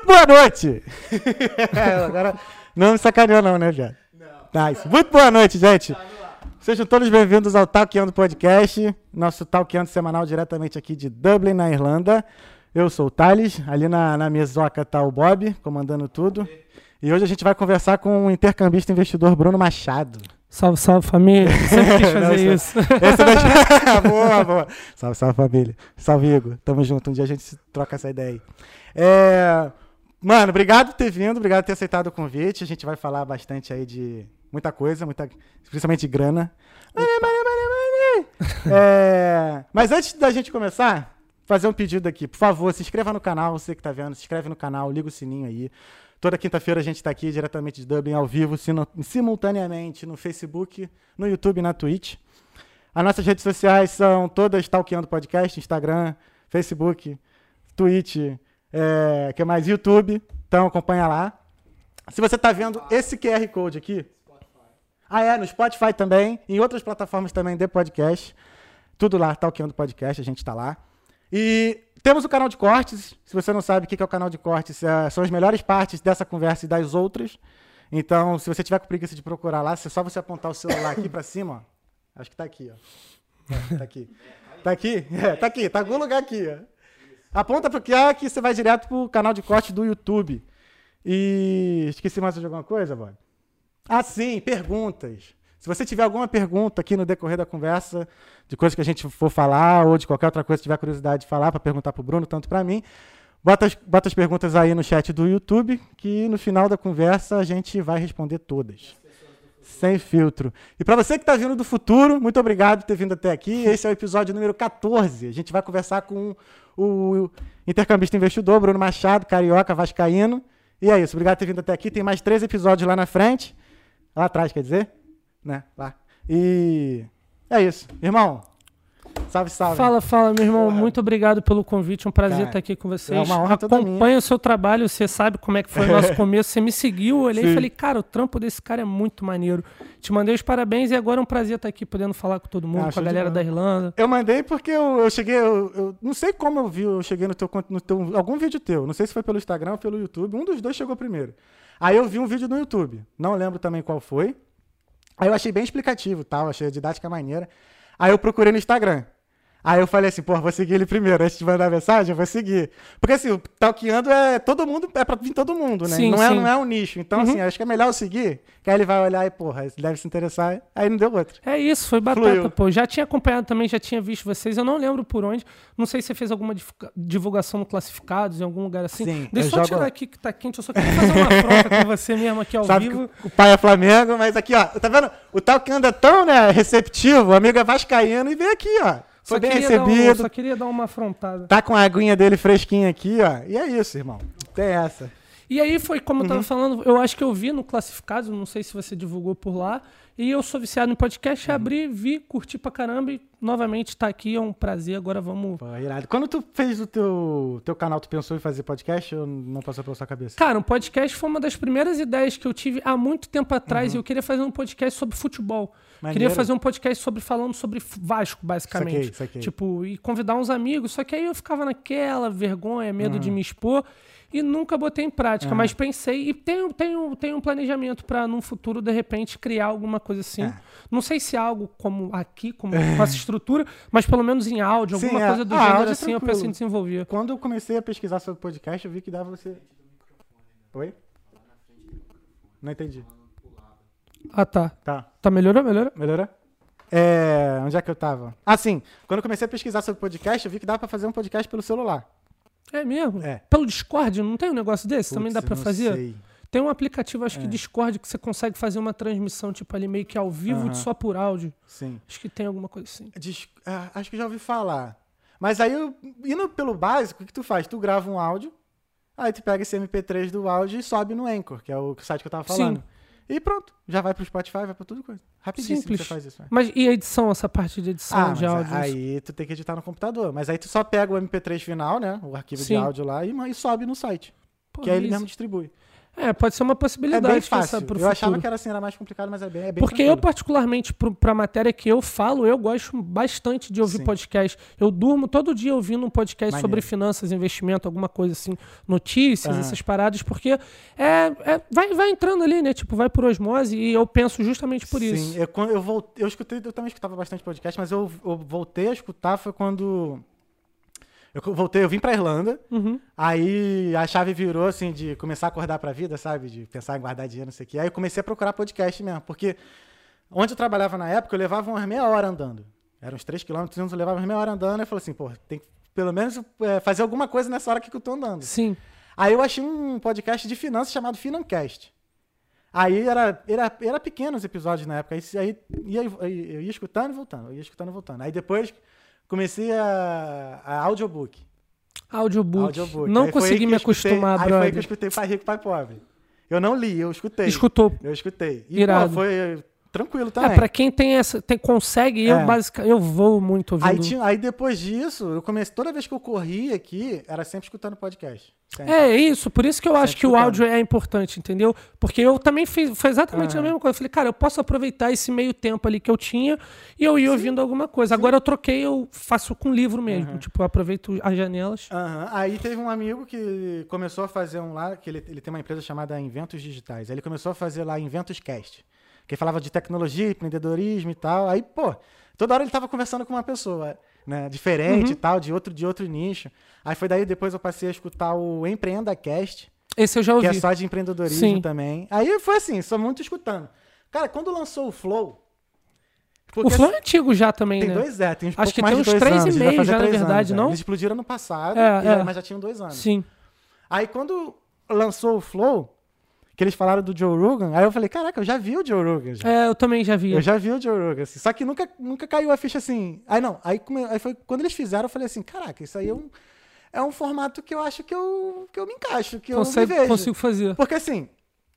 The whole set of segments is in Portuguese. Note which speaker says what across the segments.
Speaker 1: boa noite! Agora não me sacaneou não, né, viado? Não. Nice. Muito boa noite, gente. Sejam todos bem-vindos ao Talkando Podcast, nosso Talkando semanal diretamente aqui de Dublin, na Irlanda. Eu sou o Thales, ali na mesoca tá o Bob, comandando tudo. E hoje a gente vai conversar com o intercambista investidor Bruno Machado.
Speaker 2: Salve, salve, família. Sempre quis fazer isso.
Speaker 1: Boa, boa. Salve, salve, família. Salve, Igor. Tamo junto. Um dia a gente troca essa ideia aí. Mano, obrigado por ter vindo, obrigado por ter aceitado o convite. A gente vai falar bastante aí de muita coisa, principalmente de grana. Mas antes da gente começar, fazer um pedido aqui. Por favor, se inscreva no canal, você que tá vendo, se inscreve no canal, liga o sininho aí. Toda quinta-feira a gente está aqui diretamente de Dublin, ao vivo, simultaneamente no Facebook, no YouTube e na Twitch. As nossas redes sociais são todas Talkando Podcast, Instagram, Facebook, Twitch, que mais? YouTube. Então acompanha lá. Se você está vendo esse QR Code aqui... no Spotify também, em outras plataformas também de podcast. Tudo lá, Talkando Podcast, a gente está lá. E... temos o canal de cortes. Se você não sabe o que é o canal de cortes, são as melhores partes dessa conversa e das outras. Então, se você tiver com preguiça de procurar lá, é só você apontar o celular aqui pra cima, ó. Acho que tá aqui, ó. Tá aqui. Tá aqui? Tá aqui. Tá em algum lugar aqui, ó. Aponta pro QR que você vai direto pro canal de corte do YouTube. E... esqueci mais de alguma coisa, Bob? Sim, perguntas. Se você tiver alguma pergunta aqui no decorrer da conversa, de coisas que a gente for falar, ou de qualquer outra coisa que tiver curiosidade de falar, para perguntar para o Bruno, tanto para mim, bota as perguntas aí no chat do YouTube, que no final da conversa a gente vai responder todas. Sem filtro. E para você que está vindo do futuro, muito obrigado por ter vindo até aqui. Esse é o episódio número 14. A gente vai conversar com o intercambista investidor, Bruno Machado, carioca, vascaíno. E é isso, obrigado por ter vindo até aqui. Tem mais 3 episódios lá na frente. Lá atrás, quer dizer? Né? Lá. E é isso. Irmão, salve, salve.
Speaker 2: Fala, meu irmão. Muito obrigado pelo convite. Um prazer estar aqui com vocês.
Speaker 1: É uma honra toda minha.
Speaker 2: Acompanho o seu trabalho. Você sabe como é que foi o nosso começo. Você me seguiu, eu olhei e falei, cara, o trampo desse cara é muito maneiro. Te mandei os parabéns e agora é um prazer estar aqui podendo falar com todo mundo, com a galera da Irlanda.
Speaker 1: Eu mandei porque eu cheguei, eu não sei como eu vi, eu cheguei no teu algum vídeo teu. Não sei se foi pelo Instagram ou pelo YouTube. Um dos dois chegou primeiro. Aí eu vi um vídeo no YouTube. Não lembro também qual foi. Aí eu achei bem explicativo, tal, achei a didática maneira. Aí eu procurei no Instagram. Aí eu falei assim, vou seguir ele primeiro. Antes de mandar mensagem, eu vou seguir. Porque assim, o Talkando todo mundo, é pra vir todo mundo, né?
Speaker 2: Sim,
Speaker 1: não
Speaker 2: sim.
Speaker 1: É um nicho. Então, assim, acho que é melhor eu seguir, que aí ele vai olhar e, ele deve se interessar. Aí não deu outro.
Speaker 2: É isso, foi batata,
Speaker 1: Fluiu.
Speaker 2: pô. Já tinha acompanhado também, já tinha visto vocês. Eu não lembro por onde. Não sei se você fez alguma divulgação no Classificados, em algum lugar assim.
Speaker 1: Sim,
Speaker 2: Deixa eu só tirar aqui que tá quente. Eu só queria fazer uma afronta com você mesmo aqui ao vivo.
Speaker 1: Que o pai é Flamengo, mas aqui, ó. Tá vendo? O Talkando é tão, né, receptivo. O amigo é vascaíno e veio aqui, ó. Foi bem recebido.
Speaker 2: Só queria dar uma afrontada.
Speaker 1: Tá com a aguinha dele fresquinha aqui, ó. E é isso, irmão. Tem essa.
Speaker 2: E aí foi como eu tava falando, eu acho que eu vi no Classificados, não sei se você divulgou por lá, e eu sou viciado em podcast, abri, vi, curti pra caramba e novamente tá aqui, é um prazer, agora vamos...
Speaker 1: Pô, irado. Quando tu fez o teu canal, tu pensou em fazer podcast ou não passou pela sua cabeça?
Speaker 2: Cara, um podcast foi uma das primeiras ideias que eu tive há muito tempo atrás e eu queria fazer um podcast sobre futebol.
Speaker 1: Maneiro.
Speaker 2: Queria fazer um podcast falando sobre Vasco, basicamente.
Speaker 1: Saquei.
Speaker 2: Tipo, e convidar uns amigos, só que aí eu ficava naquela vergonha, medo de me expor e nunca botei em prática, mas pensei e tenho um planejamento para num futuro, de repente, criar alguma coisa assim. Não sei se algo como aqui, como com essa estrutura, mas pelo menos em áudio, alguma coisa do gênero assim, eu penso em desenvolver.
Speaker 1: Quando eu comecei a pesquisar sobre podcast, eu vi que dava você... Oi? Não entendi.
Speaker 2: Tá.
Speaker 1: Tá,
Speaker 2: melhorou?
Speaker 1: Melhorou? Onde é que eu tava? Sim. Quando eu comecei a pesquisar sobre podcast, eu vi que dava pra fazer um podcast pelo celular.
Speaker 2: É mesmo?
Speaker 1: É.
Speaker 2: Pelo Discord, não tem um negócio desse? Também dá pra fazer?
Speaker 1: Sei.
Speaker 2: Tem um aplicativo, acho que Discord, que você consegue fazer uma transmissão, tipo ali meio que ao vivo, só por áudio.
Speaker 1: Sim.
Speaker 2: Acho que tem alguma coisa assim.
Speaker 1: Acho que já ouvi falar. Mas aí, indo pelo básico, o que tu faz? Tu grava um áudio, aí tu pega esse MP3 do áudio e sobe no Anchor, que é o site que eu tava falando. Sim. E pronto, já vai pro Spotify, vai pra tudo coisa. Rapidíssimo.
Speaker 2: Simples.
Speaker 1: Você faz isso. Né?
Speaker 2: Mas e a edição, essa parte de edição de áudio?
Speaker 1: Aí tu tem que editar no computador. Mas aí tu só pega o MP3 final, né? O arquivo de áudio lá e sobe no site. Que aí ele mesmo distribui.
Speaker 2: Pode ser uma
Speaker 1: É
Speaker 2: possibilidade.
Speaker 1: bem
Speaker 2: quem
Speaker 1: fácil.
Speaker 2: sabe, pro
Speaker 1: Eu achava
Speaker 2: futuro.
Speaker 1: que era mais complicado, mas é bem
Speaker 2: Porque
Speaker 1: tranquilo.
Speaker 2: eu, particularmente, pra matéria que eu falo, eu gosto bastante de ouvir
Speaker 1: Sim.
Speaker 2: podcast. Eu durmo todo dia ouvindo um podcast
Speaker 1: Maneiro.
Speaker 2: sobre finanças, investimento, alguma coisa assim, notícias,
Speaker 1: Aham.
Speaker 2: essas paradas, porque vai entrando ali, né? Tipo, vai por osmose e eu penso justamente por isso.
Speaker 1: Sim, quando eu escutei, eu também escutava bastante podcast, mas eu voltei a escutar foi quando eu vim pra Irlanda,
Speaker 2: Uhum.
Speaker 1: aí a chave virou, assim, de começar a acordar pra vida, sabe? De pensar em guardar dinheiro, não sei o quê. Aí eu comecei a procurar podcast mesmo, porque onde eu trabalhava na época, eu levava umas meia hora andando. Eram uns 3 quilômetros, eu levava umas meia hora andando, e eu falei assim, pô, tem que pelo menos fazer alguma coisa nessa hora que eu tô andando.
Speaker 2: Sim.
Speaker 1: Aí eu achei um podcast de finanças chamado Financast. Aí era pequeno os episódios na época. Aí eu ia escutando e voltando. Aí depois comecei a audiobook.
Speaker 2: Audiobook. Não consegui me acostumar,
Speaker 1: brother. Aí foi que eu
Speaker 2: brother.
Speaker 1: escutei Pai Rico, Pai Pobre. Eu não li, eu escutei.
Speaker 2: Escutou.
Speaker 1: Eu escutei. E
Speaker 2: Irado.
Speaker 1: pô, foi tranquilo também.
Speaker 2: Pra quem consegue, eu vou muito ouvindo.
Speaker 1: Aí depois disso, eu comecei, toda vez que eu corria aqui, era sempre escutando podcast. Sempre.
Speaker 2: É isso, por isso que eu acho que o
Speaker 1: escutando.
Speaker 2: áudio é importante, entendeu? Porque eu também foi exatamente a mesma coisa. Eu falei, cara, eu posso aproveitar esse meio tempo ali que eu tinha e eu ia ouvindo alguma coisa. Agora eu troquei, eu faço com livro mesmo. Tipo, eu aproveito as janelas.
Speaker 1: Aí teve um amigo que começou a fazer um lá, que ele tem uma empresa chamada Inventos Digitais. Aí ele começou a fazer lá Inventos Cast, que falava de tecnologia, empreendedorismo e tal. Aí, pô, toda hora ele tava conversando com uma pessoa, né, diferente e tal, de outro nicho. Aí foi daí, depois eu passei a escutar o EmpreendaCast,
Speaker 2: Esse eu já ouvi.
Speaker 1: que é só de empreendedorismo
Speaker 2: Sim.
Speaker 1: também. Aí foi assim, só muito escutando. Cara, quando lançou o Flow...
Speaker 2: O Flow é antigo já também,
Speaker 1: tem
Speaker 2: né?
Speaker 1: tem
Speaker 2: Acho que
Speaker 1: mais
Speaker 2: tem
Speaker 1: de
Speaker 2: uns
Speaker 1: 2
Speaker 2: 3
Speaker 1: anos,
Speaker 2: e
Speaker 1: vai
Speaker 2: meio
Speaker 1: fazer
Speaker 2: já, na
Speaker 1: 3
Speaker 2: verdade,
Speaker 1: anos,
Speaker 2: não?
Speaker 1: Eles explodiram no passado, mas já tinham 2 anos.
Speaker 2: Sim.
Speaker 1: Aí quando lançou o Flow, que eles falaram do Joe Rogan, aí eu falei, caraca, eu já vi o Joe Rogan.
Speaker 2: Eu também já vi.
Speaker 1: Eu já vi o Joe Rogan, assim. Só que nunca caiu a ficha assim. Aí foi quando eles fizeram, eu falei assim, caraca, isso aí é um formato que eu acho que eu me encaixo, que eu me vejo.
Speaker 2: Consigo fazer.
Speaker 1: Porque assim,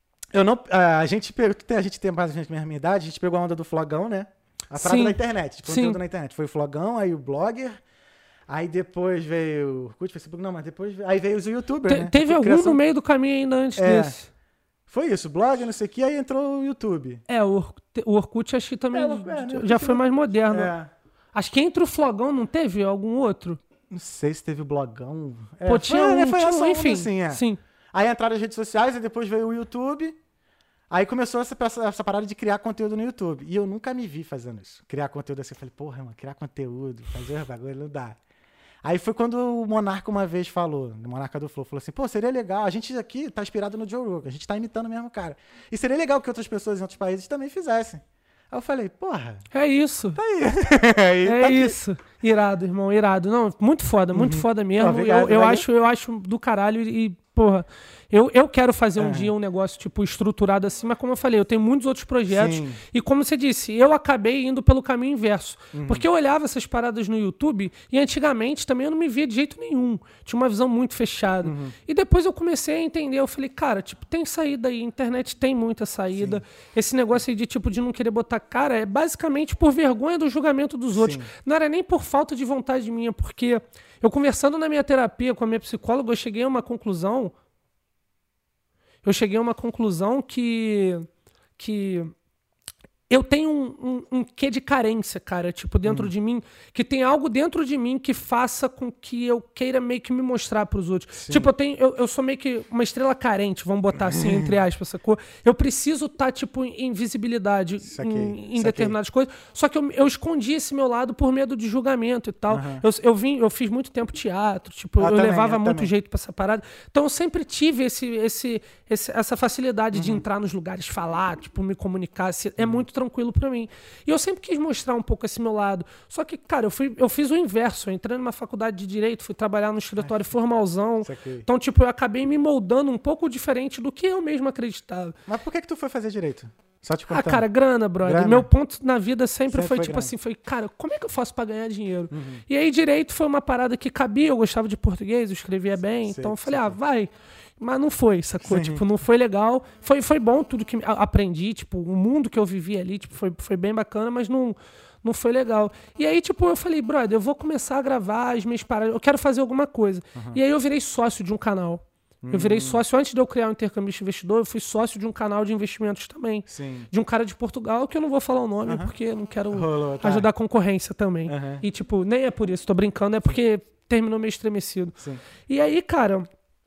Speaker 1: a gente tem mais ou menos a mesma idade, a gente pegou a onda do Flogão, né? A parada da internet, tipo, conteúdo na internet. Foi o Flogão, aí o Blogger, aí depois veio o Orkut, Facebook, não, mas depois aí veio os YouTubers, né?
Speaker 2: Teve algum no meio do caminho ainda antes desse.
Speaker 1: Foi isso, blog, não sei o que, aí entrou o YouTube.
Speaker 2: O Orkut acho que também já foi mais moderno. Acho que entre o Flogão não teve algum outro?
Speaker 1: Não sei se teve o blogão.
Speaker 2: Pô, tinha
Speaker 1: enfim.
Speaker 2: Assim, Sim.
Speaker 1: Aí entraram as redes sociais, aí depois veio o YouTube. Aí começou essa parada de criar conteúdo no YouTube. E eu nunca me vi fazendo isso. Criar conteúdo assim. Eu falei, porra, mano, criar conteúdo, fazer bagulho, não dá. Aí foi quando o Monarca uma vez falou, o Monarca do Flow, falou assim, pô, seria legal, a gente aqui tá inspirado no Joe Rogan, a gente tá imitando o mesmo cara. E seria legal que outras pessoas em outros países também fizessem. Aí eu falei, porra...
Speaker 2: É isso.
Speaker 1: Tá aí.
Speaker 2: É isso. Irado, irmão, irado. Não, muito foda mesmo.
Speaker 1: Obrigado,
Speaker 2: eu acho do caralho e, porra, eu quero fazer um dia um negócio, tipo, estruturado assim, mas como eu falei, eu tenho muitos outros projetos.
Speaker 1: Sim.
Speaker 2: E como você disse, eu acabei indo pelo caminho inverso. Porque eu olhava essas paradas no YouTube e antigamente também eu não me via de jeito nenhum. Tinha uma visão muito fechada. E depois eu comecei a entender, eu falei, cara, tipo, tem saída aí, a internet tem muita saída. Sim. Esse negócio aí de, tipo, de não querer botar cara é basicamente por vergonha do julgamento dos outros. Não era nem por falta de vontade minha, porque eu conversando na minha terapia com a minha psicóloga, eu cheguei a uma conclusão que eu tenho um quê de carência, cara, tipo, dentro de mim, que tem algo dentro de mim que faça com que eu queira meio que me mostrar pros outros. Sim. Tipo, eu sou meio que uma estrela carente, vamos botar assim, entre aspas, sacou? Eu preciso estar, tipo, em visibilidade em determinadas coisas, só que eu escondi esse meu lado por medo de julgamento e tal. Eu fiz muito tempo teatro, tipo, eu levava muito jeito pra essa parada. Então eu sempre tive essa facilidade de entrar nos lugares, falar, tipo, me comunicar. É muito tranquilo pra mim. E eu sempre quis mostrar um pouco esse meu lado. Só que, cara, eu fiz o inverso. Eu entrei numa faculdade de Direito, fui trabalhar no escritório formalzão. Então, tipo, eu acabei me moldando um pouco diferente do que eu mesmo acreditava.
Speaker 1: Mas por que tu foi fazer Direito? Só te contando.
Speaker 2: Cara, grana, brother.
Speaker 1: Grana?
Speaker 2: Meu ponto na vida sempre foi tipo
Speaker 1: grana.
Speaker 2: assim, cara, como é que eu faço pra ganhar dinheiro? E aí, Direito foi uma parada que cabia, eu gostava de português, eu escrevia bem, então eu falei, vai... Mas não foi, sacou?
Speaker 1: Sim.
Speaker 2: Tipo, não foi legal. Foi bom tudo que aprendi, tipo, o mundo que eu vivi ali, tipo, foi bem bacana, mas não foi legal. E aí, tipo, eu falei, brother, eu vou começar a gravar as minhas paradas, eu quero fazer alguma coisa. E aí eu virei sócio de um canal. Eu virei sócio, antes de eu criar o Intercambista Investidor, eu fui sócio de um canal de investimentos também.
Speaker 1: Sim.
Speaker 2: De um cara de Portugal, que eu não vou falar o nome, porque eu não quero
Speaker 1: tá.
Speaker 2: ajudar a concorrência também. E, tipo, nem é por isso, tô brincando, é porque terminou meio estremecido.
Speaker 1: Sim.
Speaker 2: E aí, cara,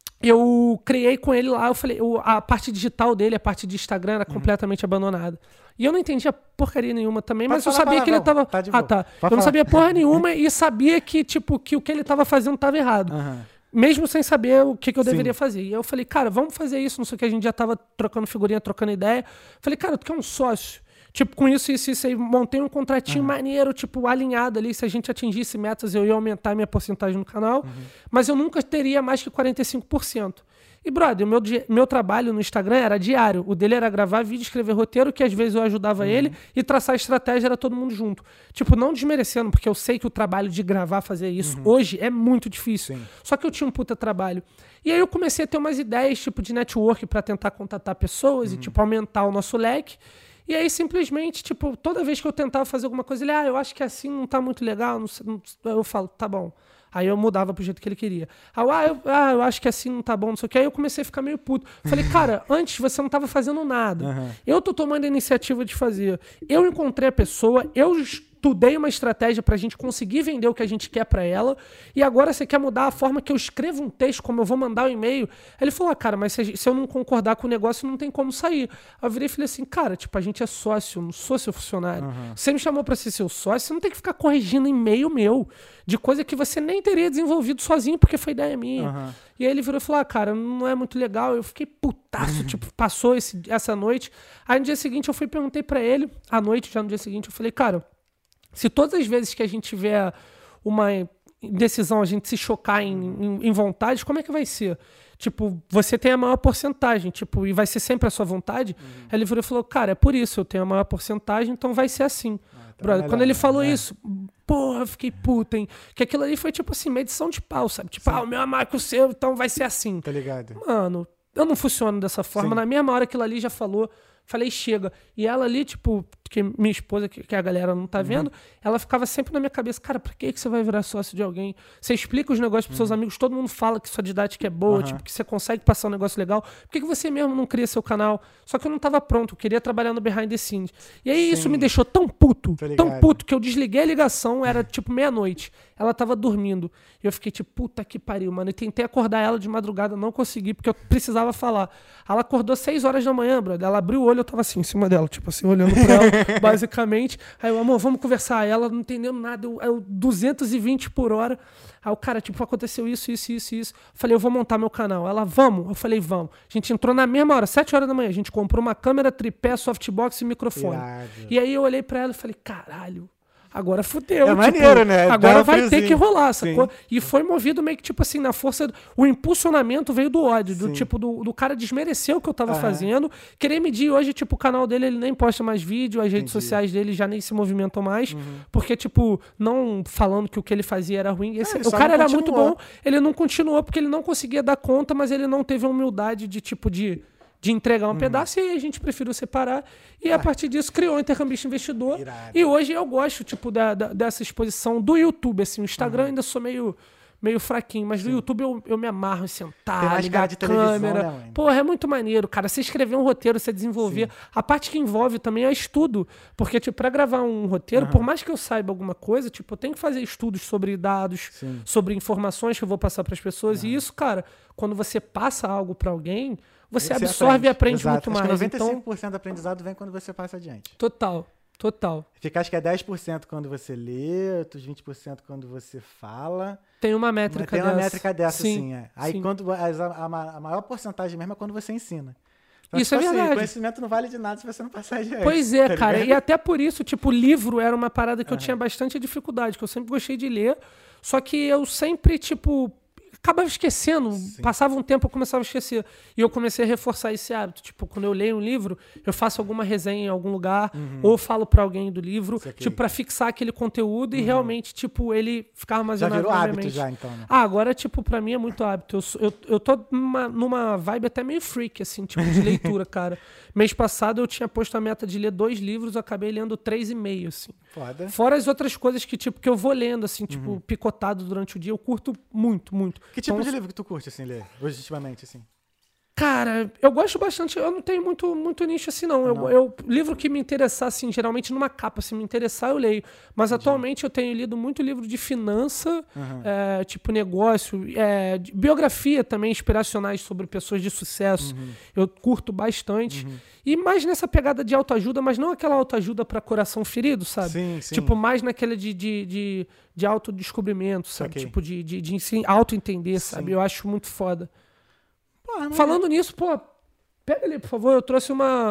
Speaker 2: eu criei com ele lá, eu falei, a parte digital dele, a parte de Instagram era completamente abandonada. E eu não entendia porcaria nenhuma também, mas eu sabia que ele tava...
Speaker 1: Tá de boa.
Speaker 2: Tá. Eu não sabia porra nenhuma e sabia que, tipo, que o que ele tava fazendo tava errado. Mesmo sem saber o que eu deveria fazer. E eu falei, cara, vamos fazer isso, não sei o que, a gente já tava trocando figurinha, trocando ideia. Falei, cara, tu quer um sócio? Tipo, com isso aí, montei um contratinho maneiro, tipo, alinhado ali. Se a gente atingisse metas, eu ia aumentar minha porcentagem no canal. Mas eu nunca teria mais que 45%. E, brother, o meu trabalho no Instagram era diário. O dele era gravar vídeo, escrever roteiro, que às vezes eu ajudava ele, e traçar a estratégia, era todo mundo junto. Tipo, não desmerecendo, porque eu sei que o trabalho de gravar, fazer isso, hoje é muito difícil. Só que eu tinha um puta trabalho. E aí eu comecei a ter umas ideias, tipo, de network pra tentar contatar pessoas e, tipo, aumentar o nosso leque. E aí, simplesmente, tipo, toda vez que eu tentava fazer alguma coisa, ele, eu acho que assim não tá muito legal, eu falo, tá bom. Aí eu mudava pro jeito que ele queria. Eu acho que assim não tá bom, não sei o que. Aí eu comecei a ficar meio puto. Falei, cara, antes você não tava fazendo nada. Eu tô tomando a iniciativa de fazer. Eu encontrei a pessoa, eu estudei uma estratégia pra gente conseguir vender o que a gente quer pra ela, e agora você quer mudar a forma que eu escrevo um texto, como eu vou mandar o e-mail. Aí ele falou, cara, mas se eu não concordar com o negócio, não tem como sair. Aí eu virei e falei assim, cara, tipo, a gente é sócio, eu não sou seu funcionário. Você me chamou pra ser seu sócio, você não tem que ficar corrigindo e-mail meu, de coisa que você nem teria desenvolvido sozinho, porque foi ideia minha. E aí ele virou e falou, cara, não é muito legal. Eu fiquei putaço, tipo, passou essa noite. Aí no dia seguinte eu fui e perguntei pra ele, à noite, já no dia seguinte, eu falei, cara, se todas as vezes que a gente tiver uma decisão, a gente se chocar em vontade, como é que vai ser? Tipo, você tem a maior porcentagem, tipo, e vai ser sempre a sua vontade? Aí ele virou e falou, cara, é por isso, eu tenho a maior porcentagem, então vai ser assim. Brother, quando ele falou isso, porra, eu fiquei puta, hein? Que aquilo ali foi tipo assim, medição de pau, sabe? Tipo, o meu é maior que o seu, então vai ser assim.
Speaker 1: Tá ligado?
Speaker 2: Mano, eu não funciono dessa forma. Na mesma hora que aquilo ali já falou, falei, chega. E ela ali, tipo, que minha esposa, que a galera não tá vendo, ela ficava sempre na minha cabeça, cara, pra que você vai virar sócio de alguém? Você explica os negócios pros seus amigos, todo mundo fala que sua didática é boa, tipo, que você consegue passar um negócio legal. Por que você mesmo não cria seu canal? Só que eu não tava pronto, eu queria trabalhar no behind the scenes. E aí isso me deixou tão puto, que eu desliguei a ligação, era tipo meia-noite. Ela tava dormindo. E eu fiquei tipo, puta que pariu, mano. E tentei acordar ela de madrugada, não consegui, porque eu precisava falar. Ela acordou 6 horas da manhã, brother. Ela abriu o olho, eu tava assim, em cima dela, tipo assim, olhando pra ela, basicamente. Aí eu, amor, vamos conversar. Aí ela não entendeu nada, eu 220 por hora. Aí o cara, tipo, aconteceu isso. Eu falei, eu vou montar meu canal. Ela, vamos? Eu falei, vamos. A gente entrou na mesma hora, 7 horas da manhã. A gente comprou uma câmera, tripé, softbox e microfone. Irado. E aí eu olhei pra ela e falei, caralho, agora fudeu.
Speaker 1: É maneiro, né?
Speaker 2: Agora vai ter que rolar, sacou? E foi movido meio que, tipo assim, na força... O impulsionamento veio do ódio, do tipo, do cara desmerecer o que eu tava fazendo. Querer medir hoje, tipo, o canal dele, ele nem posta mais vídeo, as redes sociais dele já nem se movimentam mais, porque, tipo, não falando que o que ele fazia era ruim. O cara era muito bom, ele não continuou porque ele não conseguia dar conta, mas ele não teve a humildade de, tipo, de entregar um pedaço, e aí a gente preferiu separar. E a partir disso criou o Intercambista Investidor. Irado. E hoje eu gosto, tipo, dessa exposição do YouTube, assim. O Instagram ainda sou meio fraquinho, mas do YouTube eu me amarro em sentar, ligar a câmera. Né, porra, é muito maneiro, cara. Você escrever um roteiro, você desenvolver. A parte que envolve também é estudo. Porque, tipo, pra gravar um roteiro, por mais que eu saiba alguma coisa, tipo, eu tenho que fazer estudos sobre dados, sobre informações que eu vou passar pras pessoas. E isso, cara, quando você passa algo pra alguém, você absorve e aprende muito mais.
Speaker 1: Acho que 95% do aprendizado vem quando você passa adiante.
Speaker 2: Total.
Speaker 1: Fica, acho que é 10% quando você lê, outros 20% quando você fala.
Speaker 2: Tem uma métrica dessa.
Speaker 1: Tem uma métrica dessa, sim. Aí quando a maior porcentagem mesmo é quando você ensina. Então,
Speaker 2: isso tipo é verdade.
Speaker 1: O conhecimento não vale de nada se você não passar adiante.
Speaker 2: Pois é, cara. E até por isso, tipo, livro era uma parada que eu tinha bastante dificuldade, que eu sempre gostei de ler, só que eu sempre, tipo, acabava esquecendo. Passava um tempo, eu começava a esquecer. E eu comecei a reforçar esse hábito. Tipo, quando eu leio um livro, eu faço alguma resenha em algum lugar, ou falo pra alguém do livro, tipo, pra fixar aquele conteúdo e realmente, tipo, ele ficar armazenado
Speaker 1: na minha mente.
Speaker 2: Hábito
Speaker 1: já, então, né?
Speaker 2: Agora, tipo, pra mim é muito hábito. Eu tô numa vibe até meio freak, assim, tipo, de leitura, cara. Mês passado eu tinha posto a meta de ler 2 livros, eu acabei lendo 3,5, assim.
Speaker 1: Foda.
Speaker 2: Fora as outras coisas que, tipo, que eu vou lendo, assim, tipo, picotado durante o dia, eu curto muito, muito.
Speaker 1: Que tipo
Speaker 2: Então,
Speaker 1: de livro que tu curte, assim, ler, legitimamente, assim?
Speaker 2: Cara, eu gosto bastante, eu não tenho muito nicho assim, não. Livro que me interessar, assim, geralmente numa capa, se me interessar, eu leio. Mas atualmente eu tenho lido muito livro de finança, tipo negócio, biografia também, inspiracionais sobre pessoas de sucesso. Eu curto bastante. E mais nessa pegada de autoajuda, mas não aquela autoajuda para coração ferido, sabe?
Speaker 1: Sim, sim.
Speaker 2: Tipo, mais naquela de autodescobrimento, sabe?
Speaker 1: Okay.
Speaker 2: Tipo, de auto-entender, sabe? Eu acho muito foda.
Speaker 1: Porra,
Speaker 2: Falando nisso, pô, pega ali, por favor. Eu trouxe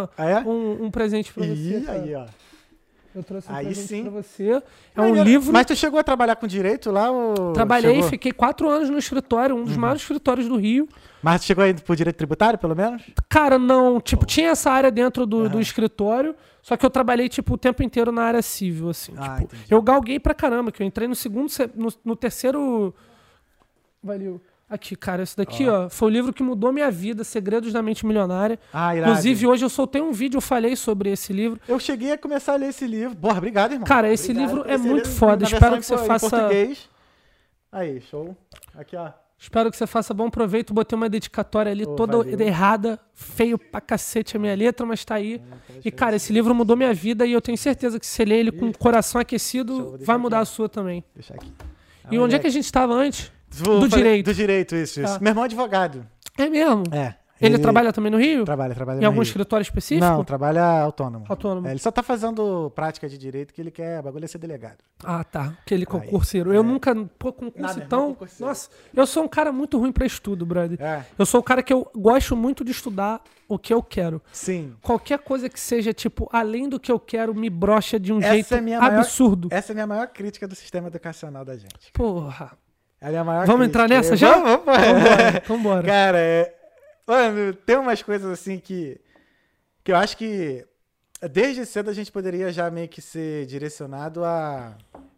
Speaker 2: um presente pra você. Cara.
Speaker 1: Aí, ó.
Speaker 2: Eu trouxe um
Speaker 1: aí
Speaker 2: presente
Speaker 1: sim.
Speaker 2: pra você. É um livro.
Speaker 1: Mas tu chegou a trabalhar com direito lá? Ou
Speaker 2: Trabalhei,
Speaker 1: chegou?
Speaker 2: fiquei 4 anos no escritório, um dos maiores escritórios do Rio.
Speaker 1: Mas tu chegou aí pro direito tributário, pelo menos?
Speaker 2: Cara, não. Tipo, tinha essa área dentro do escritório, só que eu trabalhei, tipo, o tempo inteiro na área civil, assim. Tipo,
Speaker 1: entendi.
Speaker 2: eu galguei pra caramba, que eu entrei no terceiro... Valeu. Aqui, cara, esse daqui, ó, foi o livro que mudou minha vida, Segredos da Mente Milionária.
Speaker 1: Irado.
Speaker 2: Inclusive, hoje eu soltei um vídeo, eu falei sobre esse livro.
Speaker 1: Eu cheguei a começar a ler esse livro. Porra, obrigado, irmão.
Speaker 2: Cara, esse livro é muito foda. Espero que você faça...
Speaker 1: Em português. Aí, show. Aqui, ó.
Speaker 2: Espero que você faça bom proveito. Botei uma dedicatória ali toda errada, feio pra cacete a minha letra, mas tá aí. E, cara, esse livro mudou minha vida e eu tenho certeza que se você ler ele com o coração aquecido, vai mudar a sua também.
Speaker 1: Deixa aqui.
Speaker 2: E onde é que a gente estava antes? Do direito.
Speaker 1: Do direito, isso. Meu irmão é advogado.
Speaker 2: É mesmo?
Speaker 1: É.
Speaker 2: Ele trabalha também no Rio?
Speaker 1: Trabalha
Speaker 2: em algum escritório específico?
Speaker 1: Não, trabalha autônomo.
Speaker 2: Autônomo.
Speaker 1: Ele só tá fazendo prática de direito que ele quer, o bagulho é ser delegado.
Speaker 2: Ah, tá. Aquele concurseiro. Eu nunca... Pô, concurso então... Nossa, eu sou um cara muito ruim pra estudo, brother. Eu sou um cara que eu gosto muito de estudar o que eu quero.
Speaker 1: Sim.
Speaker 2: Qualquer coisa que seja, tipo, além do que eu quero, me brocha de um jeito absurdo.
Speaker 1: Essa é a minha maior crítica do sistema educacional da gente.
Speaker 2: Porra.
Speaker 1: Ela é a maior
Speaker 2: Vamos
Speaker 1: crítica.
Speaker 2: entrar nessa já? Vambora.
Speaker 1: Cara, mano, tem umas coisas assim que eu acho que desde cedo a gente poderia já meio que ser direcionado a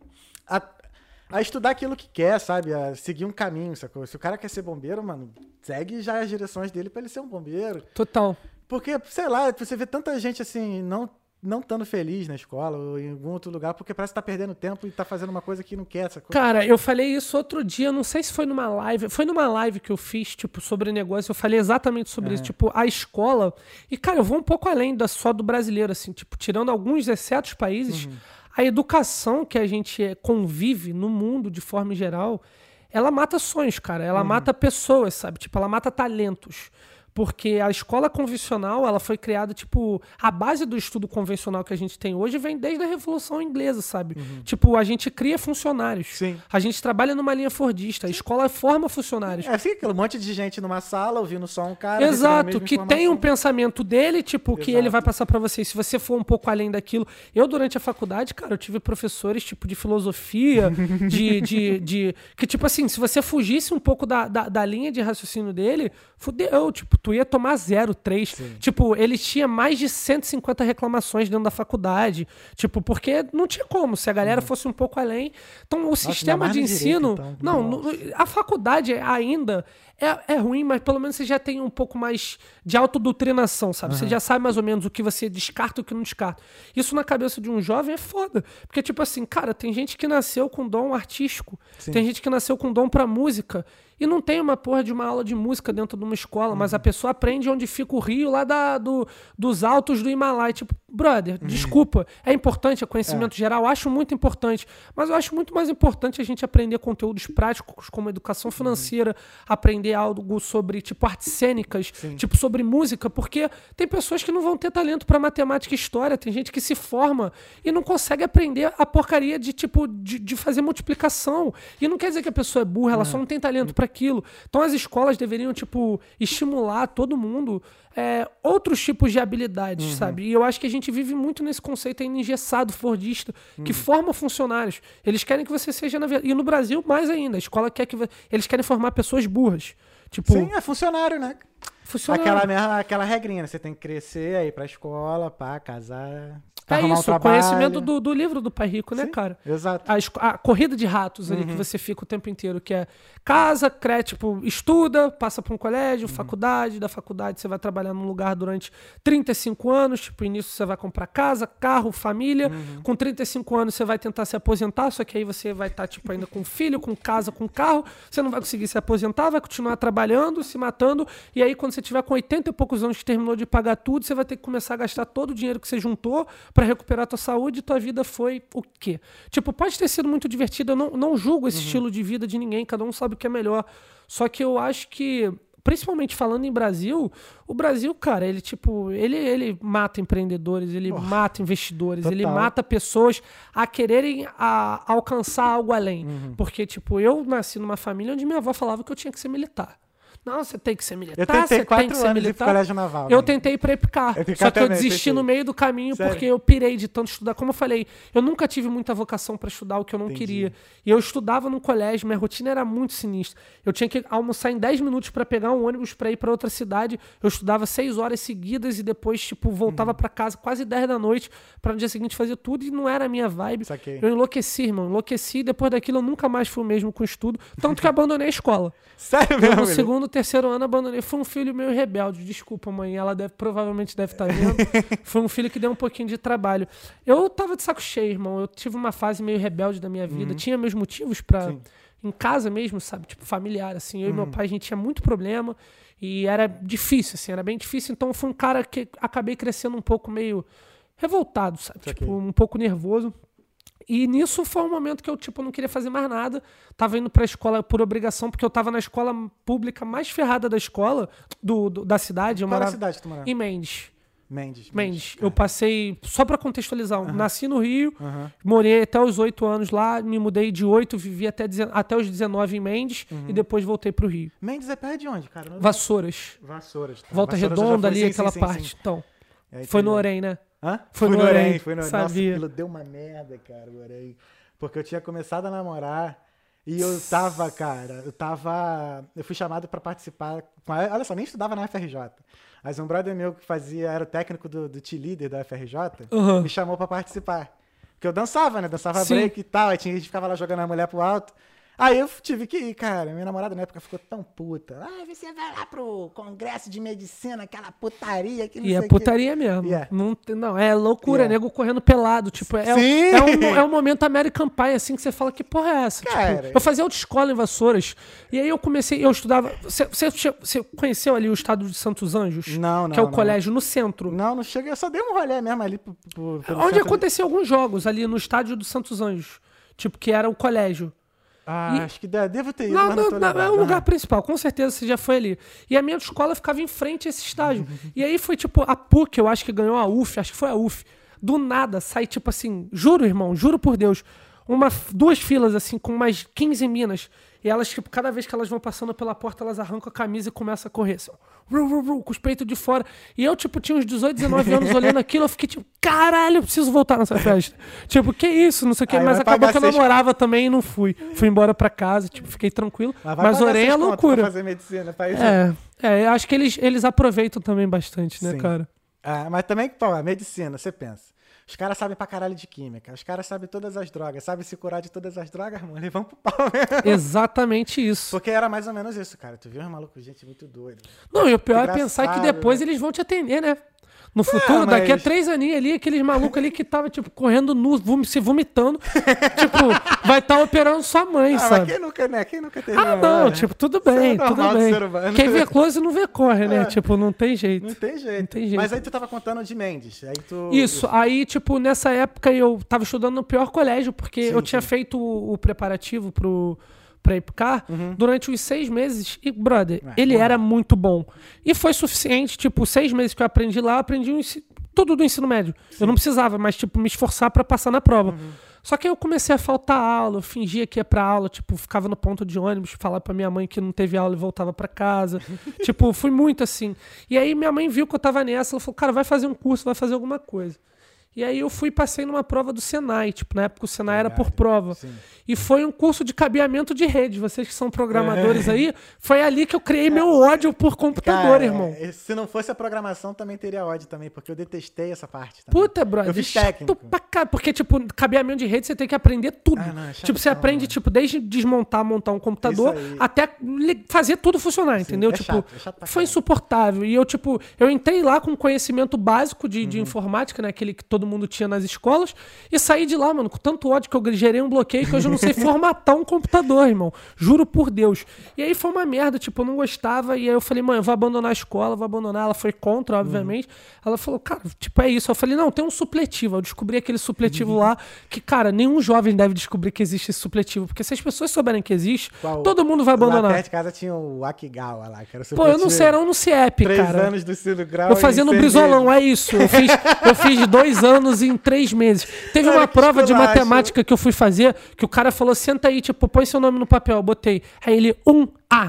Speaker 1: estudar aquilo que quer, sabe? A seguir um caminho, sacou? Se o cara quer ser bombeiro, mano, segue já as direções dele pra ele ser um bombeiro.
Speaker 2: Total.
Speaker 1: Porque, sei lá, você vê tanta gente assim, não estando feliz na escola ou em algum outro lugar, porque parece que tá perdendo tempo e tá fazendo uma coisa que não quer, sacou?
Speaker 2: Cara, eu falei isso outro dia, não sei se foi numa live que eu fiz, tipo, sobre negócio, eu falei exatamente sobre isso, tipo, a escola, e cara, eu vou um pouco além só do brasileiro, assim, tipo, tirando alguns excetos países, a educação que a gente convive no mundo, de forma geral, ela mata sonhos, cara, ela mata pessoas, sabe, tipo, ela mata talentos. Porque a escola convencional, ela foi criada, tipo... A base do estudo convencional que a gente tem hoje vem desde a Revolução Inglesa, sabe? Tipo, a gente cria funcionários.
Speaker 1: Sim.
Speaker 2: A gente trabalha numa linha fordista. A escola forma funcionários.
Speaker 1: Assim, aquele monte de gente numa sala, ouvindo só um cara...
Speaker 2: Exato, que tem um pensamento dele, tipo, que ele vai passar pra você. Se você for um pouco além daquilo... Eu, durante a faculdade, cara, eu tive professores, tipo, de filosofia, que, tipo assim, se você fugisse um pouco da linha de raciocínio dele, fudeu, tipo... Tu ia tomar 0,3. Tipo, ele tinha mais de 150 reclamações dentro da faculdade. Tipo, porque não tinha como, se a galera fosse um pouco além. Então, o sistema de ensino...
Speaker 1: Direito, então.
Speaker 2: A faculdade ainda é ruim, mas pelo menos você já tem um pouco mais de autodoutrinação, sabe? Você já sabe mais ou menos o que você descarta e o que não descarta. Isso na cabeça de um jovem é foda. Porque, tipo assim, cara, tem gente que nasceu com dom artístico. Sim. Tem gente que nasceu com dom pra música. E não tem uma porra de uma aula de música dentro de uma escola, mas a pessoa aprende onde fica o rio lá dos altos do Himalaia. Tipo, brother, desculpa, é importante o conhecimento geral, acho muito importante, mas eu acho muito mais importante a gente aprender conteúdos práticos como educação financeira, aprender algo sobre, tipo, artes cênicas, tipo, sobre música, porque tem pessoas que não vão ter talento pra matemática e história, tem gente que se forma e não consegue aprender a porcaria de, tipo, de fazer multiplicação. E não quer dizer que a pessoa é burra, ela só não tem talento pra aquilo. Então as escolas deveriam, tipo, estimular todo mundo outros tipos de habilidades, sabe? E eu acho que a gente vive muito nesse conceito ainda engessado, fordista, que forma funcionários. Eles querem que você seja... E no Brasil, mais ainda. A escola quer que... Eles querem formar pessoas burras. Tipo,
Speaker 1: sim, é funcionário, né?
Speaker 2: Funcionário.
Speaker 1: Aquela regrinha, né? Você tem que crescer, aí ir pra escola, pá, casar... pra
Speaker 2: É
Speaker 1: arrumar um
Speaker 2: isso, o
Speaker 1: trabalho.
Speaker 2: conhecimento do livro do Pai Rico, né,
Speaker 1: Sim,
Speaker 2: cara?
Speaker 1: exato.
Speaker 2: A corrida de ratos ali que você fica o tempo inteiro, que é casa, tipo, estuda, passa para um colégio, faculdade, da faculdade você vai trabalhar num lugar durante 35 anos, tipo, início você vai comprar casa, carro, família, com 35 anos você vai tentar se aposentar, só que aí você vai estar, tipo, ainda com filho, com casa, com carro, você não vai conseguir se aposentar, vai continuar trabalhando, se matando, e aí quando você tiver com 80 e poucos anos que terminou de pagar tudo, você vai ter que começar a gastar todo o dinheiro que você juntou para recuperar a tua saúde e tua vida foi o quê? Tipo, pode ter sido muito divertido, eu não julgo esse estilo de vida de ninguém, cada um sabe o que é melhor. Só que eu acho que, principalmente falando em Brasil, o Brasil, cara, ele tipo, ele mata empreendedores, ele mata investidores, ele mata pessoas a quererem alcançar algo além. Porque, tipo, eu nasci numa família onde minha avó falava que eu tinha que ser militar. Não, você tem que ser militar,
Speaker 1: Eu tentei
Speaker 2: você
Speaker 1: 4
Speaker 2: tem que ser
Speaker 1: anos de
Speaker 2: militar.
Speaker 1: colégio naval.
Speaker 2: Eu
Speaker 1: né?
Speaker 2: tentei para EPICAR,
Speaker 1: EPICAR
Speaker 2: só que eu
Speaker 1: também,
Speaker 2: desisti
Speaker 1: tentei.
Speaker 2: no meio do caminho
Speaker 1: Sério?
Speaker 2: porque eu pirei de tanto estudar. Como eu falei, eu nunca tive muita vocação para estudar o que eu não queria. E eu estudava no colégio, minha rotina era muito sinistra. Eu tinha que almoçar em 10 minutos para pegar um ônibus para ir para outra cidade. Eu estudava 6 horas seguidas e depois, tipo, voltava para casa quase 10 da noite para no dia seguinte fazer tudo e não era a minha vibe.
Speaker 1: Saquei.
Speaker 2: Eu enlouqueci, irmão. Enlouqueci e depois daquilo eu nunca mais fui o mesmo com estudo. Tanto que abandonei a escola.
Speaker 1: Sério
Speaker 2: Eu,
Speaker 1: mesmo?
Speaker 2: no segundo, terceiro ano, abandonei. Foi um filho meio rebelde. Desculpa, mãe. Ela provavelmente deve estar vendo. Foi um filho que deu um pouquinho de trabalho. Eu tava de saco cheio, irmão. Eu tive uma fase meio rebelde da minha vida. Tinha meus motivos pra...
Speaker 1: Sim.
Speaker 2: Em casa mesmo, sabe? Tipo, familiar, assim. Eu e meu pai, a gente tinha muito problema. E era difícil, assim. Era bem difícil. Então, eu fui um cara que acabei crescendo um pouco meio revoltado, sabe?
Speaker 1: Saquei.
Speaker 2: Tipo, um pouco nervoso. E nisso foi um momento que eu, tipo, não queria fazer mais nada. Tava indo pra escola por obrigação, porque eu tava na escola pública mais ferrada da escola, da cidade. Eu
Speaker 1: Qual era a
Speaker 2: morava
Speaker 1: cidade que tu morava?
Speaker 2: em Mendes.
Speaker 1: Mendes.
Speaker 2: Eu passei, só pra contextualizar, eu nasci no Rio,
Speaker 1: Aham.
Speaker 2: morei até os 8 anos lá, me mudei de 8, vivi até os 19 em Mendes e depois voltei pro Rio.
Speaker 1: Mendes é perto de onde, cara? Não-
Speaker 2: Vassouras.
Speaker 1: Vassouras. Tá.
Speaker 2: Volta
Speaker 1: Vassouras eu já
Speaker 2: Redonda
Speaker 1: fui,
Speaker 2: ali,
Speaker 1: sim,
Speaker 2: aquela
Speaker 1: sim,
Speaker 2: parte.
Speaker 1: sim.
Speaker 2: Então,
Speaker 1: É,
Speaker 2: foi no
Speaker 1: entendeu?
Speaker 2: Orem, né?
Speaker 1: Hã?
Speaker 2: Foi
Speaker 1: Fui
Speaker 2: no
Speaker 1: no
Speaker 2: Orem,
Speaker 1: Orem, fui no Orem. Nossa,
Speaker 2: sabia.
Speaker 1: aquilo deu uma merda, cara, o Orem. Porque eu tinha começado a namorar e eu tava, cara, eu fui chamado pra participar, olha só, nem estudava na FRJ. Mas um brother meu que era o técnico do T-Leader da FRJ, me chamou pra participar. Porque eu dançava, né? Dançava
Speaker 2: Sim.
Speaker 1: break e tal, aí a gente ficava lá jogando a mulher pro alto. Aí eu tive que ir, cara. Minha namorada na época ficou tão puta. Ah, você vai lá pro congresso de medicina, aquela putaria que não
Speaker 2: E
Speaker 1: sei
Speaker 2: é
Speaker 1: o quê.
Speaker 2: putaria mesmo.
Speaker 1: Yeah.
Speaker 2: Não, é loucura,
Speaker 1: Yeah.
Speaker 2: nego correndo pelado. Tipo,
Speaker 1: Sim.
Speaker 2: é um momento American Pie, assim, que você fala, que porra é essa?
Speaker 1: Cara.
Speaker 2: Tipo, eu fazia autoescola em Vassouras, e aí eu estudava... Você conheceu ali o estado de Santos Anjos?
Speaker 1: Não,
Speaker 2: Que é o
Speaker 1: não.
Speaker 2: colégio no centro.
Speaker 1: Não cheguei. Eu só dei um rolê mesmo ali pelo
Speaker 2: Onde
Speaker 1: centro.
Speaker 2: aconteciam alguns jogos, ali no estádio do Santos Anjos. Tipo, que era o colégio.
Speaker 1: Ah, acho que devo ter ido,
Speaker 2: Não,
Speaker 1: mas não tô lembrado.
Speaker 2: é o lugar principal, com certeza você já foi ali. E a minha escola ficava em frente a esse estádio. E aí foi tipo, a PUC, eu acho que ganhou a UF, acho que foi a UF. Do nada, sai tipo assim, juro, irmão, juro por Deus, duas filas assim, com umas 15 minas. E elas, tipo, cada vez que elas vão passando pela porta, elas arrancam a camisa e começam a correr, assim, com os peitos de fora. E eu, tipo, tinha uns 18, 19 anos olhando aquilo, eu fiquei tipo, caralho, eu preciso voltar nessa festa. Tipo, que isso, não sei o que.
Speaker 1: Aí
Speaker 2: Mas
Speaker 1: vai
Speaker 2: acabou
Speaker 1: pagar
Speaker 2: que eu namorava também e não fui. Fui embora pra casa, tipo, fiquei tranquilo. Mas Orem é loucura.
Speaker 1: Pra fazer medicina, pra isso.
Speaker 2: Eu acho que eles aproveitam também bastante, né,
Speaker 1: Sim.
Speaker 2: cara?
Speaker 1: Ah, mas também, pô, a medicina, você pensa. Os caras sabem pra caralho de química. Os caras sabem todas as drogas. Sabem se curar de todas as drogas, mano. Eles vão pro pau mesmo.
Speaker 2: Exatamente isso.
Speaker 1: Porque era mais ou menos isso, cara. Tu viu uns malucos, gente muito doida.
Speaker 2: Não, e o pior é pensar que
Speaker 1: Engraçado,
Speaker 2: depois
Speaker 1: né?
Speaker 2: eles vão te atender, né? No futuro, daqui a 3 aninhos ali, aqueles malucos ali que tava, tipo, correndo nu, se vomitando, tipo, vai estar operando sua mãe,
Speaker 1: Mas
Speaker 2: sabe?
Speaker 1: quem nunca, né? Quem nunca teve
Speaker 2: Ah,
Speaker 1: uma,
Speaker 2: não,
Speaker 1: né?
Speaker 2: tipo, tudo
Speaker 1: Isso é
Speaker 2: bem,
Speaker 1: normal
Speaker 2: tudo
Speaker 1: do
Speaker 2: bem.
Speaker 1: ser humano.
Speaker 2: Quem vê close não vê corre, né? Tipo, não tem jeito.
Speaker 1: Não tem jeito.
Speaker 2: Não tem jeito.
Speaker 1: Mas aí tu tava contando de Mendes. Aí tu...
Speaker 2: Isso, aí, tipo, nessa época eu tava estudando no pior colégio, porque
Speaker 1: Sim,
Speaker 2: eu tinha feito o preparativo pra EPICAR durante os 6 meses e, brother, ele era muito bom. E foi suficiente, tipo, 6 meses que eu aprendi lá, eu aprendi tudo do ensino médio. Eu não precisava mais, tipo, me esforçar pra passar na prova. Só que aí eu comecei a faltar aula, eu fingia que ia pra aula, tipo, ficava no ponto de ônibus, falava pra minha mãe que não teve aula e voltava pra casa. Tipo, fui muito assim. E aí minha mãe viu que eu tava nessa, ela falou, cara, vai fazer um curso, vai fazer alguma coisa. E aí eu fui e passei numa prova do Senai. Tipo, na época o Senai era por prova.
Speaker 1: Sim.
Speaker 2: E foi um curso de cabeamento de rede. Vocês que são programadores aí, foi ali que eu criei meu ódio por computador, irmão.
Speaker 1: Se não fosse a programação, também teria ódio também, porque eu detestei essa parte também.
Speaker 2: Puta, brother.
Speaker 1: Eu fiz técnico.
Speaker 2: Porque, tipo, cabeamento de rede você tem que aprender tudo.
Speaker 1: Não,
Speaker 2: tipo, você aprende, tipo, desde desmontar, montar um computador, até fazer tudo funcionar, entendeu? Tipo,
Speaker 1: chato
Speaker 2: foi insuportável. E eu, tipo, eu entrei lá com conhecimento básico de informática, né? Aquele que todo mundo tinha nas escolas, e saí de lá, mano, com tanto ódio que eu gerei um bloqueio que hoje eu não sei formatar um computador, irmão. Juro por Deus. E aí foi uma merda, tipo, eu não gostava, e aí eu falei, mãe, eu vou abandonar a escola, vou abandonar. Ela foi contra, obviamente. Ela falou, cara, tipo, é isso. Eu falei, não, tem um supletivo. Eu descobri aquele supletivo lá, que, cara, nenhum jovem deve descobrir que existe esse supletivo, porque se as pessoas souberem que existe, todo mundo vai abandonar.
Speaker 1: Lá perto de casa tinha o Akigawa lá, que era o
Speaker 2: supletivo. Pô, eu não sei, era um no CIEP,
Speaker 1: 3
Speaker 2: cara.
Speaker 1: 3 anos do ensino grau.
Speaker 2: Eu fazia no Brizolão, é isso. Eu fiz 2 anos em 3 meses. Teve uma prova de matemática que eu fui fazer, que o cara falou, senta aí, tipo, põe seu nome no papel. Eu botei. Aí ele, 1A.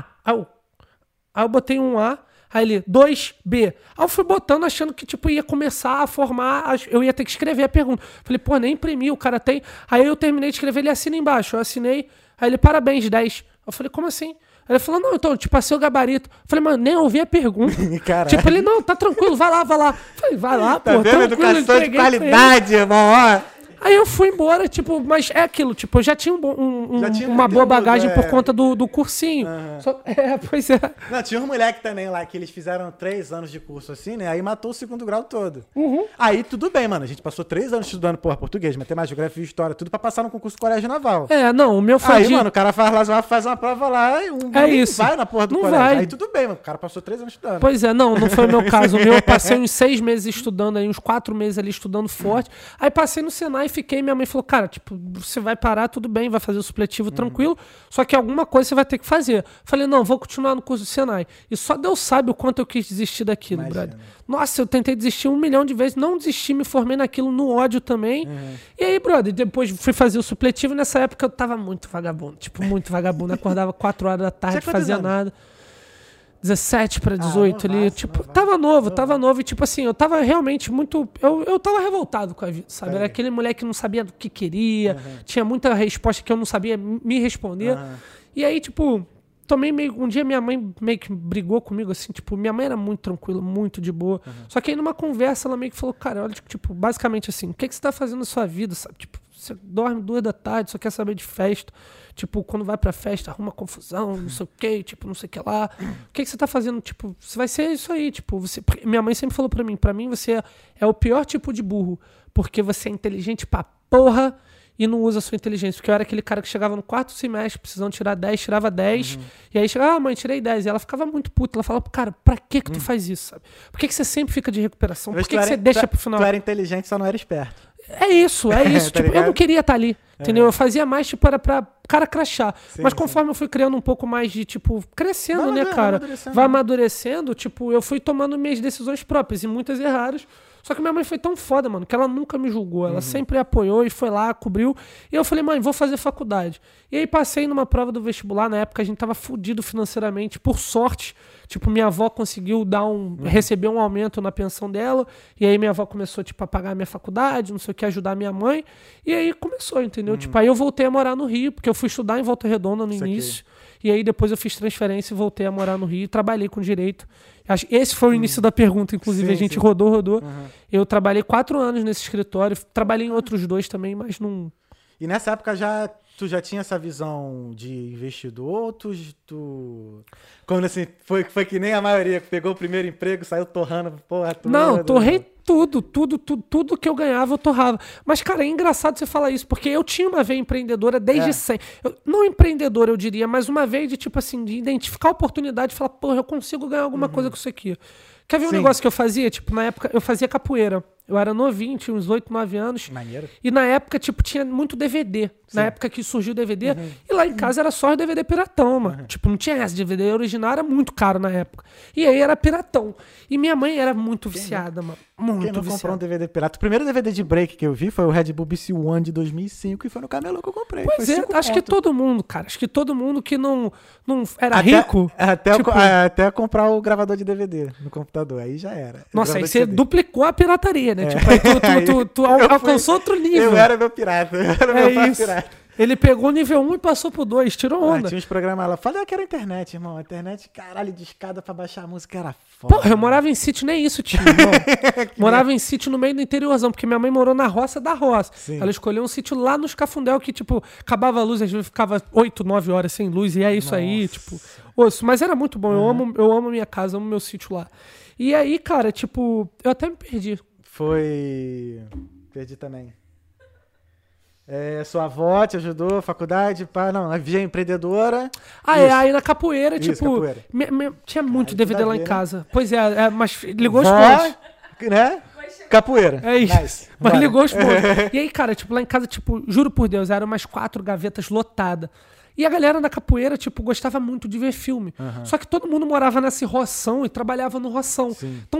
Speaker 2: Aí eu botei 1A. Aí ele, 2B. Aí eu fui botando, achando que, tipo, ia começar a formar, eu ia ter que escrever a pergunta. Falei, pô, nem imprimi, o cara tem. Aí eu terminei de escrever, ele assina embaixo. Eu assinei. Aí ele, parabéns, 10. Eu falei, como assim? Aí ele falou, não, então, te passei o gabarito. Eu falei, mano, nem ouvi a pergunta.
Speaker 1: Caralho.
Speaker 2: Tipo, ele, não, tá tranquilo, vai lá. Eu falei, vai lá,
Speaker 1: tá
Speaker 2: pô,
Speaker 1: vendo?
Speaker 2: Tranquilo.
Speaker 1: Educação de qualidade, irmão, ó.
Speaker 2: Aí eu fui embora, tipo, mas é aquilo, tipo, eu já tinha uma boa bagagem por conta do cursinho. Pois é.
Speaker 1: Não, tinha um moleque também lá, que eles fizeram 3 anos de curso assim, né? Aí matou o 2º grau todo. Aí tudo bem, mano. A gente passou 3 anos estudando, porra, português, matemática, geografia, história, tudo pra passar no concurso do colégio naval.
Speaker 2: Não, o meu foi
Speaker 1: aí, mano, o cara faz uma prova lá e
Speaker 2: isso.
Speaker 1: vai na porra do colégio.
Speaker 2: Vai.
Speaker 1: Aí tudo bem, mano. O cara passou 3 anos estudando.
Speaker 2: Pois é, não foi o meu caso. O meu eu passei uns 6 meses estudando aí, uns 4 meses ali estudando forte. Aí passei no Senai e fiquei, minha mãe falou, cara, tipo, você vai parar, tudo bem, vai fazer o supletivo tranquilo, só que alguma coisa você vai ter que fazer. Falei, não, vou continuar no curso do Senai. E só Deus sabe o quanto eu quis desistir daquilo, brother. Nossa, eu tentei desistir 1 milhão de vezes, não desisti, me formei naquilo no ódio também. E aí, brother, depois fui fazer o supletivo, e nessa época eu tava muito vagabundo, tipo, muito vagabundo. Acordava 4 horas da tarde, fazia nada. 17 para 18 ali, tipo, tava novo, e tipo assim, eu tava realmente muito, eu tava revoltado com a vida, sabe? Era aquele moleque que não sabia do que queria, tinha muita resposta que eu não sabia me responder, e aí, tipo, um dia minha mãe meio que brigou comigo, assim, tipo, minha mãe era muito tranquila, muito de boa, só que aí numa conversa ela meio que falou, cara, olha, tipo, basicamente assim, o que você tá fazendo na sua vida, sabe? Tipo, você dorme 2 da tarde, só quer saber de festa. Tipo, quando vai pra festa, arruma confusão, não sei o que, tipo, não sei o que lá. O que você tá fazendo? Tipo, você vai ser isso aí, tipo, você... Minha mãe sempre falou pra mim você é o pior tipo de burro, porque você é inteligente pra porra e não usa a sua inteligência. Porque eu era aquele cara que chegava no 4º semestre, precisando tirar 10, tirava 10, e aí chegava, mãe, tirei 10. E ela ficava muito puta, ela falava, cara, pra que tu faz isso, sabe? Por que você sempre fica de recuperação? Por que você deixa pro final?
Speaker 1: Tu era inteligente, só não era esperto.
Speaker 2: É isso.
Speaker 1: Tá
Speaker 2: tipo, eu não queria estar ali, entendeu? Eu fazia mais, tipo, era pra cara crachar. Mas conforme eu fui criando um pouco mais de, tipo, crescendo, né, cara? Vai amadurecendo, tipo, eu fui tomando minhas decisões próprias, e muitas erradas. Só que minha mãe foi tão foda, mano, que ela nunca me julgou. Ela sempre apoiou e foi lá, cobriu. E eu falei, mãe, vou fazer faculdade. E aí passei numa prova do vestibular. Na época a gente tava fudido financeiramente. Por sorte, tipo, minha avó conseguiu receber um aumento na pensão dela. E aí minha avó começou, tipo, a pagar a minha faculdade, não sei o que, ajudar a minha mãe. E aí começou, entendeu? Tipo, aí eu voltei a morar no Rio, porque eu fui estudar em Volta Redonda no início. E aí depois eu fiz transferência e voltei a morar no Rio e trabalhei com direito. Esse foi o início da pergunta, inclusive. A gente rodou. Eu trabalhei 4 anos nesse escritório, trabalhei em outros 2 também, mas não...
Speaker 1: E nessa época tu já tinha essa visão de investidor, tu... Como assim, foi que nem a maioria, que pegou o primeiro emprego, saiu torrando, porra, tudo.
Speaker 2: Não, torrei tudo que eu ganhava eu torrava. Mas, cara, é engraçado você falar isso, porque eu tinha uma veia empreendedora desde sempre. Não empreendedora, eu diria, mas uma veia de, tipo assim, de identificar a oportunidade e falar, porra, eu consigo ganhar alguma coisa com isso aqui. Quer ver um negócio que eu fazia? Tipo, na época, eu fazia capoeira. Eu era novinho, tinha uns 8, 9 anos.
Speaker 1: Maneiro.
Speaker 2: E na época, tipo, tinha muito DVD. Na época que surgiu o DVD. E lá em casa era só o DVD piratão, mano. Tipo, não tinha essa. DVD original era muito caro na época. E aí era piratão. E minha mãe era muito viciada, mano. Muito
Speaker 1: Quem não
Speaker 2: viciado.
Speaker 1: comprou um DVD pirata? O primeiro DVD de break que eu vi foi o Red Bull BC One de 2005 e foi no Camelô que eu comprei.
Speaker 2: Pois
Speaker 1: foi
Speaker 2: é,
Speaker 1: 5
Speaker 2: acho que
Speaker 1: conto.
Speaker 2: todo mundo, cara. Acho que todo mundo que não era rico. tipo,
Speaker 1: Até comprar o gravador de DVD no computador. Aí já era.
Speaker 2: Nossa, aí
Speaker 1: Gravador de
Speaker 2: você
Speaker 1: CD.
Speaker 2: duplicou a pirataria, né?
Speaker 1: É.
Speaker 2: Tipo, aí tu
Speaker 1: Eu
Speaker 2: alcançou outro nível.
Speaker 1: Eu era meu pirata. Eu era
Speaker 2: É
Speaker 1: meu pai
Speaker 2: isso.
Speaker 1: pirata.
Speaker 2: Ele pegou o nível 1 e passou pro 2, tirou
Speaker 1: Ah,
Speaker 2: onda.
Speaker 1: tinha uns programas lá. Falei que era internet, irmão. A internet, caralho, de escada pra baixar a música era foda.
Speaker 2: Porra, eu morava em sítio, nem isso tinha, irmão. Morava em sítio no meio do interiorzão, porque minha mãe morou na roça da roça.
Speaker 1: Sim.
Speaker 2: Ela escolheu um sítio lá nos Cafundel, que, tipo, acabava a luz, às vezes ficava 8, 9 horas sem luz, e é isso aí, tipo... Osso, mas era muito bom, eu amo minha casa, amo meu sítio lá. E aí, cara, tipo, eu até me perdi.
Speaker 1: Perdi também. Sua avó te ajudou, faculdade, pá, não, a via empreendedora.
Speaker 2: Aí na capoeira,
Speaker 1: Isso,
Speaker 2: tipo,
Speaker 1: capoeira.
Speaker 2: tinha muito
Speaker 1: Caralho,
Speaker 2: DVD
Speaker 1: tudo a
Speaker 2: lá
Speaker 1: ver,
Speaker 2: em
Speaker 1: né?
Speaker 2: casa. Pois é, mas ligou os
Speaker 1: Vó,
Speaker 2: pontos.
Speaker 1: né? Capoeira.
Speaker 2: É isso.
Speaker 1: Nice.
Speaker 2: Mas
Speaker 1: Bora.
Speaker 2: ligou os pontos. E aí, cara, tipo, lá em casa, tipo, juro por Deus, eram umas 4 gavetas lotadas. E a galera da capoeira, tipo, gostava muito de ver filme. Só que todo mundo morava nesse roção e trabalhava no roção.
Speaker 1: Sim.
Speaker 2: Então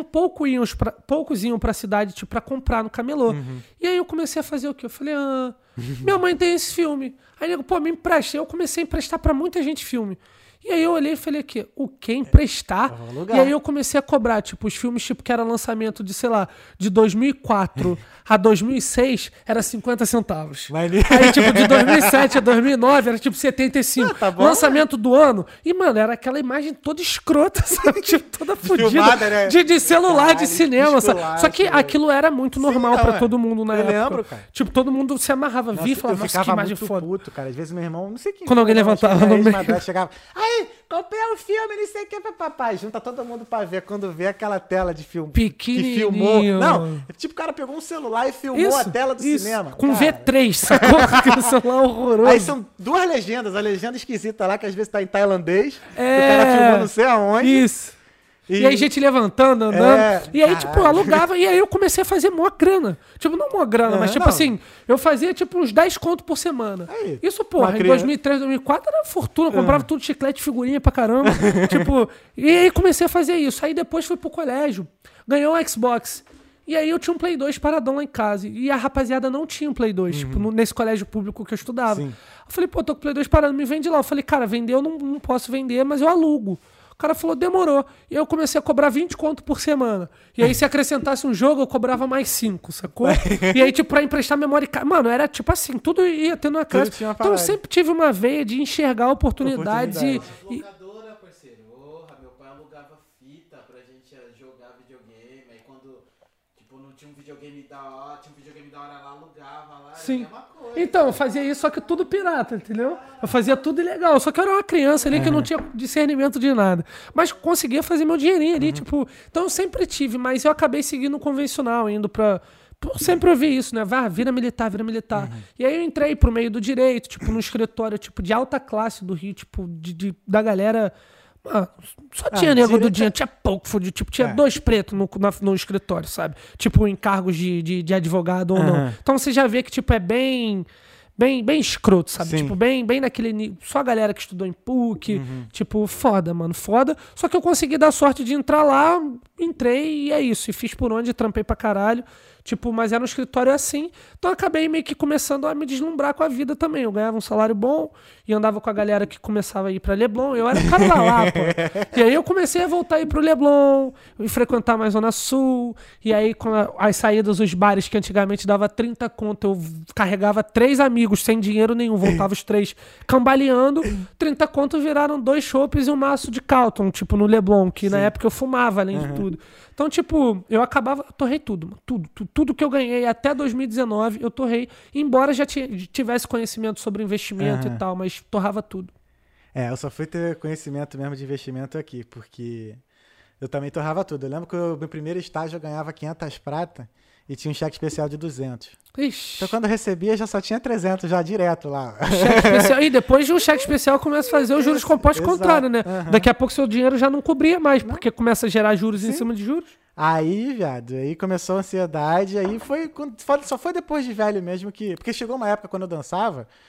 Speaker 2: poucos iam pra cidade, tipo, pra comprar no camelô. E aí eu comecei a fazer o quê? Eu falei, minha mãe tem esse filme. Aí nego, pô, me empresta. Eu comecei a emprestar pra muita gente filme. E aí eu olhei e falei aqui, o que? Emprestar?
Speaker 1: vou alugar.
Speaker 2: E aí eu comecei a cobrar, tipo, os filmes tipo que era lançamento de, sei lá, de 2004 a 2006, era 50 centavos.
Speaker 1: Maneiro.
Speaker 2: Aí, tipo, de 2007 a 2009, era tipo 75.
Speaker 1: Tá bom,
Speaker 2: Lançamento do ano. E, mano, era aquela imagem toda escrota, sabe? Tipo, toda fodida.
Speaker 1: Filmada, né?
Speaker 2: De celular,
Speaker 1: Caralho,
Speaker 2: de cinema, sabe?
Speaker 1: esculacho,
Speaker 2: Só que
Speaker 1: velho.
Speaker 2: aquilo era muito normal
Speaker 1: não,
Speaker 2: pra
Speaker 1: é.
Speaker 2: todo mundo na
Speaker 1: Eu
Speaker 2: época.
Speaker 1: lembro, cara.
Speaker 2: Tipo, todo mundo se amarrava, via e falava,
Speaker 1: eu
Speaker 2: nossa, que
Speaker 1: ficava
Speaker 2: imagem
Speaker 1: muito
Speaker 2: foda.
Speaker 1: puto, cara. Às vezes meu irmão, não sei quem.
Speaker 2: Quando alguém levantava no meio.
Speaker 1: Chegava, aí, comprei um filme, não sei o que, papai. Junta todo mundo pra ver. Quando vê aquela tela de filme que
Speaker 2: Pequenininho.
Speaker 1: filmou. Não, tipo, o cara pegou um celular e filmou a tela do cinema.
Speaker 2: Com
Speaker 1: cara.
Speaker 2: V3, sacou? Aquele celular horroroso.
Speaker 1: Aí são 2 legendas. A legenda esquisita lá, que às vezes tá em tailandês.
Speaker 2: É.
Speaker 1: O cara filmou não sei aonde.
Speaker 2: Isso. E aí, gente levantando, andando. E aí, tipo, eu
Speaker 1: caralho.
Speaker 2: alugava. E aí eu comecei a fazer mó grana. Tipo, não mó grana, mas tipo
Speaker 1: não.
Speaker 2: assim, eu fazia tipo uns 10 conto por semana.
Speaker 1: Aí,
Speaker 2: Isso, porra,
Speaker 1: uma
Speaker 2: em
Speaker 1: criança.
Speaker 2: 2003, 2004 era fortuna. Eu comprava tudo chiclete, figurinha pra caramba. Tipo, e aí comecei a fazer isso. Aí depois fui pro colégio, ganhou um Xbox. E aí eu tinha um Play 2 paradão lá em casa. E a rapaziada não tinha um Play 2, tipo, nesse colégio público que eu estudava.
Speaker 1: Sim.
Speaker 2: Eu falei, pô, tô com o Play 2 parado, me vende lá. Eu falei, cara, vender eu não posso vender, mas eu alugo. O cara falou, demorou. E eu comecei a cobrar 20 conto por semana. E aí, se acrescentasse um jogo, eu cobrava mais 5, sacou? E aí, tipo, pra emprestar memória... Mano, era tipo assim, tudo ia tendo uma crédito.
Speaker 1: tinha uma
Speaker 2: Então, eu
Speaker 1: parada.
Speaker 2: sempre tive uma veia de enxergar oportunidades e...
Speaker 3: Locadora, parceiro. Porra, meu pai alugava fita pra gente jogar videogame. Aí quando, tipo, não tinha um videogame da hora, lá, alugava lá.
Speaker 2: Sim.
Speaker 3: Era a mesma coisa.
Speaker 2: Então, eu fazia isso, só que tudo pirata, entendeu? Eu fazia tudo ilegal, só que eu era uma criança ali que não tinha discernimento de nada. Mas conseguia fazer meu dinheirinho ali, tipo... Então eu sempre tive, mas eu acabei seguindo o convencional, indo pra... Eu sempre ouvi isso, né? Vira militar, vira militar. E aí eu entrei pro meio do direito, tipo, no escritório, tipo, de alta classe do Rio, tipo, da galera... Mano, só tinha nego do
Speaker 1: direito-
Speaker 2: dinheiro, tinha pouco fudido, tipo, tinha 2 pretos no escritório, sabe? Tipo, em cargos de advogado ou não. Então você já vê que, tipo, é bem escroto, sabe?
Speaker 1: Sim.
Speaker 2: Tipo, bem naquele nível. Só a galera que estudou em PUC, tipo, foda, mano, foda. Só que eu consegui dar sorte de entrar lá, entrei e é isso. E fiz por onde, trampei pra caralho. Tipo, mas era um escritório assim. Então eu acabei meio que começando a me deslumbrar com a vida também. Eu ganhava um salário bom e andava com a galera que começava a ir pra Leblon. Eu era o cara da Lapa. E aí eu comecei a voltar a ir pro Leblon e frequentar mais Zona Sul. E aí, com as saídas, os bares que antigamente dava 30 conto, eu carregava 3 amigos sem dinheiro nenhum. Voltava os 3 cambaleando. 30 conto viraram 2 chopes e um maço de Calton, tipo, no Leblon, que na época eu fumava, além de tudo. Então, tipo, eu torrei tudo, mano. Tudo que eu ganhei até 2019, eu torrei. Embora já tivesse conhecimento sobre investimento e tal, mas torrava tudo.
Speaker 1: Eu só fui ter conhecimento mesmo de investimento aqui, porque eu também torrava tudo. Eu lembro que no meu primeiro estágio eu ganhava 500 prata e tinha um cheque especial de 200.
Speaker 2: Ixi.
Speaker 1: Então quando eu recebia já só tinha 300 já direto lá.
Speaker 2: Cheque especial. E depois de um cheque especial começa a fazer os juros compostos
Speaker 1: Exato.
Speaker 2: contrário, né? Daqui a pouco seu dinheiro já não cobria mais, porque começa a gerar juros em cima de juros.
Speaker 1: Aí, viado, aí começou a ansiedade, aí foi, só foi depois de velho mesmo que... Porque chegou uma época quando eu dançava,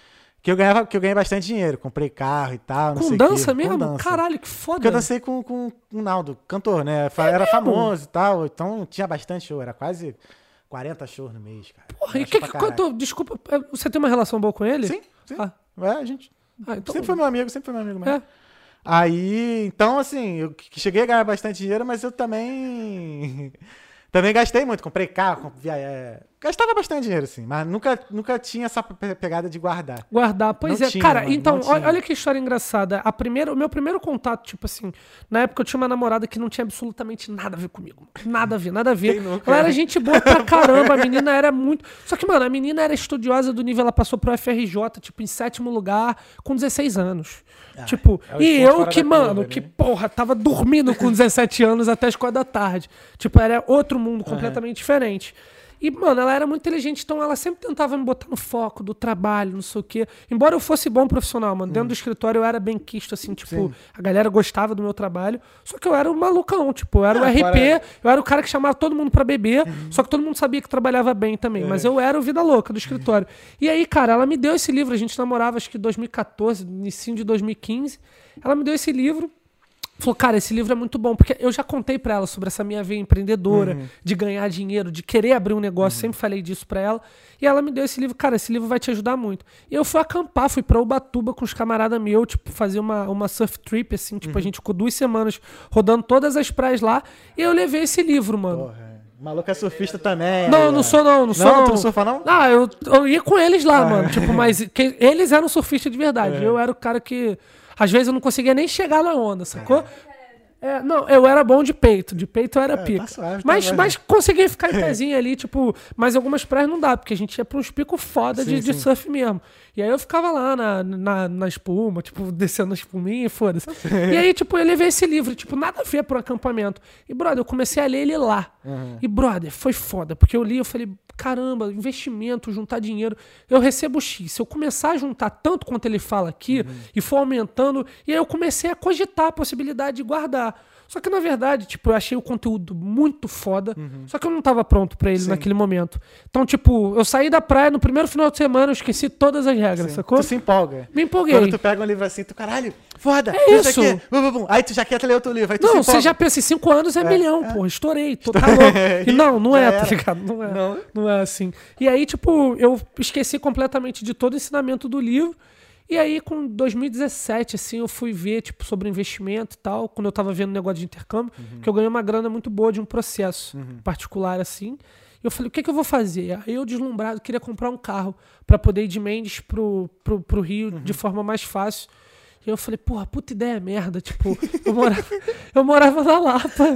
Speaker 1: Que eu ganhei bastante dinheiro. Comprei carro e tal, não
Speaker 2: Com
Speaker 1: sei o
Speaker 2: dança
Speaker 1: quê.
Speaker 2: mesmo?
Speaker 1: Com dança.
Speaker 2: Caralho, que foda.
Speaker 1: Porque eu dancei com o Naldo, cantor, né? Era famoso e tal, então tinha bastante show. Era quase 40 shows no mês, cara.
Speaker 2: Porra, e desculpa, você tem uma relação boa com ele?
Speaker 1: Sim.
Speaker 2: Ah.
Speaker 1: A gente
Speaker 2: Então,
Speaker 1: sempre foi meu amigo mesmo.
Speaker 2: É.
Speaker 1: Aí, então, assim, eu cheguei a ganhar bastante dinheiro, mas eu também gastei muito. Comprei carro, gastava bastante dinheiro, assim, mas nunca tinha essa pegada de guardar.
Speaker 2: Pois
Speaker 1: Não
Speaker 2: é.
Speaker 1: tinha,
Speaker 2: Cara,
Speaker 1: mano,
Speaker 2: então,
Speaker 1: não tinha.
Speaker 2: olha que história engraçada. O meu primeiro contato, tipo assim, na época eu tinha uma namorada que não tinha absolutamente nada a ver comigo. Nada a ver.
Speaker 1: Quem nunca?
Speaker 2: Ela era gente boa pra caramba, a menina era muito... Só que, mano, a menina era estudiosa do nível, ela passou pro FRJ, tipo, em 7º lugar, com 16 anos. Tipo,
Speaker 1: é o
Speaker 2: e
Speaker 1: esporte
Speaker 2: eu
Speaker 1: fora
Speaker 2: que,
Speaker 1: da
Speaker 2: mano,
Speaker 1: curva,
Speaker 2: que
Speaker 1: né?
Speaker 2: porra, tava dormindo com 17 anos até as 4 da tarde. Tipo, era outro mundo completamente diferente. E, mano, ela era muito inteligente, então ela sempre tentava me botar no foco do trabalho, não sei o quê. Embora eu fosse bom profissional, mano, dentro do escritório eu era bem quisto, assim, tipo, a galera gostava do meu trabalho, só que eu era o malucão, tipo, eu era o RP, eu era o cara que chamava todo mundo pra beber, só que todo mundo sabia que trabalhava bem também, mas eu era o vida louca do escritório. E aí, cara, ela me deu esse livro, a gente namorava acho que em 2014, início de 2015, ela me deu esse livro, falou, cara, esse livro é muito bom, porque eu já contei pra ela sobre essa minha veia empreendedora, de ganhar dinheiro, de querer abrir um negócio, sempre falei disso pra ela, e ela me deu esse livro, cara, esse livro vai te ajudar muito. E eu fui acampar, fui pra Ubatuba com os camaradas meus, tipo, fazer uma surf trip, assim, tipo, a gente ficou 2 semanas rodando todas as praias lá, e eu levei esse livro, mano.
Speaker 1: Porra, o maluco é surfista também.
Speaker 2: Não, não sou não.
Speaker 1: Tu não surfa não?
Speaker 2: Ah, eu ia com eles lá, mano, tipo, mas eles eram surfistas de verdade, eu era o cara que... Às vezes eu não conseguia nem chegar na onda, sacou? Não, eu era bom de peito eu era pica.
Speaker 1: Tá suave,
Speaker 2: mas conseguia ficar em pezinho ali, tipo, mas algumas praias não dá, porque a gente ia pra uns picos foda de surf mesmo. E aí eu ficava lá na espuma, tipo, descendo a espuminha e foda-se. E aí, tipo, eu levei esse livro, tipo, nada a ver pro acampamento. E, brother, eu comecei a ler ele lá. E, brother, foi foda, porque eu li, eu falei, caramba, investimento, juntar dinheiro, eu recebo X. Se eu começar a juntar tanto quanto ele fala aqui, e for aumentando, e aí eu comecei a cogitar a possibilidade de guardar. Só que, na verdade, tipo, eu achei o conteúdo muito foda, só que eu não tava pronto pra ele naquele momento. Então, tipo, eu saí da praia no primeiro final de semana, eu esqueci todas as regras, sacou?
Speaker 1: Tu se empolga.
Speaker 2: Me empolguei.
Speaker 1: Quando tu pega um livro assim, tu, caralho, foda.
Speaker 2: É isso.
Speaker 1: Aqui, aí tu já quer ler outro livro, aí tu se
Speaker 2: Não,
Speaker 1: empolga.
Speaker 2: você já pensa, em 5 anos é milhão, porra, estourei, tá louco. E não é, tá ligado? Não é assim. E aí, tipo, eu esqueci completamente de todo o ensinamento do livro. E aí, com 2017, assim, eu fui ver, tipo, sobre investimento e tal, quando eu tava vendo negócio de intercâmbio, que eu ganhei uma grana muito boa de um processo particular, assim. E eu falei, o que eu vou fazer? Aí eu, deslumbrado, queria comprar um carro pra poder ir de Mendes pro Rio de forma mais fácil. E eu falei, porra, puta ideia merda. Tipo, eu morava na Lapa.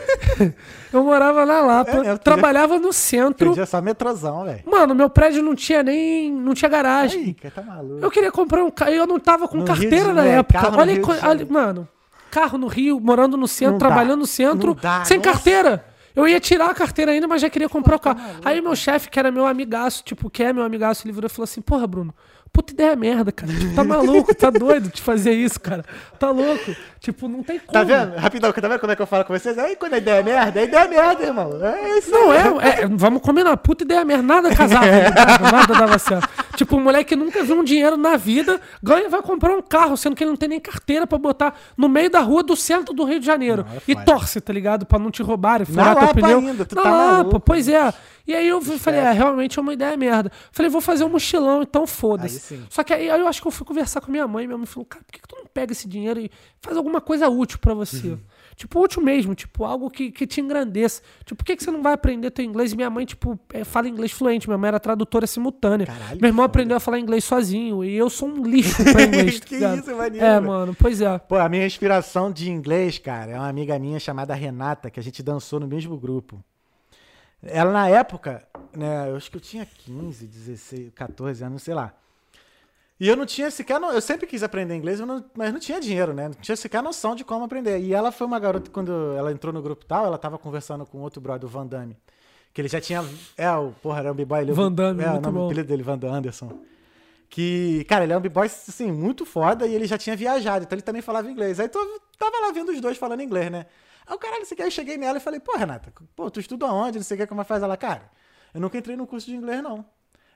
Speaker 2: Trabalhava no centro.
Speaker 1: Perdi essa metrozão, velho.
Speaker 2: Mano, meu prédio não tinha garagem.
Speaker 1: Aí, tá maluco.
Speaker 2: Eu queria comprar um carro. Eu não tava com
Speaker 1: No
Speaker 2: carteira
Speaker 1: Rio de
Speaker 2: na
Speaker 1: Janeiro,
Speaker 2: época.
Speaker 1: carro no
Speaker 2: Olha,
Speaker 1: Rio de Janeiro.
Speaker 2: mano, carro no Rio, morando no centro,
Speaker 1: Não dá.
Speaker 2: trabalhando no centro,
Speaker 1: Não dá,
Speaker 2: sem
Speaker 1: nossa.
Speaker 2: carteira. Eu ia tirar a carteira ainda, mas já queria comprar o carro. Aí meu chefe, que era meu amigaço, tipo, que é meu amigaço, ele virou e falou assim, porra, Bruno, puta ideia merda, cara. Tipo, tá maluco, tá doido de fazer isso, cara. Tá louco. Tipo, não tem como.
Speaker 1: Tá vendo? Rapidão, tá vendo como é que eu falo com vocês? Aí quando a ideia é merda, irmão. É isso
Speaker 2: Não,
Speaker 1: aí.
Speaker 2: vamos combinar, puta ideia merda, nada casava, nada dava certo. Tipo, um moleque que nunca viu um dinheiro na vida, ganha e vai comprar um carro, sendo que ele não tem nem carteira pra botar no meio da rua do centro do Rio de Janeiro.
Speaker 1: Não, é
Speaker 2: E
Speaker 1: foda.
Speaker 2: torce, tá ligado? Pra não te roubarem,
Speaker 1: Na
Speaker 2: furar teu
Speaker 1: Lapa
Speaker 2: pneu.
Speaker 1: ainda, tu
Speaker 2: Na
Speaker 1: tá
Speaker 2: Lapa,
Speaker 1: maluco,
Speaker 2: pois é. E aí eu falei, realmente é uma ideia merda. Falei, vou fazer um mochilão, então
Speaker 1: Aí
Speaker 2: foda-se.
Speaker 1: sim.
Speaker 2: Só que aí eu acho que eu fui conversar com minha mãe falou, cara, por que tu não pega esse dinheiro e faz alguma coisa útil pra você? Tipo, útil mesmo, tipo, algo que te engrandeça. Tipo, por que você não vai aprender teu inglês? E minha mãe, tipo, fala inglês fluente. Minha mãe era tradutora simultânea.
Speaker 1: Caralho,
Speaker 2: Meu irmão
Speaker 1: que
Speaker 2: aprendeu a falar inglês sozinho. E eu sou um lixo pra inglês. tá
Speaker 1: Que
Speaker 2: ligado?
Speaker 1: isso, maneiro,
Speaker 2: É,
Speaker 1: velho.
Speaker 2: mano, pois é.
Speaker 1: Pô, a minha inspiração de inglês, cara, é uma amiga minha chamada Renata, que a gente dançou no mesmo grupo. Ela, na época, né, eu acho que eu tinha 15, 16, 14 anos, sei lá. E eu não tinha sequer... Eu sempre quis aprender inglês, mas não tinha dinheiro, né? Não tinha sequer noção de como aprender. E ela foi uma garota, quando ela entrou no grupo e tal, ela tava conversando com outro brother, o Van Damme. Que ele já tinha... era um b-boy.
Speaker 2: Van Damme, muito
Speaker 1: o nome
Speaker 2: bom.
Speaker 1: do apelido dele, Van Anderson. Que, cara, ele é um b-boy, assim, muito foda e ele já tinha viajado, então ele também falava inglês. Aí tava lá vendo os dois falando inglês, né? Aí o caralho, eu cheguei nela e falei, pô, Renata, tu estuda onde? Não sei o que, como faz ela, cara. Eu nunca entrei no curso de inglês, não.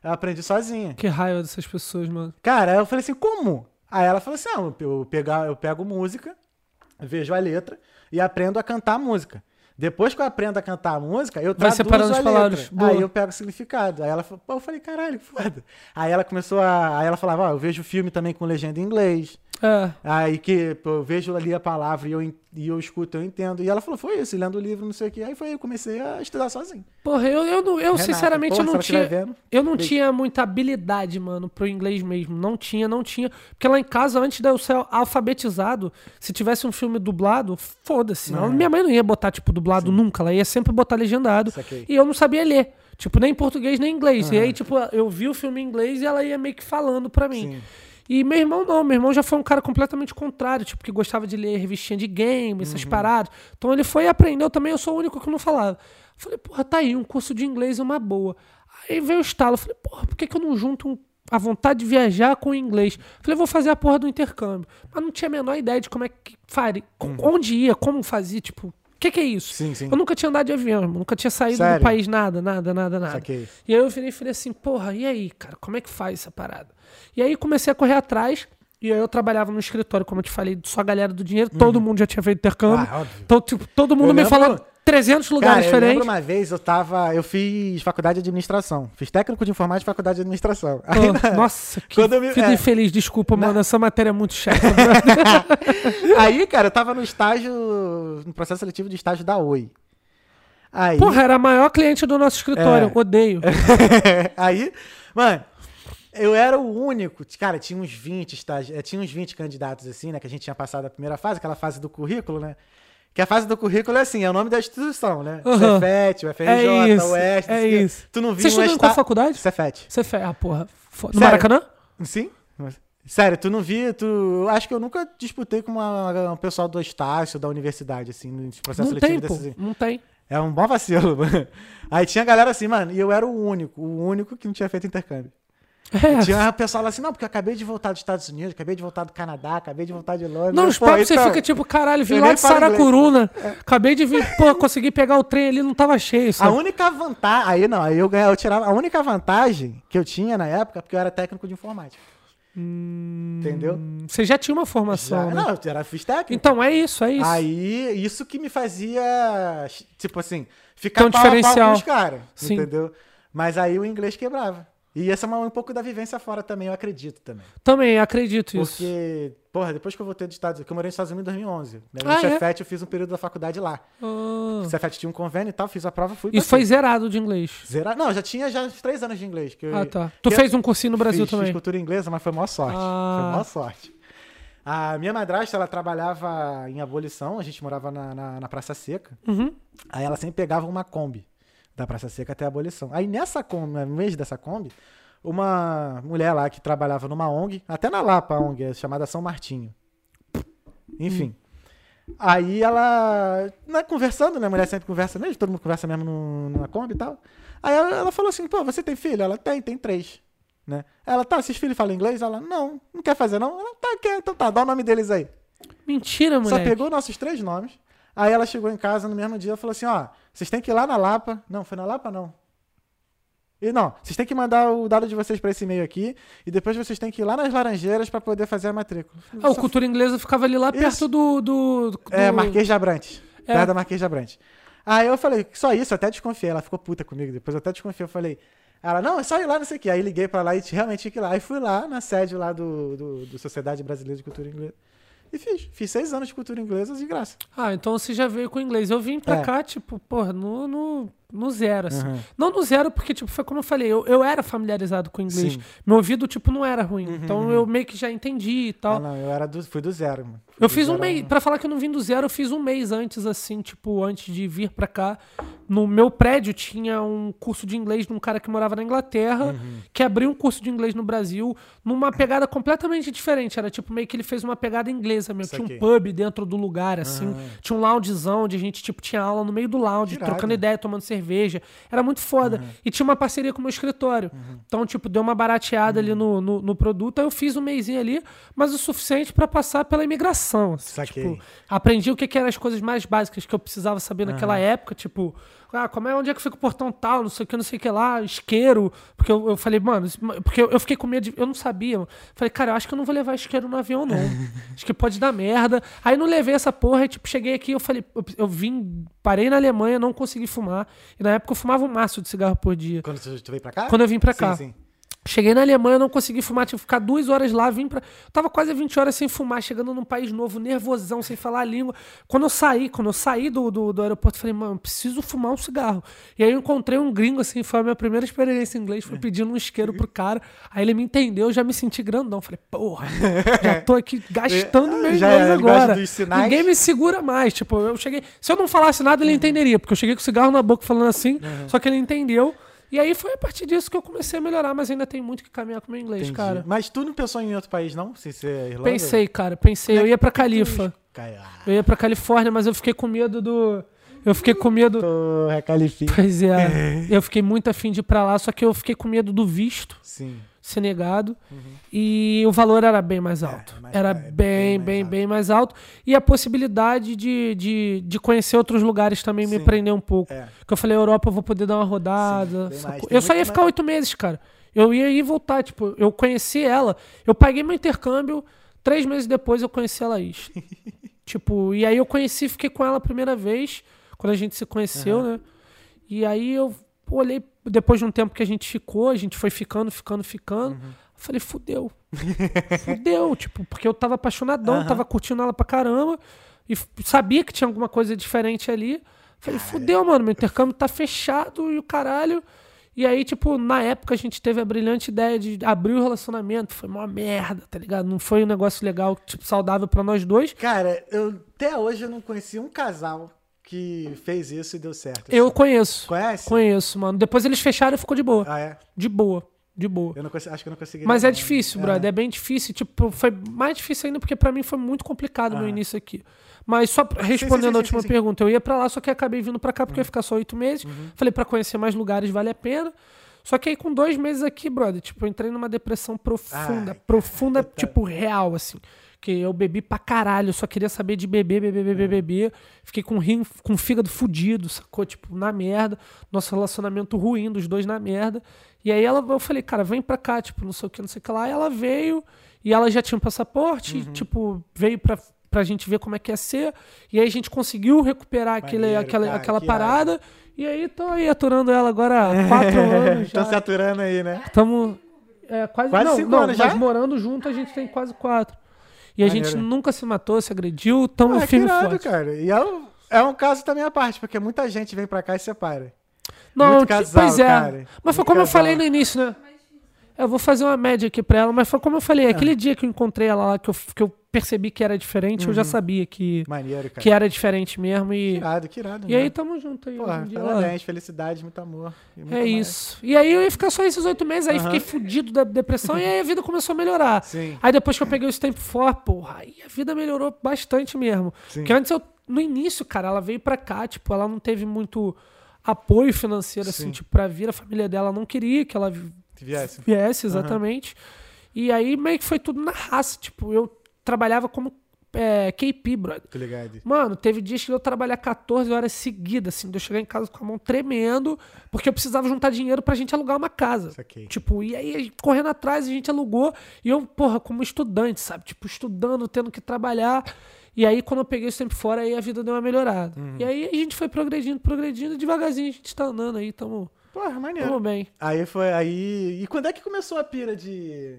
Speaker 1: Eu aprendi sozinha.
Speaker 2: Que raiva dessas pessoas, mano.
Speaker 1: Cara, aí eu falei assim, como? Aí ela falou assim, eu pego música, vejo a letra e aprendo a cantar a música. Depois que eu aprendo a cantar a música, eu traduzo
Speaker 2: separando
Speaker 1: a
Speaker 2: as palavras.
Speaker 1: letra.
Speaker 2: Boa.
Speaker 1: Aí eu pego o significado. Aí ela falou, eu falei, caralho, foda. Aí ela começou Aí ela falava, eu vejo filme também com legenda em inglês. Aí que eu vejo ali a palavra e eu escuto, eu entendo. E ela falou, foi isso, lendo o livro, não sei o que. Aí eu comecei a estudar sozinho.
Speaker 2: Porra, eu sinceramente,
Speaker 1: porra,
Speaker 2: eu não tinha muita habilidade, mano, pro inglês mesmo. Não tinha. Porque lá em casa, antes de eu ser alfabetizado, se tivesse um filme dublado, foda-se. Minha mãe não ia botar, tipo, dublado nunca. Ela ia sempre botar legendado. E eu não sabia ler. Tipo, nem em português, nem em inglês. E aí, tipo, eu vi o filme em inglês e ela ia meio que falando pra mim.
Speaker 1: Sim.
Speaker 2: E meu irmão não, meu irmão já foi um cara completamente contrário, tipo, que gostava de ler revistinha de game, essas paradas. Então ele foi e aprendeu também, eu sou o único que não falava. Falei, porra, tá aí, um curso de inglês é uma boa. Aí veio o estalo, falei, porra, por que eu não junto a vontade de viajar com o inglês? Falei, vou fazer a porra do intercâmbio. Mas não tinha a menor ideia de como é que faria, onde ia, como fazia, tipo... O que é isso?
Speaker 1: Sim.
Speaker 2: Eu nunca tinha andado de avião, nunca tinha saído
Speaker 1: Sério?
Speaker 2: do país, nada.
Speaker 1: Saquei.
Speaker 2: E aí eu virei e falei assim, porra, e aí, cara, como é que faz essa parada? E aí comecei a correr atrás, e aí eu trabalhava no escritório, como eu te falei, só a galera do dinheiro, todo mundo já tinha feito intercâmbio.
Speaker 1: Óbvio.
Speaker 2: Então, tipo, todo mundo me falando 300 lugares
Speaker 1: Cara,
Speaker 2: diferentes.
Speaker 1: Eu lembro uma vez, eu fiz faculdade de administração. Fiz técnico de informática e faculdade de administração.
Speaker 2: Nossa, que
Speaker 1: quando
Speaker 2: vida infeliz, desculpa, mano, essa matéria é muito chata.
Speaker 1: Aí, cara, eu tava no processo seletivo de estágio da Oi. Aí...
Speaker 2: Porra, era a maior cliente do nosso escritório, odeio.
Speaker 1: Aí, mano, eu era o único, cara, tinha uns 20 candidatos assim, né, que a gente tinha passado a primeira fase, aquela fase do currículo, né? Que a fase do currículo é assim, é o nome da instituição, né? Cefet, o FRJ, o Oeste.
Speaker 2: É isso.
Speaker 1: Tu não viu
Speaker 2: Você estudou em qual faculdade?
Speaker 1: Cefet.
Speaker 2: Cefet, porra. No Maracanã?
Speaker 1: Sim. Sério, tu não via, eu acho que eu nunca disputei com um pessoal do Estácio, da universidade, assim, no processo seletivo desses.
Speaker 2: Não tem.
Speaker 1: É um bom vacilo, mano. Aí tinha galera assim, mano, e eu era o único que não tinha feito intercâmbio. Tinha pessoal lá assim, não, porque eu acabei de voltar dos Estados Unidos, acabei de voltar do Canadá, acabei de voltar de Londres.
Speaker 2: Não, os papos você fica tipo, caralho, vim lá de Saracuruna, acabei de vir, consegui pegar o trem ali, não tava cheio. Sabe?
Speaker 1: A única vantagem, eu tirava, a única vantagem que eu tinha na época, porque eu era técnico de informática. Entendeu?
Speaker 2: Você já tinha uma formação, né?
Speaker 1: Não, eu fiz técnico.
Speaker 2: Então, é isso.
Speaker 1: Aí, isso que me fazia, tipo assim, ficar
Speaker 2: um diferencial
Speaker 1: com os caras, entendeu? Mas aí o inglês quebrava. E essa é um pouco da vivência fora também, eu acredito também.
Speaker 2: Também, acredito isso.
Speaker 1: Porque, porra, depois que eu voltei dos Estados Unidos, que eu morei nos Estados Unidos em 2011. Né? No Cefet eu fiz um período da faculdade lá. O Cefet tinha um convênio e tal, fiz a prova, fui pra
Speaker 2: foi zerado de inglês?
Speaker 1: Zerado? Não, já tinha uns 3 anos de inglês.
Speaker 2: Tá. Tu fez um cursinho no Brasil também?
Speaker 1: Fiz cultura inglesa, mas foi a maior sorte. Foi a maior sorte. A minha madrasta, ela trabalhava em abolição, a gente morava na Praça Seca. Aí ela sempre pegava uma Kombi da Praça Seca até a abolição. Aí nessa Kombi, no mês dessa Kombi, uma mulher lá que trabalhava numa ONG, até na Lapa, a ONG, chamada São Martinho. Enfim. Aí ela, conversando, né? A mulher sempre conversa mesmo, todo mundo conversa mesmo na Kombi e tal. Aí ela falou assim, pô, você tem filho? Ela tem 3. Né? Ela, tá, esses filhos falam inglês? Ela, não quer fazer não? Ela, tá, quer, então tá, dá o nome deles aí.
Speaker 2: Mentira, mulher.
Speaker 1: Só pegou nossos 3 nomes. Aí ela chegou em casa no mesmo dia e falou assim, ó, vocês têm que ir lá na Lapa. Não, foi na Lapa não. E não, vocês têm que mandar o dado de vocês para esse e-mail aqui e depois vocês têm que ir lá nas Laranjeiras para poder fazer a matrícula.
Speaker 2: O Cultura Inglesa ficava ali lá perto do...
Speaker 1: Marquês de Abrantes. Perto da Marquês de Abrantes. Aí eu falei, só isso, eu até desconfiei. Ela ficou puta comigo, depois eu até desconfiei. Eu falei, ela, não, é só ir lá, não sei o quê. Aí liguei para lá e realmente tinha que ir lá. Aí fui lá na sede lá do Sociedade Brasileira de Cultura Inglesa. E fiz 6 anos de cultura inglesa de graça.
Speaker 2: Então você já veio com inglês. Eu vim pra cá, tipo, porra, no zero, assim. Não no zero, porque, tipo, foi como eu falei, eu era familiarizado com inglês. Sim. Meu ouvido, tipo, não era ruim. Então eu meio que já entendi e tal.
Speaker 1: Não, fui do zero, mano.
Speaker 2: Eu fiz um mês, pra falar que eu não vim do zero, eu fiz um mês antes, assim, tipo, antes de vir pra cá. No meu prédio tinha um curso de inglês de um cara que morava na Inglaterra, que abriu um curso de inglês no Brasil, numa pegada completamente diferente. Era tipo, meio que ele fez uma pegada inglesa mesmo. Tinha um pub dentro do lugar, assim. Tinha um loungezão onde a gente, tipo, tinha aula no meio do lounge, trocando ideia, tomando cerveja. cerveja. Era muito foda. E tinha uma parceria com o meu escritório. Então, tipo, deu uma barateada ali no produto. Aí eu fiz um mêsinho ali, mas o suficiente pra passar pela imigração. Assim,
Speaker 1: Saquei.
Speaker 2: tipo, aprendi o que eram as coisas mais básicas que eu precisava saber naquela época. Tipo, onde é que fica o portão tal, não sei o que lá, isqueiro. Porque eu falei, mano, porque eu fiquei com medo, eu não sabia. Mano. Falei, cara, eu acho que eu não vou levar isqueiro no avião, não. Acho que pode dar merda. Aí não levei essa porra, e tipo, cheguei aqui, eu falei, eu parei na Alemanha, não consegui fumar. E na época eu fumava um maço de cigarro por dia.
Speaker 1: Quando tu veio pra cá?
Speaker 2: Quando eu vim pra cá.
Speaker 1: Sim.
Speaker 2: Cheguei na Alemanha, não consegui fumar, tive que ficar 2 horas lá, eu tava quase 20 horas sem fumar, chegando num país novo, nervosão, sem falar a língua. Quando eu saí do aeroporto, falei, mano, preciso fumar um cigarro. E aí eu encontrei um gringo, assim, foi a minha primeira experiência em inglês, fui pedindo um isqueiro pro cara, aí ele me entendeu, eu já me senti grandão. Falei, porra, já tô aqui gastando meu inglês agora. Ninguém me segura mais. Tipo, eu cheguei, se eu não falasse nada, ele entenderia, porque eu cheguei com o cigarro na boca falando assim, só que ele entendeu. E aí foi a partir disso que eu comecei a melhorar, mas ainda tem muito que caminhar com o meu inglês, cara.
Speaker 1: Mas tu não pensou em outro país, não? Sem ser Irlanda?
Speaker 2: Pensei, cara, eu ia pra Califa. Eu ia pra Califórnia, mas eu fiquei com medo
Speaker 1: Porra, Califim.
Speaker 2: Pois é. Eu fiquei muito afim de ir pra lá, só que eu fiquei com medo do visto ser negado. E o valor era bem mais alto. Era bem mais alto. E a possibilidade de conhecer outros lugares também me prendeu um pouco. Porque eu falei, Europa eu vou poder dar uma rodada. Eu só ia ficar 8 meses, cara. Eu ia ir e voltar. Tipo, eu conheci ela. Eu paguei meu intercâmbio. 3 meses depois eu conheci a Laís. Tipo, e aí eu fiquei com ela a primeira vez, quando a gente se conheceu, né? E aí eu olhei, depois de um tempo que a gente foi ficando. Falei, fudeu. Tipo, porque eu tava apaixonadão, tava curtindo ela pra caramba, e sabia que tinha alguma coisa diferente ali. Falei, fudeu, mano, meu intercâmbio tá fechado e o caralho. E aí, tipo, na época a gente teve a brilhante ideia de abrir o relacionamento. Foi uma merda, tá ligado? Não foi um negócio legal, tipo, saudável pra nós dois.
Speaker 1: Cara, até hoje eu não conheci um casal que fez isso e deu certo. Assim.
Speaker 2: Eu conheço.
Speaker 1: Conhece?
Speaker 2: Conheço, mano. Depois eles fecharam e ficou de boa.
Speaker 1: Ah, é?
Speaker 2: De boa.
Speaker 1: Acho que eu não consegui.
Speaker 2: Mas é difícil, brother. É bem difícil. Tipo, foi mais difícil ainda porque pra mim foi muito complicado no início aqui. Mas só respondendo a última pergunta, eu ia pra lá, só que acabei vindo pra cá porque eu ia ficar só 8 meses. Falei, pra conhecer mais lugares vale a pena. Só que aí com 2 meses aqui, brother, tipo, eu entrei numa depressão profunda, tipo, real, assim. Que eu bebi pra caralho, eu só queria saber de beber. Fiquei com o fígado fudido, sacou? Tipo, na merda. Nosso relacionamento ruim, dos dois na merda. E aí eu falei, cara, vem pra cá, tipo, não sei o que lá. E ela veio, e ela já tinha um passaporte, tipo, veio pra gente ver como é que ia ser. E aí a gente conseguiu recuperar aquela parada. E aí tô aí aturando ela agora há 4 anos já.
Speaker 1: Tô se aturando aí, né?
Speaker 2: Estamos quase
Speaker 1: 5 anos já?
Speaker 2: Mas morando junto a gente tem quase 4. E a gente nunca se matou, se agrediu, tamo firme e forte.
Speaker 1: Cara. E é um caso da minha parte, porque muita gente vem pra cá e separa.
Speaker 2: Não,
Speaker 1: muito casal,
Speaker 2: pois é.
Speaker 1: Cara.
Speaker 2: Mas foi como eu falei no início, né? Eu vou fazer uma média aqui pra ela, mas foi como eu falei, aquele dia que eu encontrei ela lá, que eu percebi que era diferente, eu já sabia que era diferente mesmo. E,
Speaker 1: que irado.
Speaker 2: E aí tamo junto aí.
Speaker 1: Porra, parabéns, felicidade, muito amor.
Speaker 2: Isso. E aí eu ia ficar só esses 8 meses, aí fiquei fudido da depressão e aí a vida começou a melhorar.
Speaker 1: Sim.
Speaker 2: Aí depois que eu peguei o tempo fora, porra, aí a vida melhorou bastante mesmo. Sim. Porque antes no início, cara, ela veio pra cá, tipo, ela não teve muito apoio financeiro, assim, tipo, pra vir. A família dela não queria que ela viesse, exatamente. E aí meio que foi tudo na raça, tipo, eu trabalhava como KP, brother.
Speaker 1: Tô ligado.
Speaker 2: Mano, teve dias que eu trabalhar 14 horas seguidas, assim, de eu chegar em casa com a mão tremendo, porque eu precisava juntar dinheiro pra gente alugar uma casa.
Speaker 1: Saquei.
Speaker 2: Tipo, e aí, correndo atrás, a gente alugou, e eu, porra, como estudante, sabe? Tipo, estudando, tendo que trabalhar. E aí, quando eu peguei esse tempo fora, aí a vida deu uma melhorada. E aí, a gente foi progredindo, devagarzinho a gente tá andando aí, tamo...
Speaker 1: Porra, maneiro.
Speaker 2: Tamo bem.
Speaker 1: E quando é que começou a pira de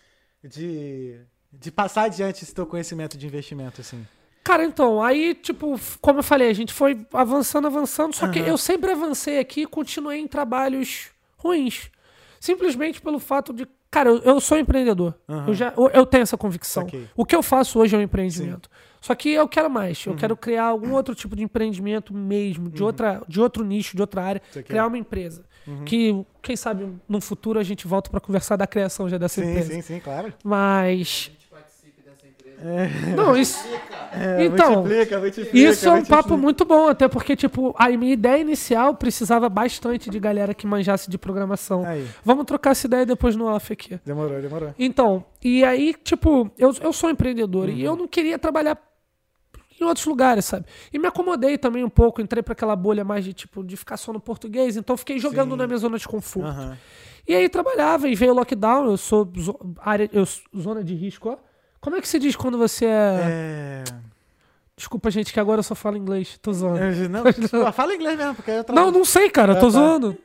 Speaker 1: passar adiante esse teu conhecimento de investimento, assim?
Speaker 2: Cara, então, aí, tipo, como eu falei, a gente foi avançando, só que eu sempre avancei aqui e continuei em trabalhos ruins. Simplesmente pelo fato de, cara, eu sou empreendedor. Eu tenho essa convicção.
Speaker 1: Okay.
Speaker 2: O que eu faço hoje é um empreendimento. Sim. Só que eu quero mais. Eu quero criar algum outro tipo de empreendimento mesmo, de outro nicho, de outra área. Criar uma empresa. Que, quem sabe, no futuro a gente volta pra conversar da criação já dessa empresa.
Speaker 1: Sim, claro.
Speaker 2: Mas...
Speaker 3: participe dessa empresa
Speaker 2: Não, isso... Então,
Speaker 1: multiplica,
Speaker 2: isso é um papo muito bom, até porque, tipo, a minha ideia inicial precisava bastante de galera que manjasse de programação.
Speaker 1: Aí.
Speaker 2: Vamos trocar essa ideia depois no off aqui.
Speaker 1: Demorou.
Speaker 2: Então, e aí, tipo, eu sou empreendedor e eu não queria trabalhar em outros lugares, sabe? E me acomodei também um pouco, entrei pra aquela bolha mais de, tipo, de ficar só no português, então fiquei jogando na minha zona de conforto. E aí trabalhava, e veio o lockdown, eu sou zona de risco, ó. Como é que se diz quando você é... Desculpa, gente, que agora eu só falo inglês. Tô zoando.
Speaker 1: Não, fala inglês mesmo, porque eu
Speaker 2: Não sei, cara, tô zoando.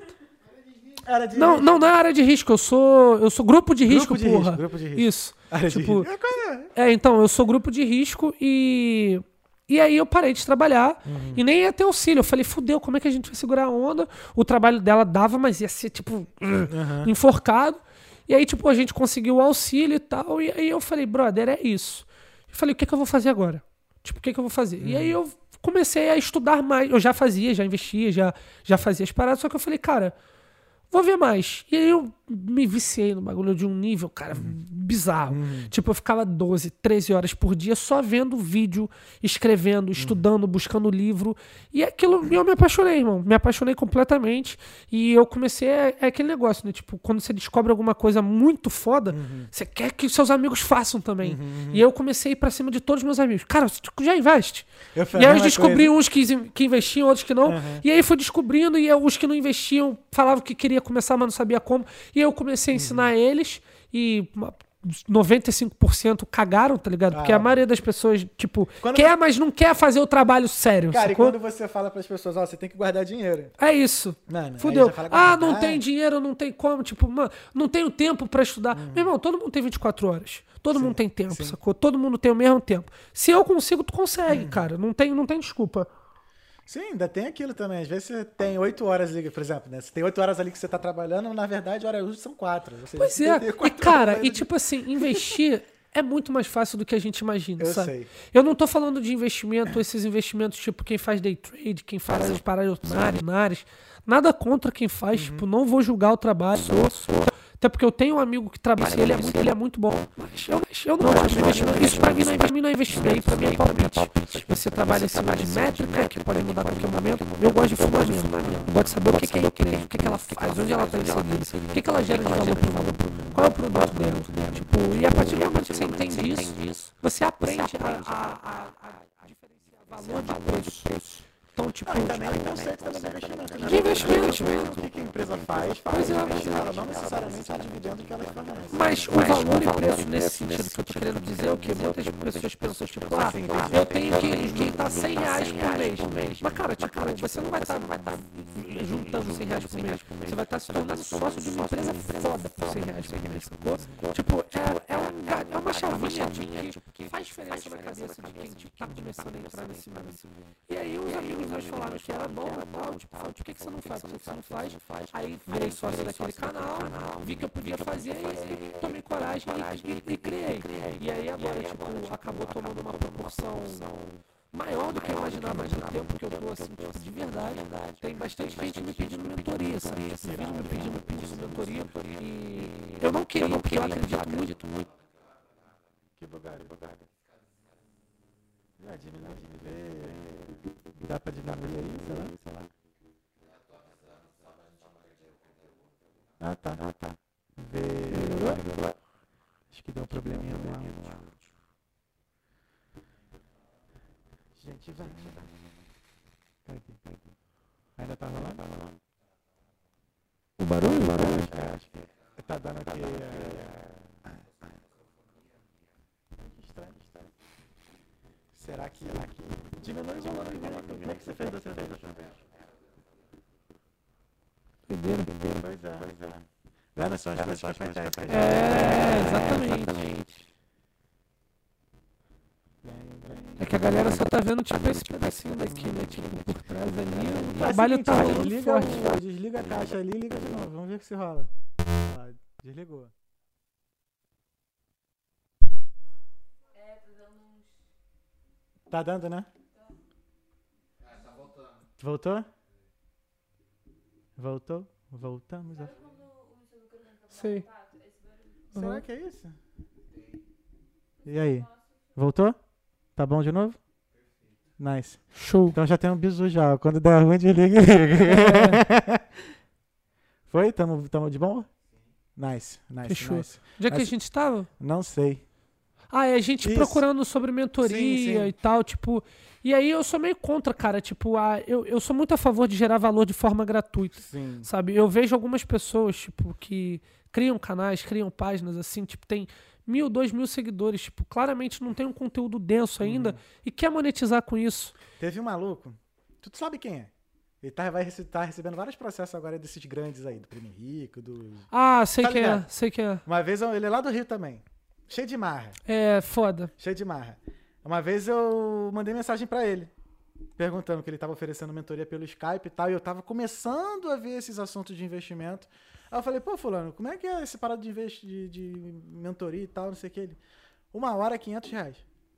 Speaker 2: Não é área de risco, eu sou grupo de risco, porra.
Speaker 1: Grupo de risco.
Speaker 2: Isso.
Speaker 1: Área de
Speaker 2: Tipo,
Speaker 1: risco.
Speaker 2: então, eu sou grupo de risco e aí eu parei de trabalhar e nem ia ter auxílio. Eu falei, fudeu, como é que a gente vai segurar a onda? O trabalho dela dava, mas ia ser, tipo, enforcado. E aí, tipo, a gente conseguiu o auxílio e tal. E aí eu falei, brother, é isso. Eu falei, o que eu vou fazer agora? Tipo, o que eu vou fazer? E aí eu comecei a estudar mais. Eu já fazia, já investia, já fazia as paradas. Só que eu falei, cara, vou ver mais. E aí eu me viciei no bagulho de um nível, cara, bizarro. Tipo, eu ficava 12, 13 horas por dia só vendo vídeo, escrevendo, estudando, buscando livro. E aquilo, eu me apaixonei, irmão. Me apaixonei completamente. E eu comecei, é aquele negócio, né? Tipo, quando você descobre alguma coisa muito foda, você quer que seus amigos façam também. E eu comecei a ir pra cima de todos os meus amigos. Cara, você já investe. E aí eu descobri uns que investiam, outros que não. E aí fui descobrindo, e os que não investiam falavam que queria começar, mas não sabia como. E eu comecei a ensinar eles e 95% cagaram, tá ligado? Porque a maioria das pessoas, tipo, mas não quer fazer o trabalho sério.
Speaker 1: Cara,
Speaker 2: sacou?
Speaker 1: e quando você fala pras pessoas, você tem que guardar dinheiro.
Speaker 2: É isso.
Speaker 1: Mano,
Speaker 2: fudeu. Não tem dinheiro, não tem como. Tipo, mano, não tenho tempo pra estudar. Meu irmão, todo mundo tem 24 horas. Todo mundo tem tempo, sacou? Todo mundo tem o mesmo tempo. Se eu consigo, tu consegue, cara. Não tem desculpa.
Speaker 1: Sim, ainda tem aquilo também. Às vezes você tem 8 horas ali, por exemplo, né? Você tem 8 horas ali que você tá trabalhando, na verdade, horas úteis são 4.
Speaker 2: Pois é. E, cara, tipo assim, investir é muito mais fácil do que a gente imagina, sabe?
Speaker 1: Sei.
Speaker 2: Eu não tô falando de investimento, esses investimentos, tipo, quem faz day trade, quem faz as paradas ordinárias. Nada contra quem faz, tipo, não vou julgar o trabalho. Até porque eu tenho um amigo que trabalha, ele é muito bom. Mas eu não gosto de investimento. Isso pra mim não é investimento, pra mim é palpite. Você trabalha em cima de métrica, que pode mudar a qualquer momento. Eu gosto de fundamento. Eu gosto de saber o que é a empresa, o que ela faz, onde ela está inserida, o que ela gera de valor pro mundo, qual é o produto dela. Tipo, e a partir do momento que você entende isso, você aprende a diferenciar valor de preço. Então, tipo, de investimento.
Speaker 1: O que a empresa faz, mas ela não necessariamente é dividendo que ela fornece.
Speaker 2: Mas o valor e preço nesse sentido que eu tô querendo dizer é o que muitas pessoas pensam, tipo, eu tenho que juntar 100 reais por mês. Mas, cara, tipo, você não vai estar juntando 100 reais por mês. Você vai estar se tornando sócio de uma empresa foda por 100 reais por mês, sacou? Tipo, é uma chavinha que faz diferença na cabeça de quem tá começando a entrar nesse mundo. E aí os amigos meus falaram que era bom, tipo, por que você não faz? Por que você não faz? Aí virei sócio daquele canal, vi que eu podia fazer e tomei coragem e criei. E aí agora, tipo, acabou tomando uma proporção maior do que eu imaginava no tempo que eu tô assim, tipo, de verdade. Tem bastante gente me pedindo mentoria, sabe? Esse vídeo me pedindo mentoria. E eu não queria, porque eu acredito muito.
Speaker 1: Que bugado. Dá pra diminuir aí, sei lá? Tá. Melhorou? Acho que deu um probleminha mesmo. Gente, vai. Ainda tá rolando? O barulho? Acho que tá dando aqui. Estranho. Será que diminui o valor? Como é que você fez dessa vez? Doideira. Pois é. Vendo só as coisas que acontecem.
Speaker 2: Exatamente. É que a galera só tá vendo, tipo, esse pedacinho daqui, né? Tipo, por trás ali. O trabalho tá rolando forte.
Speaker 1: Desliga a caixa ali e liga de novo. Vamos ver o que se rola. Desligou. Tá dando, né?
Speaker 3: Tá voltando.
Speaker 1: Voltou? Voltamos a...
Speaker 2: Sei.
Speaker 1: Será que é isso? E aí? Voltou? Tá bom de novo? Nice.
Speaker 2: Show.
Speaker 1: Então já tem um bizu já. Quando der ruim, desliga e liga. Foi? Tamo de bom? Nice.
Speaker 2: Fechou.
Speaker 1: Nice.
Speaker 2: Onde é que a gente estava?
Speaker 1: Não sei.
Speaker 2: É a gente
Speaker 1: Isso.
Speaker 2: procurando sobre mentoria
Speaker 1: Sim.
Speaker 2: e tal, tipo... E aí eu sou meio contra, cara, tipo, eu sou muito a favor de gerar valor de forma gratuita,
Speaker 1: Sim.
Speaker 2: sabe? Eu vejo algumas pessoas, tipo, que criam canais, criam páginas, assim, tipo, tem 1.000, 2.000 seguidores, tipo, claramente não tem um conteúdo denso ainda e quer monetizar com isso.
Speaker 1: Teve um maluco, tu sabe quem é? Ele tá recebendo vários processos agora desses grandes aí, do Primo Rico, do...
Speaker 2: Sei
Speaker 1: Tá
Speaker 2: quem
Speaker 1: ligado?
Speaker 2: é, sei quem é.
Speaker 1: Uma vez, ele é lá do Rio também, cheio de marra.
Speaker 2: É, foda.
Speaker 1: Cheio de marra. Uma vez eu mandei mensagem pra ele, perguntando que ele tava oferecendo mentoria pelo Skype e tal, e eu tava começando a ver esses assuntos de investimento. Aí eu falei, pô, fulano, como é que é esse parado de mentoria e tal, não sei o que. Ele, 1 hora, R$500. Aí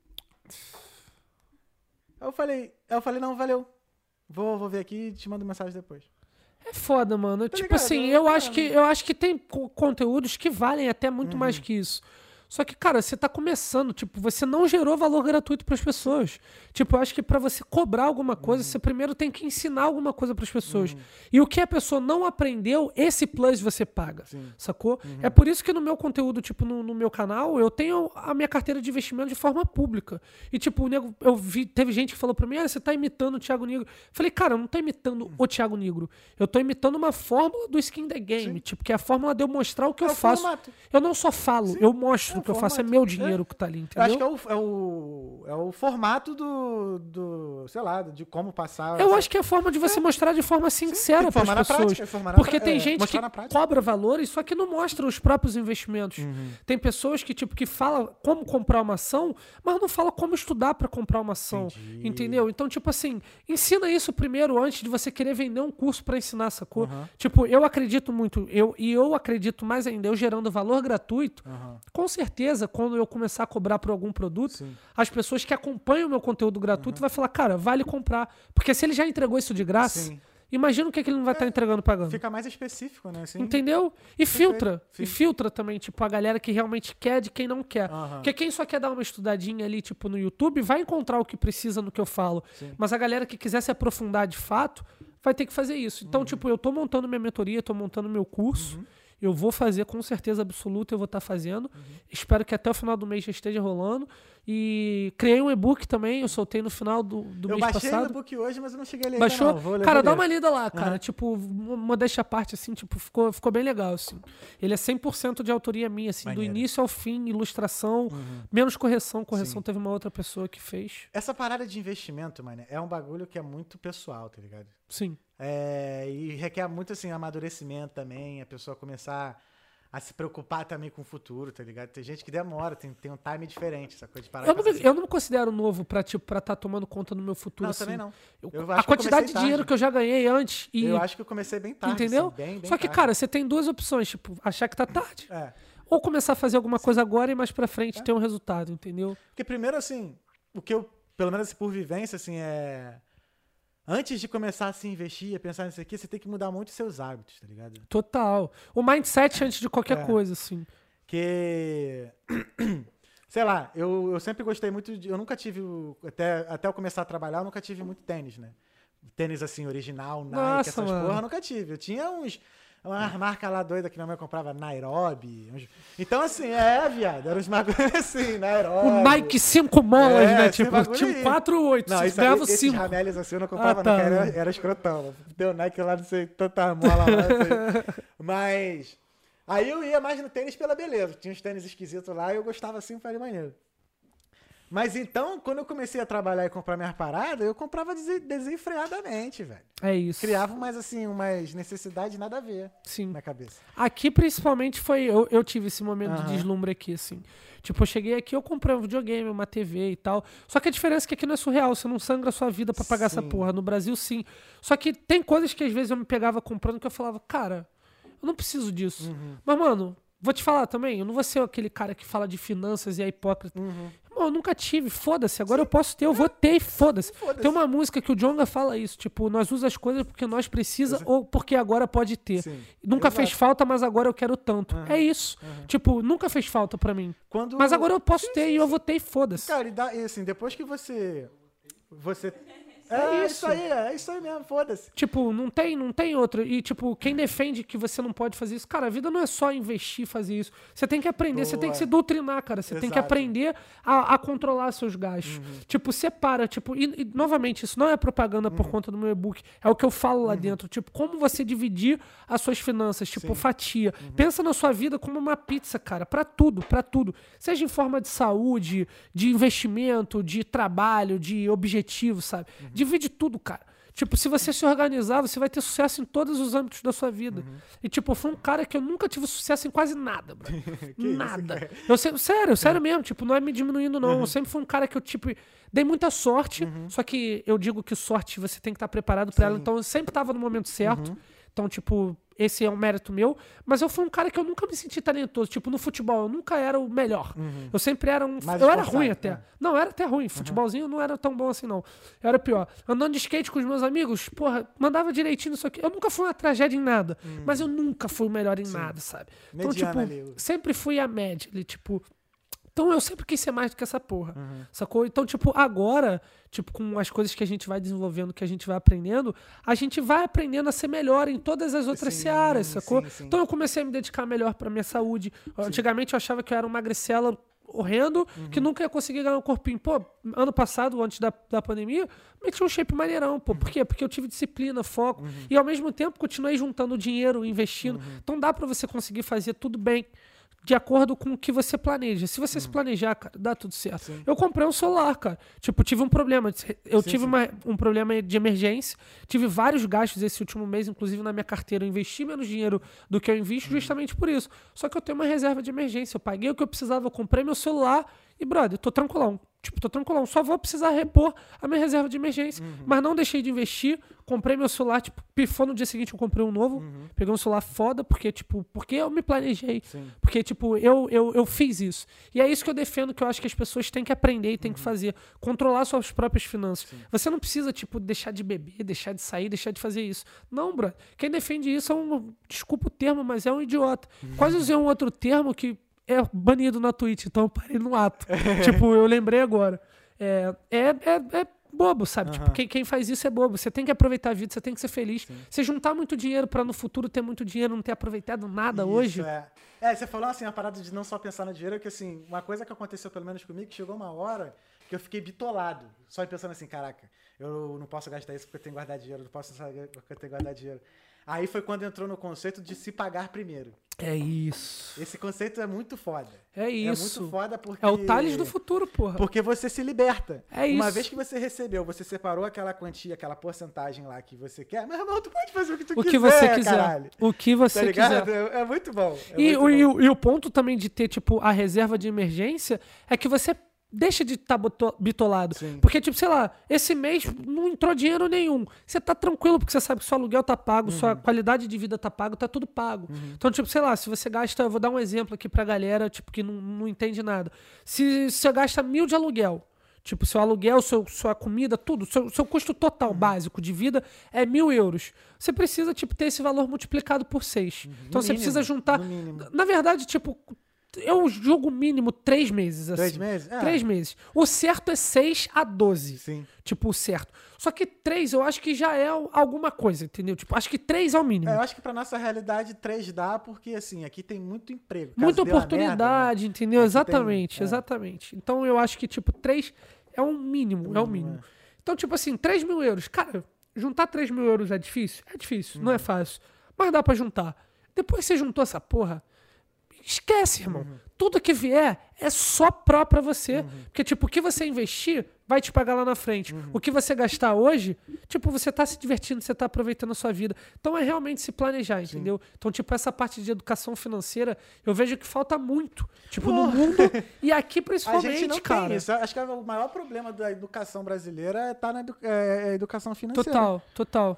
Speaker 1: eu falei, não, valeu. Vou ver aqui e te mando mensagem depois.
Speaker 2: É foda, mano.
Speaker 1: Tá
Speaker 2: Tipo
Speaker 1: ligado?
Speaker 2: assim, eu acho que tem conteúdos que valem até muito mais que isso. Só que, cara, você tá começando, tipo, você não gerou valor gratuito pras pessoas. Tipo, eu acho que pra você cobrar alguma coisa, você primeiro tem que ensinar alguma coisa pras pessoas. E o que a pessoa não aprendeu, esse plus você paga, sacou? É por isso que no meu conteúdo, tipo, no meu canal, eu tenho a minha carteira de investimento de forma pública. E, tipo, teve gente que falou pra mim, você tá imitando o Thiago Nigro. Eu falei, cara, eu não tô imitando o Thiago Nigro. Eu tô imitando uma fórmula do Skin the Game. Tipo, que é a fórmula de eu mostrar o que eu faço.
Speaker 1: Formato.
Speaker 2: Eu não só falo, eu mostro o que eu faço, é meu dinheiro que tá ali, entendeu?
Speaker 1: Eu acho que é o formato sei lá, de como passar.
Speaker 2: Eu acho que é a forma de você mostrar de forma sincera para as pessoas. Porque tem gente que cobra valores, só que não mostra os próprios investimentos. Tem pessoas que, tipo, que fala como comprar uma ação, mas não fala como estudar para comprar uma ação. Entendeu? Então, tipo assim, ensina isso primeiro antes de você querer vender um curso para ensinar, sacou? Tipo, eu acredito muito, eu acredito mais ainda, eu gerando valor gratuito, com certeza, quando eu começar a cobrar por algum produto, as pessoas que acompanham o meu conteúdo gratuito vai falar, cara, vale comprar. Porque se ele já entregou isso de graça, imagina o que ele não vai estar entregando pagando.
Speaker 1: Fica mais específico, né? Assim,
Speaker 2: entendeu? E filtra.
Speaker 1: Sim.
Speaker 2: E filtra também, tipo, a galera que realmente quer de quem não quer. Porque quem só quer dar uma estudadinha ali, tipo, no YouTube, vai encontrar o que precisa no que eu falo. Mas a galera que quiser se aprofundar de fato, vai ter que fazer isso. Então, tipo, eu tô montando minha mentoria, tô montando meu curso. Eu vou fazer com certeza absoluta, eu vou estar fazendo. Espero que até o final do mês já esteja rolando. E criei um e-book também, eu soltei no final do mês passado.
Speaker 1: Eu baixei o e-book hoje, mas eu não cheguei a ler
Speaker 2: Baixou?
Speaker 1: ainda, não.
Speaker 2: Cara, dá uma lida lá, cara. Tipo, modéstia à parte, assim, tipo, ficou bem legal, assim. Ele é 100% de autoria minha, assim, do início ao fim, ilustração, menos correção. Correção teve uma outra pessoa que fez.
Speaker 1: Essa parada de investimento, mano, é um bagulho que é muito pessoal, tá ligado?
Speaker 2: Sim.
Speaker 1: E requer muito, assim, amadurecimento também, a pessoa começar a se preocupar também com o futuro, tá ligado? Tem gente que demora, tem um time diferente, essa coisa de parar.
Speaker 2: Eu não me considero novo pra tá tomando conta do meu futuro,
Speaker 1: não,
Speaker 2: assim.
Speaker 1: também não.
Speaker 2: A quantidade de dinheiro que eu já ganhei antes e...
Speaker 1: Eu acho que eu comecei bem tarde,
Speaker 2: entendeu?
Speaker 1: Assim, bem
Speaker 2: Só que,
Speaker 1: tarde.
Speaker 2: cara, você tem duas opções, tipo, achar que tá tarde. Ou começar a fazer alguma coisa agora e mais pra frente ter um resultado, entendeu?
Speaker 1: Porque primeiro, assim, o que eu, pelo menos por vivência, assim, antes de começar a se investir, a pensar nisso aqui, você tem que mudar muito os seus hábitos, tá ligado?
Speaker 2: Total. O mindset antes de qualquer coisa, assim.
Speaker 1: Que... Sei lá, eu sempre gostei muito de... Eu nunca tive... Até eu começar a trabalhar, eu nunca tive muito tênis, né? Tênis, assim, original, Nike,
Speaker 2: nossa,
Speaker 1: essas
Speaker 2: mano.
Speaker 1: porra, eu nunca tive. Eu tinha umas marcas lá doidas que minha mãe comprava, Nairobi. Então, assim, viado, eram uns bagulhos assim, Nairobi.
Speaker 2: O Nike 5 molas, né?
Speaker 1: esse
Speaker 2: Tipo,
Speaker 1: bagulho
Speaker 2: tinha
Speaker 1: aí.
Speaker 2: 4 ou 8,
Speaker 1: Não,
Speaker 2: você
Speaker 1: isso
Speaker 2: ganhava
Speaker 1: esses
Speaker 2: 5.
Speaker 1: ramelis assim eu não comprava,
Speaker 2: tá.
Speaker 1: não, era escrotão. Mano. Deu Nike lá, não sei, tanta mola lá, não sei. Mas aí eu ia mais no tênis pela beleza. Tinha uns tênis esquisitos lá e eu gostava assim, falei, maneiro. Mas então, quando eu comecei a trabalhar e comprar minhas paradas, eu comprava desenfreadamente, velho.
Speaker 2: É isso.
Speaker 1: Criava umas necessidades nada a ver
Speaker 2: Sim.
Speaker 1: na cabeça.
Speaker 2: Aqui, principalmente, eu tive esse momento de deslumbre aqui, assim. Tipo, eu cheguei aqui, eu comprei um videogame, uma TV e tal. Só que a diferença é que aqui não é surreal, você não sangra a sua vida pra pagar essa porra. No Brasil, sim. Só que tem coisas que às vezes eu me pegava comprando que eu falava, cara, eu não preciso disso. Mas, mano, vou te falar também, eu não vou ser aquele cara que fala de finanças e é hipócrita. Eu nunca tive, foda-se, agora eu posso ter, eu vou ter e foda-se. Tem uma música que o Djonga fala isso, tipo, nós usamos as coisas porque nós precisa ou porque agora pode ter.
Speaker 1: Sim.
Speaker 2: Nunca fez falta, mas agora eu quero tanto. É isso. Tipo, nunca fez falta pra mim. Mas agora eu posso ter e eu vou ter e foda-se.
Speaker 1: Cara, e assim, depois que você... isso aí mesmo, foda-se.
Speaker 2: Tipo, não tem outra. E, tipo, quem defende que você não pode fazer isso, cara, a vida não é só investir e fazer isso. Você tem que aprender, você tem que se doutrinar, cara. Você tem que aprender a controlar seus gastos. Tipo, separa, tipo, e novamente, isso não é propaganda por conta do meu e-book. É o que eu falo lá dentro. Tipo, como você dividir as suas finanças, tipo, fatia. Pensa na sua vida como uma pizza, cara, pra tudo, pra tudo. Seja em forma de saúde, de investimento, de trabalho, de objetivo, sabe? Divide tudo, cara. Tipo, se você se organizar, você vai ter sucesso em todos os âmbitos da sua vida. E, tipo, eu fui um cara que eu nunca tive sucesso em quase nada, bro. Nada. Sério mesmo. Tipo, não é me diminuindo, não. Eu sempre fui um cara que eu, tipo, dei muita sorte. Só que eu digo que sorte você tem que estar preparado pra ela. Então, eu sempre tava no momento certo. Então, tipo, esse é um mérito meu. Mas eu fui um cara que eu nunca me senti talentoso. Tipo, no futebol, eu nunca era o melhor. Eu sempre era um... Eu era ruim até. Não, eu era até ruim. Futebolzinho não era tão bom assim, não. Eu era pior. Andando de skate com os meus amigos, porra, mandava direitinho isso aqui. Eu nunca fui uma tragédia em nada. Mas eu nunca fui o melhor em nada, sabe? Então, tipo, sempre fui a média. Tipo... Então eu sempre quis ser mais do que essa porra, sacou? Então, tipo, agora, tipo, com as coisas que a gente vai desenvolvendo, que a gente vai aprendendo, a gente vai aprendendo a ser melhor em todas as outras searas, sacou? Sim. Então eu comecei a me dedicar melhor pra minha saúde. Antigamente eu achava que eu era um magricela horrendo, que nunca ia conseguir ganhar um corpinho. Pô, ano passado, antes da pandemia, meti um shape maneirão, pô. Por quê? Porque eu tive disciplina, foco, e ao mesmo tempo continuei juntando dinheiro, investindo. Então dá pra você conseguir fazer tudo bem, de acordo com o que você planeja. Se você se planejar, cara, dá tudo certo. Eu comprei um celular, cara. Tipo, tive um problema. Eu tive um problema de emergência. Tive vários gastos esse último mês, inclusive na minha carteira. Eu investi menos dinheiro do que eu invisto justamente por isso. Só que eu tenho uma reserva de emergência. Eu paguei o que eu precisava, eu comprei meu celular e, brother, tô tranquilão. Tipo, tô tranquilão. Só vou precisar repor a minha reserva de emergência. Mas não deixei de investir. Comprei meu celular, tipo, pifou no dia seguinte, eu comprei um novo. Peguei um celular foda, porque eu me planejei. Porque, tipo, eu fiz isso. E é isso que eu defendo, que eu acho que as pessoas têm que aprender e têm que fazer. Controlar suas próprias finanças. Você não precisa, tipo, deixar de beber, deixar de sair, deixar de fazer isso. Não, bro. Quem defende isso é desculpa o termo, mas é um idiota. Quase usei um outro termo que é banido na Twitch, então eu parei no ato. Tipo, eu lembrei agora. É bobo, sabe? Tipo, quem faz isso é bobo. Você tem que aproveitar a vida, você tem que ser feliz. Você juntar muito dinheiro pra no futuro ter muito dinheiro, não ter aproveitado nada isso, hoje.
Speaker 1: Você falou assim, a parada de não só pensar no dinheiro, que assim, uma coisa que aconteceu pelo menos comigo, que chegou uma hora que eu fiquei bitolado. Só pensando assim, caraca, eu não posso gastar isso porque eu tenho que guardar dinheiro, não posso gastar porque eu tenho que guardar dinheiro. Aí foi quando entrou no conceito de se pagar primeiro.
Speaker 2: É isso.
Speaker 1: Esse conceito é muito foda.
Speaker 2: É isso.
Speaker 1: É muito foda porque...
Speaker 2: É o Thales do futuro, porra.
Speaker 1: Porque você se liberta.
Speaker 2: É isso.
Speaker 1: Uma vez que você recebeu, você separou aquela quantia, aquela porcentagem lá que você quer, meu irmão, tu pode fazer o que tu quiser,
Speaker 2: que você quiser.
Speaker 1: Caralho.
Speaker 2: O que você
Speaker 1: tá ligado?
Speaker 2: quiser.
Speaker 1: É muito bom.
Speaker 2: E o ponto também de ter, tipo, a reserva de emergência é que você deixa de estar bitolado.
Speaker 1: Sim.
Speaker 2: Porque, tipo, sei lá, esse mês não entrou dinheiro nenhum. Você tá tranquilo porque você sabe que seu aluguel tá pago, sua qualidade de vida tá pago, tá tudo pago. Então, tipo, sei lá, se você gasta... Eu vou dar um exemplo aqui pra galera, tipo, que não entende nada. Se você gasta 1.000 de aluguel, tipo, seu aluguel, sua comida, tudo, seu custo total básico de vida é 1.000 euros. Você precisa, tipo, ter esse valor multiplicado por 6. Então, você precisa juntar... Na verdade, tipo... Eu jogo mínimo 3 meses, assim.
Speaker 1: 3 meses?
Speaker 2: 3 meses. O certo é 6 a 12.
Speaker 1: Sim.
Speaker 2: Tipo, o certo. Só que 3 eu acho que já é alguma coisa, entendeu? Tipo, acho que 3 é o mínimo.
Speaker 1: Eu acho que pra nossa realidade 3 dá, porque assim, aqui tem muito emprego.
Speaker 2: Muita oportunidade, merda, né? Entendeu?
Speaker 1: Aqui
Speaker 2: exatamente, exatamente. Então eu acho que, tipo, 3 é um mínimo, é o mínimo. Então, tipo assim, 3.000 euros. Cara, juntar 3.000 euros é difícil? É difícil, não é fácil. Mas dá pra juntar. Depois que você juntou essa porra, esquece, irmão. Tudo que vier é só pró pra você. Porque, tipo, o que você investir vai te pagar lá na frente. O que você gastar hoje, tipo, você tá se divertindo, você tá aproveitando a sua vida. Então é realmente se planejar, entendeu? Então, tipo, essa parte de educação financeira, eu vejo que falta muito. Tipo, no mundo e aqui principalmente,
Speaker 1: a gente não
Speaker 2: cara.
Speaker 1: Tem isso. Acho que o maior problema da educação brasileira tá na educação financeira.
Speaker 2: Total.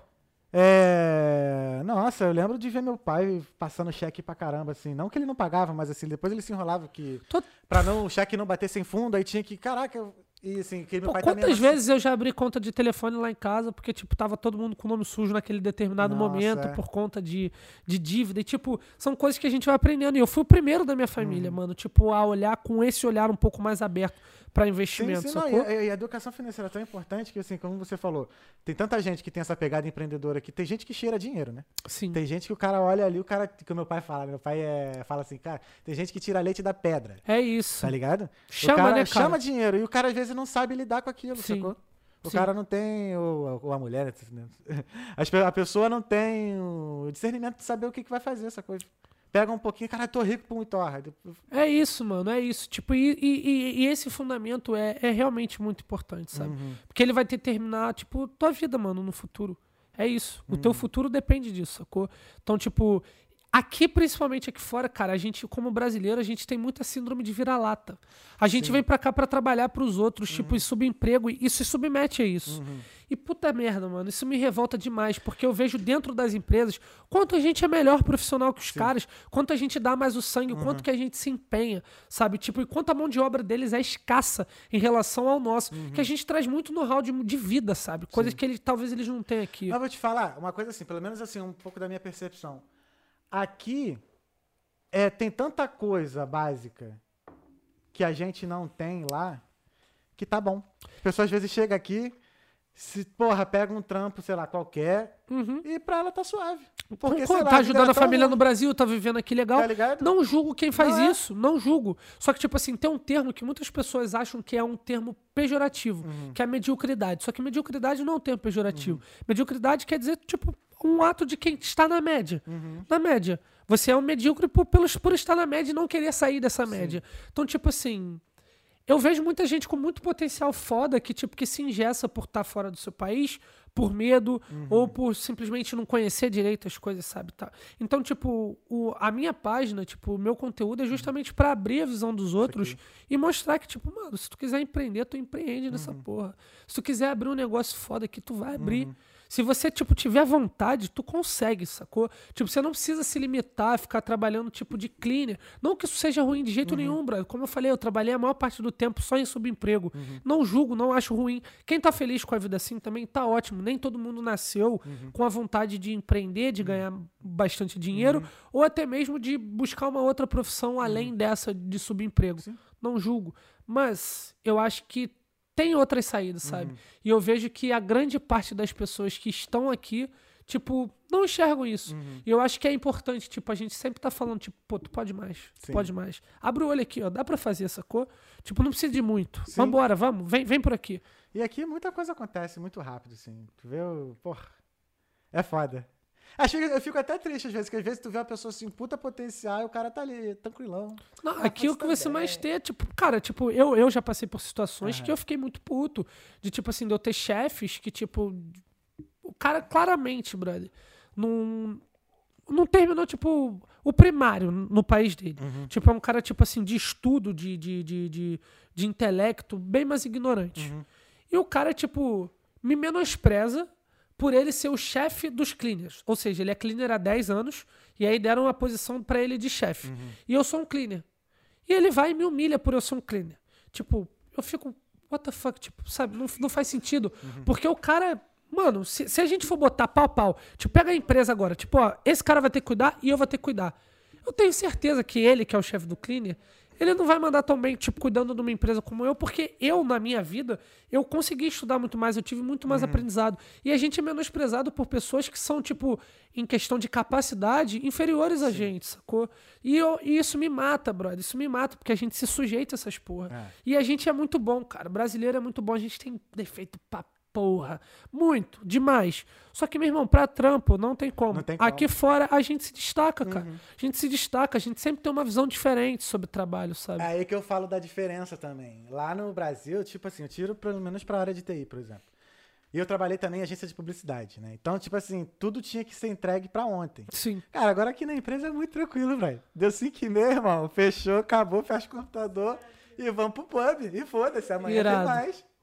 Speaker 1: Nossa, eu lembro de ver meu pai passando cheque pra caramba, assim. Não que ele não pagava, mas assim, depois ele se enrolava que... Pra não, o cheque não bater sem fundo, aí tinha que... Caraca, e assim, que meu pai também...
Speaker 2: Quantas vezes eu já abri conta de telefone lá em casa, porque, tipo, tava todo mundo com o nome sujo naquele determinado momento, por conta de dívida. E, tipo, são coisas que a gente vai aprendendo. E eu fui o primeiro da minha família, mano, tipo, a olhar com esse olhar um pouco mais aberto pra investimento,
Speaker 1: sim,
Speaker 2: sacou?
Speaker 1: não, e a educação financeira é tão importante que, assim, como você falou, tem tanta gente que tem essa pegada empreendedora aqui, tem gente que cheira dinheiro, né?
Speaker 2: Sim.
Speaker 1: Tem gente que o cara olha ali, que o meu pai fala fala assim, cara, tem gente que tira leite da pedra.
Speaker 2: É isso.
Speaker 1: Tá ligado?
Speaker 2: Chama, né, cara?
Speaker 1: Chama dinheiro, e o cara às vezes não sabe lidar com aquilo,
Speaker 2: Sim.
Speaker 1: sacou? O
Speaker 2: Sim.
Speaker 1: cara não tem, ou a mulher, né? A pessoa não tem o discernimento de saber o que vai fazer, essa coisa. Pega um pouquinho, cara, tô rico, pum, e torra.
Speaker 2: É isso, mano, é isso. Tipo, e esse fundamento é realmente muito importante, sabe? Porque ele vai determinar, tipo, tua vida, mano, no futuro. É isso. O teu futuro depende disso, sacou? Então, tipo, aqui, principalmente aqui fora, cara, a gente, como brasileiro, a gente tem muita síndrome de vira-lata. A gente vem pra cá pra trabalhar pros outros, tipo, e subemprego, e isso se submete a isso. E puta merda, mano, isso me revolta demais, porque eu vejo dentro das empresas quanto a gente é melhor profissional que os caras, quanto a gente dá mais o sangue, quanto que a gente se empenha, sabe? Tipo, e quanto a mão de obra deles é escassa em relação ao nosso, que a gente traz muito know-how de vida, sabe? Coisas que talvez eles não tenham aqui.
Speaker 1: Mas vou te falar, uma coisa assim, pelo menos assim, um pouco da minha percepção. Aqui tem tanta coisa básica que a gente não tem lá que tá bom. A pessoa às vezes chega aqui, pega um trampo, sei lá, qualquer, e pra ela tá suave. Porque, sei lá,
Speaker 2: tá ajudando a família
Speaker 1: ruim.
Speaker 2: no Brasil, tá vivendo aqui legal.
Speaker 1: Tá ligado?
Speaker 2: Não julgo quem faz
Speaker 1: Não
Speaker 2: isso, não julgo. Só que, tipo assim, tem um termo que muitas pessoas acham que é um termo pejorativo, que é a mediocridade. Só que mediocridade não é um termo pejorativo. Mediocridade quer dizer, tipo, um ato de quem está na média. Na média. Você é um medíocre por estar na média e não querer sair dessa média. Então, tipo assim... Eu vejo muita gente com muito potencial foda que, tipo, que se engessa por estar fora do seu país, por medo, ou por simplesmente não conhecer direito as coisas, sabe? Tá? Então, tipo, a minha página, tipo, o meu conteúdo é justamente pra abrir a visão dos outros e mostrar que, tipo, mano, se tu quiser empreender, tu empreende nessa porra. Se tu quiser abrir um negócio foda aqui, tu vai abrir. Se você, tipo, tiver vontade, tu consegue, sacou? Tipo, você não precisa se limitar a ficar trabalhando, tipo, de cleaner. Não que isso seja ruim de jeito nenhum, brother. Como eu falei, eu trabalhei a maior parte do tempo só em subemprego. Não julgo, não acho ruim. Quem tá feliz com a vida assim também tá ótimo. Nem todo mundo nasceu com a vontade de empreender, de ganhar bastante dinheiro, ou até mesmo de buscar uma outra profissão além dessa de subemprego. Não julgo. Mas eu acho que tem outras saídas, sabe? E eu vejo que a grande parte das pessoas que estão aqui, tipo, não enxergam isso. E eu acho que é importante, tipo, a gente sempre tá falando, tipo, pô, tu pode mais, tu pode mais. Abre o olho aqui, ó, dá pra fazer, sacou? Tipo, não precisa de muito. Vambora, vamos, vem por aqui.
Speaker 1: E aqui muita coisa acontece muito rápido, assim. Tu vê, porra, é foda. Eu fico até triste às vezes, porque às vezes tu vê uma pessoa assim, puta potencial, e o cara tá ali, tranquilão.
Speaker 2: Não, aqui o que você mais ter, tipo, cara, tipo, eu já passei por situações que eu fiquei muito puto. De, tipo assim, de eu ter chefes que, tipo, o cara claramente, brother, não terminou, tipo, o primário no país dele. Tipo, é um cara, tipo assim, de estudo, de intelecto, bem mais ignorante. E o cara, tipo, me menospreza por ele ser o chefe dos cleaners. Ou seja, ele é cleaner há 10 anos e aí deram uma posição pra ele de chefe. E eu sou um cleaner. E ele vai e me humilha por eu ser um cleaner. Tipo, eu fico, what the fuck? Tipo, sabe, não faz sentido. Porque o cara, mano, se a gente for botar pau a pau, tipo, pega a empresa agora, tipo, ó, esse cara vai ter que cuidar e eu vou ter que cuidar. Eu tenho certeza que ele, que é o chefe do cleaner, ele não vai mandar tão bem, tipo, cuidando de uma empresa como eu, porque eu, na minha vida, eu consegui estudar muito mais, eu tive muito mais aprendizado. E a gente é menosprezado por pessoas que são, tipo, em questão de capacidade, inferiores a gente, sacou? E isso me mata, brother, isso me mata, porque a gente se sujeita a essas porra. E a gente é muito bom, cara, brasileiro é muito bom, a gente tem defeito pra porra, muito, demais. Só que, meu irmão, pra trampo, não tem como.
Speaker 1: Não tem como.
Speaker 2: Aqui fora, a gente se destaca, cara. A gente se destaca, a gente sempre tem uma visão diferente sobre trabalho, sabe?
Speaker 1: É aí que eu falo da diferença também. Lá no Brasil, tipo assim, eu tiro pelo menos pra área de TI, por exemplo. E eu trabalhei também em agência de publicidade, né? Então, tipo assim, tudo tinha que ser entregue pra ontem.
Speaker 2: Sim.
Speaker 1: Cara, agora aqui na empresa é muito tranquilo, velho. Deu 5h30, irmão. Fechou, acabou, fecha o computador e vamos pro pub. E foda-se, amanhã
Speaker 2: Irado.
Speaker 1: tem mais.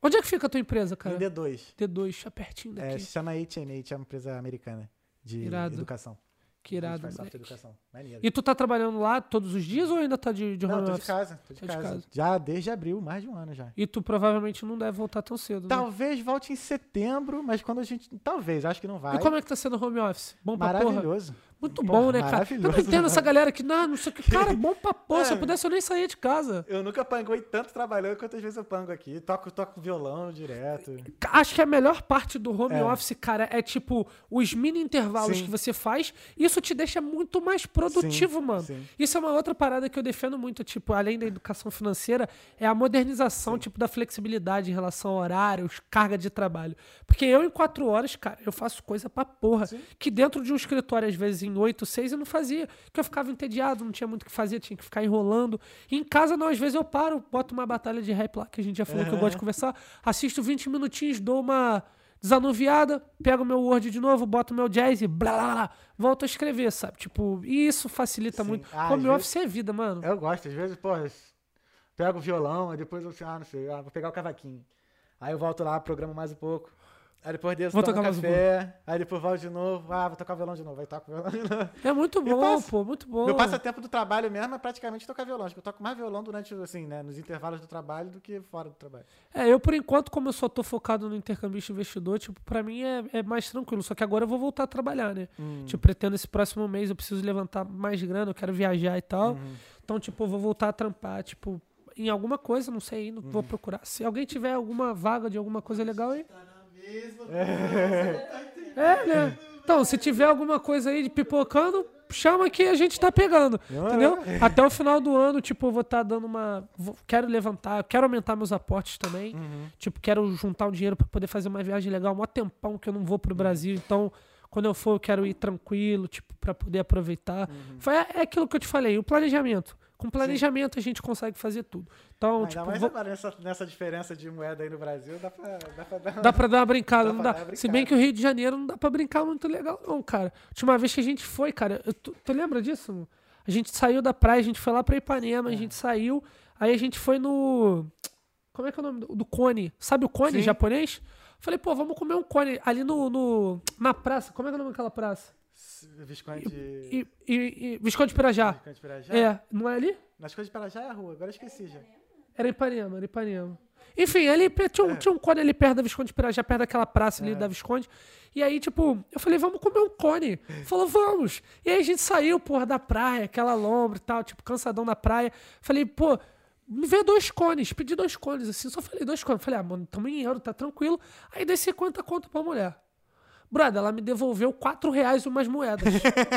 Speaker 2: Onde é que fica a tua empresa, cara?
Speaker 1: Em D2.
Speaker 2: D2, pertinho daqui.
Speaker 1: Se chama HMH, é uma empresa americana de educação.
Speaker 2: Que irado,
Speaker 1: faz software de educação. Maneiro.
Speaker 2: E tu tá trabalhando lá todos os dias ou ainda tá de
Speaker 1: Não,
Speaker 2: home
Speaker 1: tô
Speaker 2: office?
Speaker 1: de casa. Tô de casa. Já desde abril, mais de um ano já.
Speaker 2: E tu provavelmente não deve voltar tão cedo, né?
Speaker 1: Talvez volte em setembro, mas quando a gente... Talvez, acho que não vai.
Speaker 2: E como é que tá sendo home office? Bom pra porra?
Speaker 1: Maravilhoso.
Speaker 2: Muito bom, né, cara? Eu não entendo essa galera que, não sei o que. Cara, bom pra porra. Se eu pudesse, eu nem saía de casa.
Speaker 1: Eu nunca panguei tanto trabalhando quantas vezes eu pango aqui. Toco violão direto.
Speaker 2: Acho que a melhor parte do home office, cara, é tipo os mini intervalos que você faz. Isso te deixa muito mais produtivo, mano.
Speaker 1: Sim.
Speaker 2: Isso é uma outra parada que eu defendo muito, tipo, além da educação financeira, é a modernização, tipo, da flexibilidade em relação a horários, carga de trabalho. Porque eu, em 4 horas, cara, eu faço coisa pra porra. Que dentro de um escritório, às vezes, em 8, 6, eu não fazia. Porque eu ficava entediado, não tinha muito o que fazer, tinha que ficar enrolando. E em casa, não, às vezes eu paro, boto uma batalha de rap lá, que a gente já falou que eu gosto de conversar, assisto 20 minutinhos, dou uma desanuviada, pego meu Word de novo, boto meu jazz e blá, blá, blá, volto a escrever, sabe? Tipo, e isso facilita muito. Home office é vida, mano.
Speaker 1: Eu gosto, às vezes, pô, pego o violão, aí depois eu, não sei, vou pegar o cavaquinho. Aí eu volto lá, programo mais um pouco. Aí depois disso, tomo café, aí depois volto de novo, vou tocar violão de novo, aí toco violão de novo.
Speaker 2: É muito bom, pô, muito bom.
Speaker 1: Meu passatempo do trabalho mesmo é praticamente tocar violão. Acho que eu toco mais violão durante, assim, né, nos intervalos do trabalho do que fora do trabalho.
Speaker 2: Eu por enquanto, como eu só tô focado no intercambista investidor, tipo, pra mim é mais tranquilo. Só que agora eu vou voltar a trabalhar, né? Tipo, pretendo esse próximo mês, eu preciso levantar mais grana, eu quero viajar e tal. Então, tipo, eu vou voltar a trampar, tipo, em alguma coisa, não sei ainda, vou procurar. Se alguém tiver alguma vaga de alguma coisa legal aí... né? Então, se tiver alguma coisa aí de pipocando, chama que a gente tá pegando, entendeu? Até o final do ano, tipo, eu vou estar dando uma... Quero levantar, quero aumentar meus aportes também. Tipo, quero juntar um dinheiro pra poder fazer uma viagem legal. Mó tempão que eu não vou pro Brasil, então... Quando eu for, eu quero ir tranquilo, tipo, pra poder aproveitar. É aquilo que eu te falei, o planejamento. Com planejamento a gente consegue fazer tudo. Então,
Speaker 1: ainda
Speaker 2: tipo,
Speaker 1: mais agora nessa diferença de moeda aí no Brasil,
Speaker 2: dá pra dar uma brincada, não dá?
Speaker 1: Dar uma
Speaker 2: Se bem que o Rio de Janeiro não dá pra brincar muito legal, não, cara. Última vez que a gente foi, cara, tu lembra disso? A gente saiu da praia, a gente foi lá pra Ipanema, a gente saiu, aí a gente foi no... Como é que é o nome do Cone? Sabe o Cone japonês? Falei, pô, vamos comer um cone ali na praça. Como é que é o nome daquela praça?
Speaker 1: Visconde...
Speaker 2: Visconde Pirajá.
Speaker 1: Visconde Pirajá?
Speaker 2: Não é ali?
Speaker 1: Na Visconde Pirajá é a rua, agora eu esqueci já.
Speaker 2: Era Ipanema. Enfim, ali tinha um cone ali perto da Visconde Pirajá, perto daquela praça ali da Visconde. E aí, tipo, eu falei, vamos comer um cone. Falou, vamos. E aí a gente saiu, porra, da praia, aquela lombra e tal, tipo, cansadão da praia. Falei, pô... Me vê 2 cones, pedi 2 cones, assim, só falei 2 cones. Falei, mano, tamo em euro, tá tranquilo. Aí dei 50 conto pra mulher. Brother, ela me devolveu R$4 umas moedas.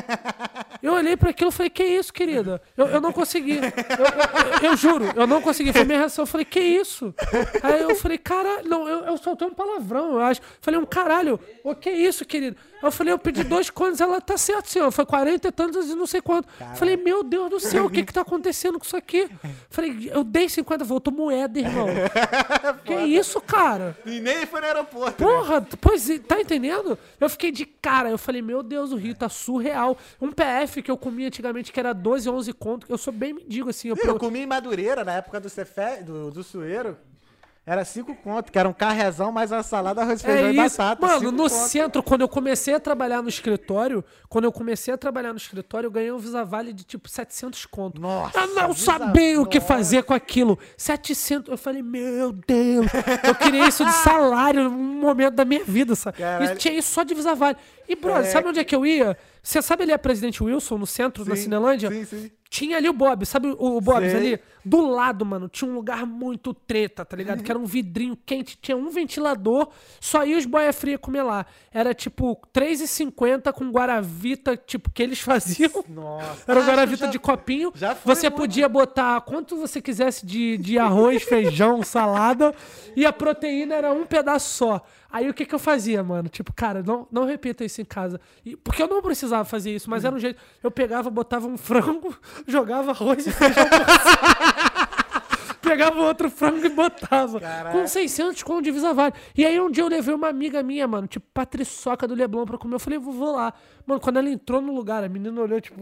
Speaker 2: Eu olhei pra aquilo e falei, que isso, querida? Eu não consegui. Eu juro, eu não consegui. Foi minha reação. Eu falei, que isso? Aí eu falei, caralho, não, eu soltei um palavrão, eu acho. Falei, caralho, que isso, querido? Eu falei, eu pedi 2 cones, ela tá certo, senhor. Foi 40 e tantos e não sei quanto. Caralho. Falei, meu Deus do céu, o que tá acontecendo com isso aqui? Falei, eu dei 50, voltou moeda, irmão. Que isso, cara?
Speaker 1: E nem foi no aeroporto.
Speaker 2: Porra, né? Pois, tá entendendo? Eu fiquei de cara, eu falei, meu Deus, o Rio tá surreal. Um PF que eu comia antigamente, que era 12, 11 conto, eu sou bem mendigo, assim.
Speaker 1: Eu comi em Madureira, na época do Sueiro. Era 5 conto, que era um carrezão mais uma salada, arroz, feijão e batata.
Speaker 2: Mano, no centro, quando eu comecei a trabalhar no escritório, eu ganhei um Visa Vale de tipo 700 conto.
Speaker 1: Nossa,
Speaker 2: eu não sabia o que fazer com aquilo. 700, eu falei, meu Deus, eu queria isso de salário num momento da minha vida, sabe? E tinha isso só de Visa Vale. E, brother, sabe onde é que eu ia? Você sabe ali a Presidente Wilson, no centro, na Cinelândia?
Speaker 1: Sim.
Speaker 2: Tinha ali o Bob, sabe o Bob's ali? Do lado, mano, tinha um lugar muito treta, tá ligado? Que era um vidrinho quente, tinha um ventilador, só ia os boia fria comer lá. Era tipo R$3,50 com guaravita, tipo, que eles faziam.
Speaker 1: Nossa.
Speaker 2: Era guaravita de copinho. Você podia botar quanto você quisesse de arroz, feijão, salada, e a proteína era um pedaço só. Aí o que eu fazia, mano? Tipo, cara, não repita isso em casa. Porque eu não precisava fazer isso, mas era um jeito. Eu pegava, botava um frango, jogava arroz e feijão por cima. Pegava outro frango e botava. Caraca. Com 600 conto de Visa Vale. E aí um dia eu levei uma amiga minha, mano, tipo Patriçoca do Leblon pra comer. Eu falei, vou lá. Mano, quando ela entrou no lugar, a menina olhou, tipo...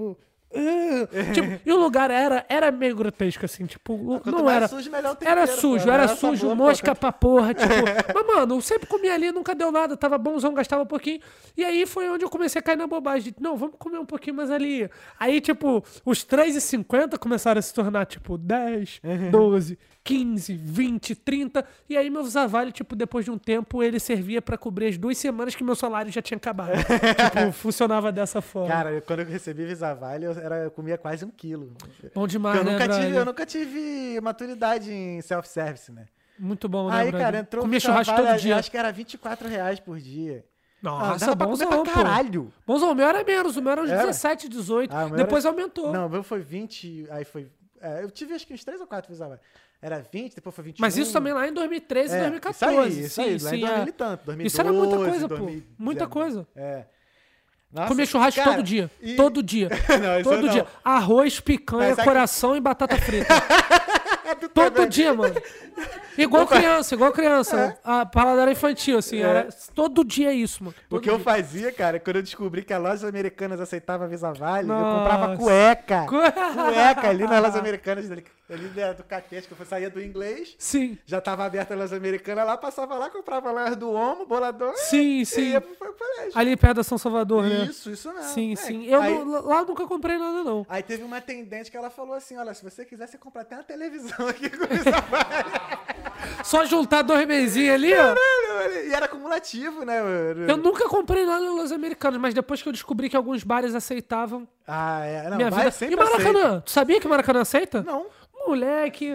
Speaker 2: Tipo, e o lugar era meio grotesco, assim, tipo,
Speaker 1: Quanto
Speaker 2: não
Speaker 1: mais
Speaker 2: era.
Speaker 1: sujo, melhor o
Speaker 2: Era
Speaker 1: tempero,
Speaker 2: sujo,
Speaker 1: pô,
Speaker 2: era
Speaker 1: melhor
Speaker 2: sujo,
Speaker 1: sabor,
Speaker 2: mosca
Speaker 1: pô.
Speaker 2: pra porra, tipo. Mas, mano, eu sempre comia ali, nunca deu nada, tava bonzão, gastava um pouquinho. E aí foi onde eu comecei a cair na bobagem. De, não, vamos comer um pouquinho mais ali. Aí, tipo, os R$3,50 começaram a se tornar, tipo, 10, 12, 15, 20, 30. E aí meu Visa Vale, tipo, depois de um tempo, ele servia pra cobrir as 2 semanas que meu salário já tinha acabado. Tipo, funcionava dessa forma.
Speaker 1: Cara, quando eu recebi Visa Vale, eu comia quase 1 quilo.
Speaker 2: Bom demais,
Speaker 1: Porque
Speaker 2: né, brother?
Speaker 1: eu nunca tive maturidade em self-service, né?
Speaker 2: Muito bom, né,
Speaker 1: Aí,
Speaker 2: brother?
Speaker 1: cara, entrou
Speaker 2: Comia
Speaker 1: Visa
Speaker 2: churrasco
Speaker 1: Vale,
Speaker 2: todo dia.
Speaker 1: acho que era R$24 por dia.
Speaker 2: Nossa,
Speaker 1: dava pra comer
Speaker 2: bonzão,
Speaker 1: pra
Speaker 2: pô.
Speaker 1: caralho.
Speaker 2: Bonzão, o meu era menos, o meu era uns
Speaker 1: Era?
Speaker 2: 17, 18.
Speaker 1: Ah, o meu
Speaker 2: Depois
Speaker 1: era-
Speaker 2: aumentou.
Speaker 1: Não, o meu foi 20, aí foi... eu tive acho que uns 3 ou 4 Visa Vale. Era 20, depois foi 21.
Speaker 2: Mas isso também lá em 2013,
Speaker 1: É,
Speaker 2: 2014.
Speaker 1: Isso aí, lá em 2000 e
Speaker 2: é.
Speaker 1: tanto, 2012,
Speaker 2: Isso era muita coisa, pô.
Speaker 1: 2019.
Speaker 2: Muita coisa.
Speaker 1: É. Nossa,
Speaker 2: Comia churrasco
Speaker 1: cara,
Speaker 2: todo dia.
Speaker 1: e-
Speaker 2: Todo dia.
Speaker 1: Não, isso
Speaker 2: todo
Speaker 1: não.
Speaker 2: dia. Arroz, picanha,
Speaker 1: Mas sabe
Speaker 2: coração e batata frita. Todo dia, mano. Igual criança. A paladar infantil, assim. Era todo dia isso, mano.
Speaker 1: O que eu fazia, cara, quando eu descobri que as lojas americanas aceitavam Visa Vale, eu
Speaker 2: Nossa.
Speaker 1: comprava cueca. Cueca ali nas
Speaker 2: Ah.
Speaker 1: lojas americanas, ali do Catete, que eu saía do inglês,
Speaker 2: Sim.
Speaker 1: já tava aberta a loja americana lá, passava lá, comprava lá as do Omo, bolador,
Speaker 2: Sim,
Speaker 1: e
Speaker 2: sim.
Speaker 1: ia pro colégio.
Speaker 2: Ali perto da São Salvador, né?
Speaker 1: Isso mesmo.
Speaker 2: Sim,
Speaker 1: É,
Speaker 2: sim. Eu
Speaker 1: aí,
Speaker 2: lá eu nunca comprei nada, não.
Speaker 1: aí teve uma atendente que ela falou assim, olha, se você quiser, você compra até uma televisão aqui com Visa Vale.
Speaker 2: Só juntar 2 mesinhos ali, ó.
Speaker 1: E era acumulativo, né?
Speaker 2: Eu nunca comprei nada nos americanos, mas depois que eu descobri que alguns bares aceitavam,
Speaker 1: Ah, é. Não,
Speaker 2: minha
Speaker 1: vai
Speaker 2: vida...
Speaker 1: sempre
Speaker 2: E Maracanã?
Speaker 1: aceita.
Speaker 2: Tu sabia que Maracanã aceita?
Speaker 1: Não.
Speaker 2: Moleque...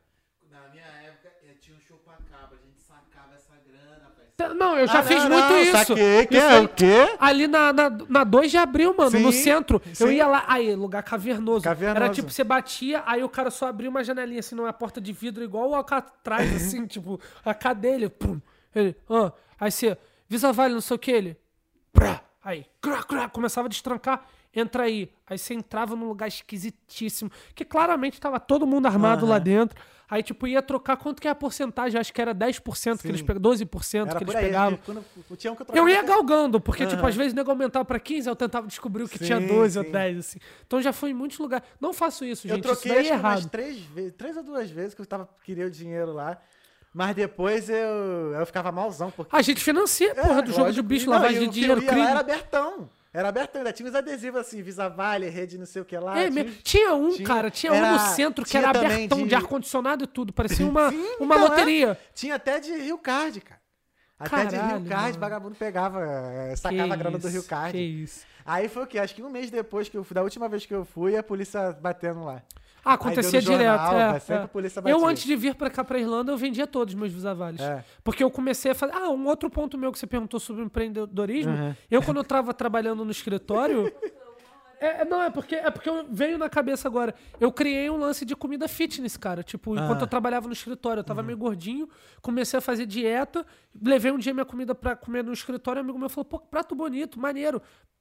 Speaker 3: Na minha época, eu tinha um chupa-cabra, a gente sacava essa grana, parceiro.
Speaker 2: Não, eu já
Speaker 1: Ah,
Speaker 2: fiz
Speaker 1: não,
Speaker 2: muito
Speaker 1: não,
Speaker 2: isso.
Speaker 1: saquei. Que
Speaker 2: Isso
Speaker 1: é
Speaker 2: aí-
Speaker 1: o quê?
Speaker 2: Ali na 2 de abril, mano, no
Speaker 1: Sim,
Speaker 2: centro. Eu
Speaker 1: sim.
Speaker 2: ia lá, aí, lugar cavernoso.
Speaker 1: Cavernoso.
Speaker 2: Era tipo, você batia, aí o cara só abria uma janelinha assim, numa porta de vidro, igual o Alcatraz, assim, tipo, a cadeia, pum. Ele, aí você, Visa Vale, não sei o que, ele, prá, aí, começava a destrancar, entra aí. Aí você entrava num lugar esquisitíssimo, que claramente tava todo mundo armado lá dentro. Aí, tipo, ia trocar quanto que é a porcentagem, acho que era 10% que eles
Speaker 1: Sim.
Speaker 2: pegavam, 12%
Speaker 1: Era
Speaker 2: que eles
Speaker 1: por aí.
Speaker 2: pegavam.
Speaker 1: Quando tinha um que eu
Speaker 2: Eu
Speaker 1: trocava
Speaker 2: ia
Speaker 1: até-
Speaker 2: galgando, porque, tipo, às vezes o nego aumentava pra 15, eu tentava descobrir o que
Speaker 1: Sim,
Speaker 2: tinha 12 ou
Speaker 1: sim.
Speaker 2: 10, assim. Então já fui em muitos lugares. Não faço isso,
Speaker 1: Eu
Speaker 2: gente. Isso
Speaker 1: troquei
Speaker 2: daí
Speaker 1: acho
Speaker 2: é
Speaker 1: que umas
Speaker 2: errado.
Speaker 1: 3 ou 2 vezes que eu queria o dinheiro lá. Mas depois eu ficava malzão. Porque...
Speaker 2: A gente financia, porra, do jogo de
Speaker 1: lógico.
Speaker 2: bicho,
Speaker 1: Não,
Speaker 2: lavagem
Speaker 1: e
Speaker 2: de
Speaker 1: o que
Speaker 2: dinheiro,
Speaker 1: eu ia
Speaker 2: crime.
Speaker 1: lá era abertão. Era abertão, ainda tinha os adesivos assim, Visa Vale, rede não sei o que lá.
Speaker 2: É
Speaker 1: tinha
Speaker 2: mesmo.
Speaker 1: os-
Speaker 2: Tinha um,
Speaker 1: tinha-
Speaker 2: cara, tinha um
Speaker 1: era-
Speaker 2: no centro que
Speaker 1: tinha
Speaker 2: era
Speaker 1: também
Speaker 2: abertão de,
Speaker 1: de
Speaker 2: ar-condicionado e tudo. Parecia uma
Speaker 1: Então, é.
Speaker 2: loteria.
Speaker 1: Tinha até de Rio Card, cara. Até de
Speaker 2: Caralho,
Speaker 1: Rio Card,
Speaker 2: mano.
Speaker 1: vagabundo pegava, sacava a grana do Rio Card.
Speaker 2: Que isso.
Speaker 1: Aí foi o quê? Acho que um mês depois que eu fui, da última vez que eu fui, a polícia batendo lá.
Speaker 2: Ah, acontecia
Speaker 1: Aí deu no
Speaker 2: direto.
Speaker 1: jornal,
Speaker 2: é,
Speaker 1: sempre
Speaker 2: é.
Speaker 1: a polícia
Speaker 2: Eu,
Speaker 1: batia.
Speaker 2: antes de vir pra cá, pra Irlanda, eu vendia todos os meus Visa Vales.
Speaker 1: É.
Speaker 2: Porque eu comecei a fazer... Ah, um outro ponto meu que você perguntou sobre o empreendedorismo.
Speaker 1: Uhum.
Speaker 2: Eu, quando eu tava trabalhando no escritório... Não, é porque eu veio na cabeça agora. Eu criei um lance de comida fitness, cara. Tipo, enquanto eu trabalhava no escritório, eu tava meio gordinho, comecei a fazer dieta, levei um dia minha comida pra comer no escritório, um amigo meu falou, pô, prato bonito, maneiro.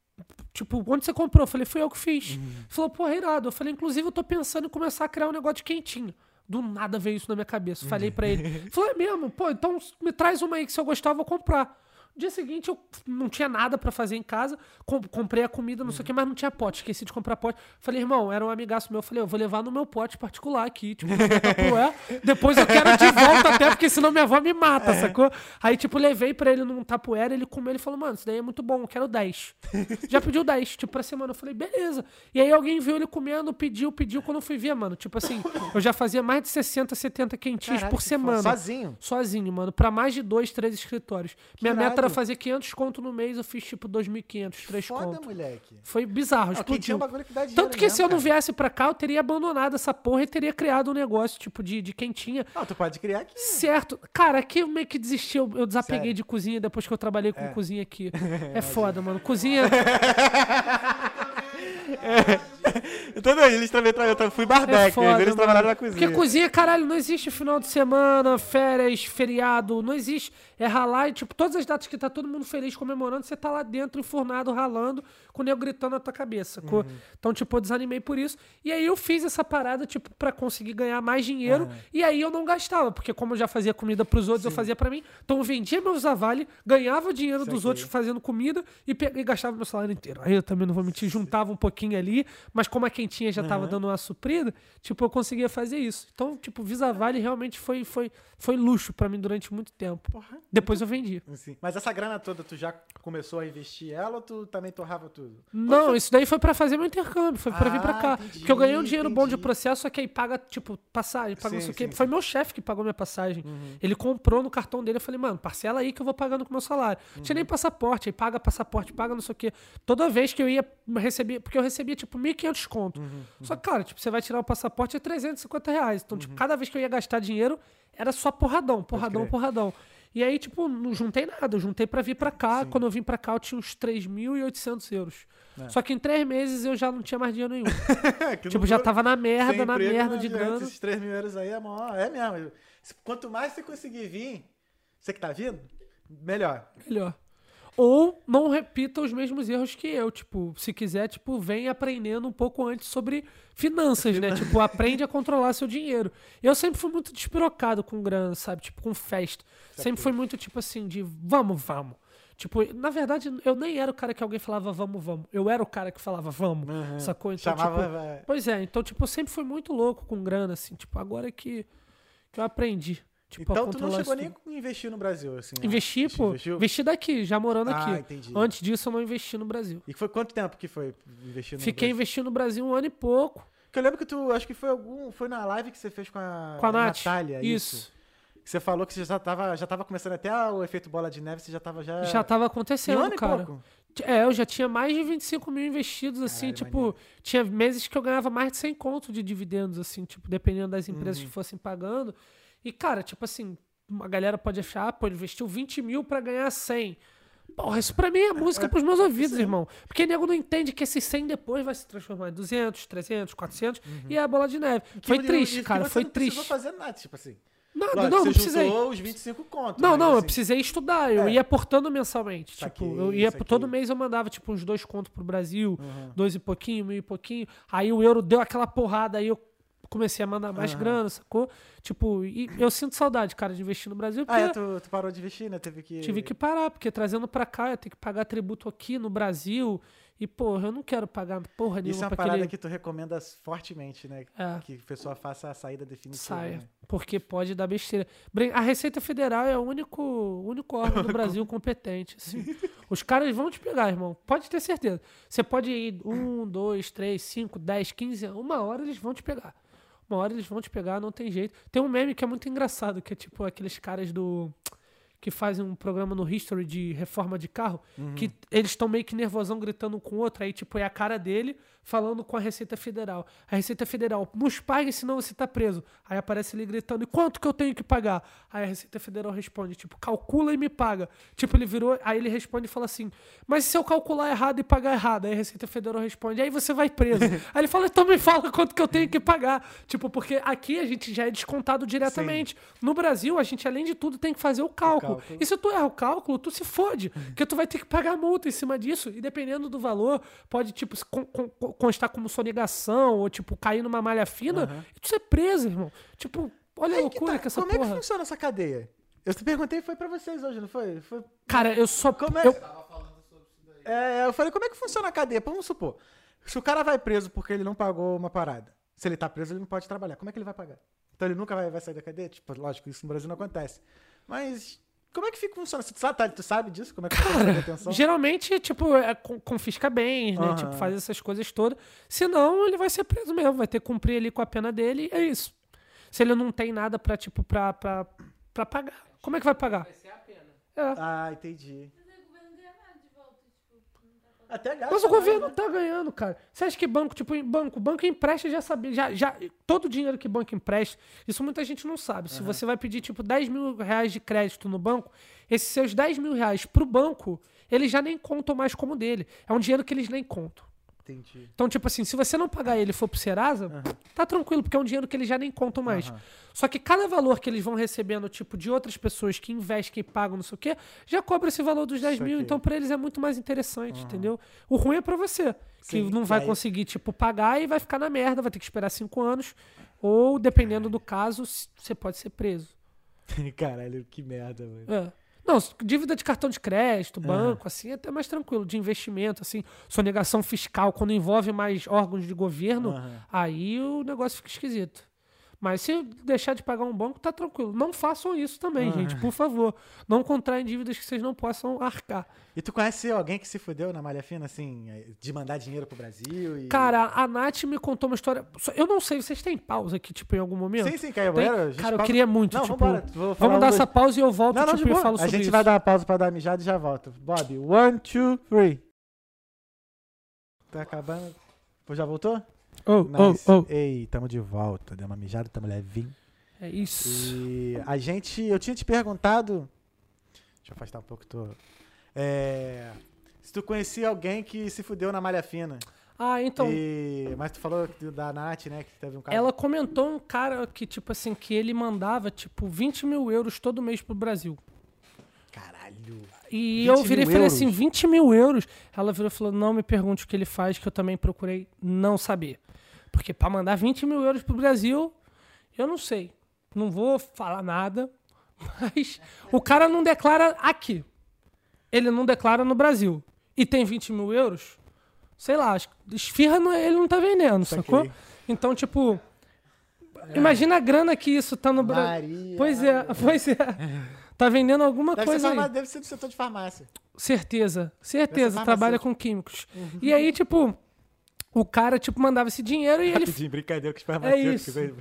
Speaker 2: Tipo, onde você comprou? Eu falei, fui eu que fiz. Ele falou, pô, irado. Eu falei, inclusive, eu tô pensando em começar a criar um negócio de quentinho. Do nada veio isso na minha cabeça. Falei pra ele. Ele falou, é mesmo? Pô, então me traz uma aí que se eu gostar, eu vou comprar. No dia seguinte, eu não tinha nada pra fazer em casa. Comprei a comida, não sei o que, mas não tinha pote. Esqueci de comprar pote. Falei, irmão, era um amigaço meu. Eu falei, eu vou levar no meu pote particular aqui. Tipo, no Tupperware. Depois eu quero de volta até, porque senão minha avó me mata, sacou? Aí, tipo, levei pra ele num Tupperware. Ele comeu, ele falou, mano, isso daí é muito bom, eu quero 10. Já pediu 10, tipo, pra semana. Eu falei, beleza. E aí alguém viu ele comendo, pediu. Quando eu fui ver, mano, tipo assim, eu já fazia mais de 60, 70 quentinhos
Speaker 1: Caralho,
Speaker 2: por
Speaker 1: que foda.
Speaker 2: semana.
Speaker 1: Sozinho?
Speaker 2: Sozinho, mano. Pra mais de 2, 3 escritórios. Minha meta
Speaker 1: irado.
Speaker 2: era fazer 500 conto no mês, eu fiz tipo 2.500, 3
Speaker 1: Foda,
Speaker 2: conto.
Speaker 1: moleque.
Speaker 2: Foi bizarro,
Speaker 1: Não, quentinha é
Speaker 2: explodiu.
Speaker 1: um bagulho que dá dinheiro
Speaker 2: Tanto que
Speaker 1: mesmo,
Speaker 2: se eu não
Speaker 1: cara.
Speaker 2: viesse pra cá, eu teria abandonado essa porra e teria criado um negócio, tipo, de quentinha.
Speaker 1: Não, tu pode criar aqui.
Speaker 2: Certo. Cara, aqui eu meio que desisti, eu desapeguei
Speaker 1: Sério?
Speaker 2: de cozinha depois que eu trabalhei com cozinha aqui. É foda, mano. Cozinha...
Speaker 1: Então, eles também eu fui barbeque, eles trabalharam na cozinha.
Speaker 2: Porque cozinha, caralho, não existe final de semana, férias, feriado, não existe. É ralar e, tipo, todas as datas que tá todo mundo feliz comemorando, você tá lá dentro, enfurnado, ralando, com o nego gritando na tua cabeça. Então, tipo, eu desanimei por isso. E aí eu fiz essa parada, tipo, pra conseguir ganhar mais dinheiro. E aí eu não gastava, porque como eu já fazia comida pros outros, eu fazia pra mim. Então eu vendia meus avale, ganhava dinheiro dos outros fazendo comida e gastava meu salário inteiro. Aí eu também não vou mentir, juntava um pouquinho ali, mas como a quentinha já tava dando uma suprida, tipo, eu conseguia fazer isso. Então, tipo, Visa Vale realmente foi luxo pra mim durante muito tempo. Depois eu vendi.
Speaker 1: Sim. Mas essa grana toda, tu já começou a investir ela ou tu também torrava tudo?
Speaker 2: Não, isso daí foi pra fazer meu intercâmbio, foi pra vir pra cá. Porque eu ganhei um dinheiro bom de processo, só que aí paga, tipo, passagem, paga não sei o quê. Foi meu chefe que pagou minha passagem. Ele comprou no cartão dele, eu falei, mano, parcela aí que eu vou pagando com o meu salário. Não tinha nem passaporte, aí paga passaporte, paga não sei o quê. Toda vez que eu ia receber, porque eu recebia, tipo, 1.500 conto. Só que, cara, tipo, você vai tirar o passaporte é R$350. Então, tipo, cada vez que eu ia gastar dinheiro, era só porradão. E aí, tipo, não juntei nada. Eu juntei pra vir pra cá. Quando eu vim pra cá, eu tinha uns 3.800 euros. Só que em 3 meses eu já não tinha mais dinheiro nenhum. Tipo, já tava na merda de grana.
Speaker 1: Esses 3 mil euros aí é maior. É mesmo. Quanto mais você conseguir vir, você que tá vindo, melhor.
Speaker 2: Ou não repita os mesmos erros que eu. Tipo, se quiser, tipo, vem aprendendo um pouco antes sobre finanças, né? Tipo, aprende a controlar seu dinheiro. Eu sempre fui muito despirocado com grana, sabe? Tipo, com festa. Sempre fui muito, tipo assim, de vamos. Tipo, na verdade, eu nem era o cara que alguém falava vamos. Eu era o cara que falava vamos, sacou? Então,
Speaker 1: Chamava...
Speaker 2: tipo, pois é, então, tipo, eu sempre fui muito louco com grana, assim. Tipo, agora que eu aprendi. Tipo,
Speaker 1: então tu não chegou nem a investir no Brasil, assim?
Speaker 2: Investi daqui, já morando aqui.
Speaker 1: Entendi.
Speaker 2: Antes disso eu não investi no Brasil.
Speaker 1: E foi quanto tempo que foi investir no Brasil?
Speaker 2: Fiquei investindo no Brasil 1 ano e pouco.
Speaker 1: Porque eu lembro que acho que foi na live que você fez com a Natália.
Speaker 2: Isso.
Speaker 1: Você falou que você já tava começando até o efeito bola de neve, você já
Speaker 2: tava acontecendo,
Speaker 1: um ano
Speaker 2: cara.
Speaker 1: E pouco.
Speaker 2: Eu já tinha mais de 25 mil investidos, assim, tipo, maneiro. Tinha meses que eu ganhava mais de 100 conto de dividendos, assim, tipo, dependendo das empresas que fossem pagando. E, cara, tipo assim, a galera pode achar, pô, investiu 20 mil pra ganhar 100. Porra, isso pra mim é música pros meus ouvidos, irmão. Porque nego não entende que esse 100 depois vai se transformar em 200, 300, 400 e é a bola de neve. Foi triste, cara, foi triste.
Speaker 1: Não precisou fazer nada, tipo assim.
Speaker 2: Nada, não precisei.
Speaker 1: Você os 25 contos.
Speaker 2: Não, eu precisei estudar. Eu ia aportando mensalmente. Tipo, eu ia todo mês eu mandava tipo uns 2 contos pro Brasil, 2 e pouquinho, 1.000 e pouquinho. Aí o euro deu aquela porrada, aí eu comecei a mandar mais grana, sacou? Tipo, e eu sinto saudade, cara, de investir no Brasil. Porque
Speaker 1: tu parou de investir, né?
Speaker 2: Tive que parar, porque trazendo pra cá, eu tenho que pagar tributo aqui no Brasil. E, porra, eu não quero pagar porra nenhuma.
Speaker 1: Isso é uma parada que tu recomenda fortemente, né? Que a pessoa faça a saída definitiva.
Speaker 2: Saia, né? Porque pode dar besteira. A Receita Federal é o único órgão do Brasil competente. Assim. Os caras vão te pegar, irmão. Pode ter certeza. Você pode ir 1, 2, 3, 5, 10, 15 anos. Uma hora eles vão te pegar. Uma hora eles vão te pegar, não tem jeito. Tem um meme que é muito engraçado, que é tipo aqueles caras que fazem um programa no History de reforma de carro, que eles estão meio que nervosão gritando um com o outro, aí tipo é a cara dele falando com a Receita Federal. A Receita Federal, nos pague, senão você tá preso. Aí aparece ele gritando, e quanto que eu tenho que pagar? Aí a Receita Federal responde, tipo, calcula e me paga. Tipo, ele virou, aí ele responde e fala assim, mas se eu calcular errado e pagar errado? Aí a Receita Federal responde, aí você vai preso. Aí ele fala, então me fala quanto que eu tenho que pagar. Tipo, porque aqui a gente já é descontado diretamente. Sim. No Brasil, a gente, além de tudo, tem que fazer o cálculo. E se tu erra o cálculo, tu se fode. Porque tu vai ter que pagar multa em cima disso. E dependendo do valor, pode, tipo, constar como sonegação ou, tipo, cair numa malha fina e tu ser preso, irmão. Tipo, olha a loucura que essa
Speaker 1: como
Speaker 2: porra...
Speaker 1: Como é que funciona essa cadeia? Eu te perguntei, foi pra vocês hoje, não foi?
Speaker 2: Cara, eu só...
Speaker 1: Como é...
Speaker 2: Eu
Speaker 3: tava falando sobre isso daí.
Speaker 1: Eu falei, como é que funciona a cadeia? Vamos supor, se o cara vai preso porque ele não pagou uma parada, se ele tá preso, ele não pode trabalhar. Como é que ele vai pagar? Então ele nunca vai sair da cadeia? Tipo, lógico, isso no Brasil não acontece. Mas... como é que funciona? Tu sabe disso? Como é que funciona a detenção?
Speaker 2: Geralmente, tipo, confisca bens, né? Tipo, faz essas coisas todas. Senão, ele vai ser preso mesmo. Vai ter que cumprir ali com a pena dele. É isso. Se ele não tem nada pra, tipo, pra pagar. Como é que vai pagar?
Speaker 3: Vai ser a pena.
Speaker 1: Entendi.
Speaker 4: Mas o governo ganha nada de volta. Tipo, não tá pagando.
Speaker 1: Até gasta.
Speaker 2: Mas o governo tá ganhando, cara. Você acha que banco, tipo, banco empresta já sabia. Já, todo o dinheiro que banco empresta, isso muita gente não sabe. Se você vai pedir, tipo, 10 mil reais de crédito no banco, esses seus 10 mil reais pro banco, eles já nem contam mais como dele. É um dinheiro que eles nem contam.
Speaker 1: Entendi.
Speaker 2: Então, tipo assim, se você não pagar ele e for pro Serasa, tá tranquilo, porque é um dinheiro que eles já nem contam mais. Só que cada valor que eles vão recebendo, tipo, de outras pessoas que investem e pagam, não sei o quê, já cobra esse valor dos 10 mil. Então, pra eles é muito mais interessante, entendeu? O ruim é pra você, que
Speaker 1: Sim,
Speaker 2: não vai
Speaker 1: aí-
Speaker 2: conseguir, tipo, pagar e vai ficar na merda, vai ter que esperar 5 anos. Ou, dependendo do caso, você pode ser preso.
Speaker 1: Caralho, que merda, mano.
Speaker 2: É. Não, dívida de cartão de crédito, banco, assim, é até mais tranquilo. De investimento, assim, sonegação fiscal, quando envolve mais órgãos de governo, aí o negócio fica esquisito. Mas se deixar de pagar um banco, tá tranquilo. Não façam isso também, gente, por favor. Não contraem dívidas que vocês não possam arcar.
Speaker 1: E tu conhece alguém que se fudeu na malha fina, assim, de mandar dinheiro pro Brasil? E...
Speaker 2: Cara, a Nath me contou uma história. Eu não sei, vocês têm pausa aqui, tipo, em algum momento?
Speaker 1: Sim, Caio
Speaker 2: Tem?
Speaker 1: Banheiro.
Speaker 2: Cara, eu queria muito,
Speaker 1: Não,
Speaker 2: tipo.
Speaker 1: vambora. Vou falar
Speaker 2: Vamos dar
Speaker 1: dois.
Speaker 2: essa pausa e eu volto,
Speaker 1: Não,
Speaker 2: tipo,
Speaker 1: de
Speaker 2: e
Speaker 1: boa.
Speaker 2: falo
Speaker 1: A
Speaker 2: sobre
Speaker 1: gente
Speaker 2: isso.
Speaker 1: vai dar uma pausa pra dar mijada e já volta. Bob, 1, 2, 3. Tá acabando. Pô, já voltou? Nice. Ei, tamo de volta. Deu uma mijada, tamo levinho.
Speaker 2: É isso.
Speaker 1: E a gente... Eu tinha te perguntado... Deixa eu afastar um pouco. Se tu conhecia alguém que se fudeu na malha fina.
Speaker 2: Ah, então.
Speaker 1: Mas tu falou da Nath, né? Que teve um cara...
Speaker 2: Ela comentou um cara que, tipo assim, que ele mandava, tipo, 20 mil euros todo mês pro Brasil.
Speaker 1: Caralho.
Speaker 2: E
Speaker 1: 20
Speaker 2: eu virei e
Speaker 1: mil
Speaker 2: falei
Speaker 1: euros?
Speaker 2: assim, 20 mil euros? Ela virou e falou, não me pergunte o que ele faz, que eu também procurei não saber. Porque pra mandar 20 mil euros pro Brasil, eu não sei. Não vou falar nada, mas o cara não declara aqui. Ele não declara no Brasil. E tem 20 mil euros? Sei lá, esfirra ele não tá vendendo, sacou?
Speaker 1: Saquei.
Speaker 2: Então, tipo... Imagina a grana que isso tá no Brasil.
Speaker 1: Maria.
Speaker 2: Pois é. Tá vendendo alguma coisa aí.
Speaker 1: Deve ser do setor de farmácia.
Speaker 2: Certeza,
Speaker 1: farmacêutico.
Speaker 2: trabalha com químicos. E aí, tipo, o cara, tipo, mandava esse dinheiro e ele...
Speaker 1: Rapidinho, brincadeira com os farmacêuticos.
Speaker 2: É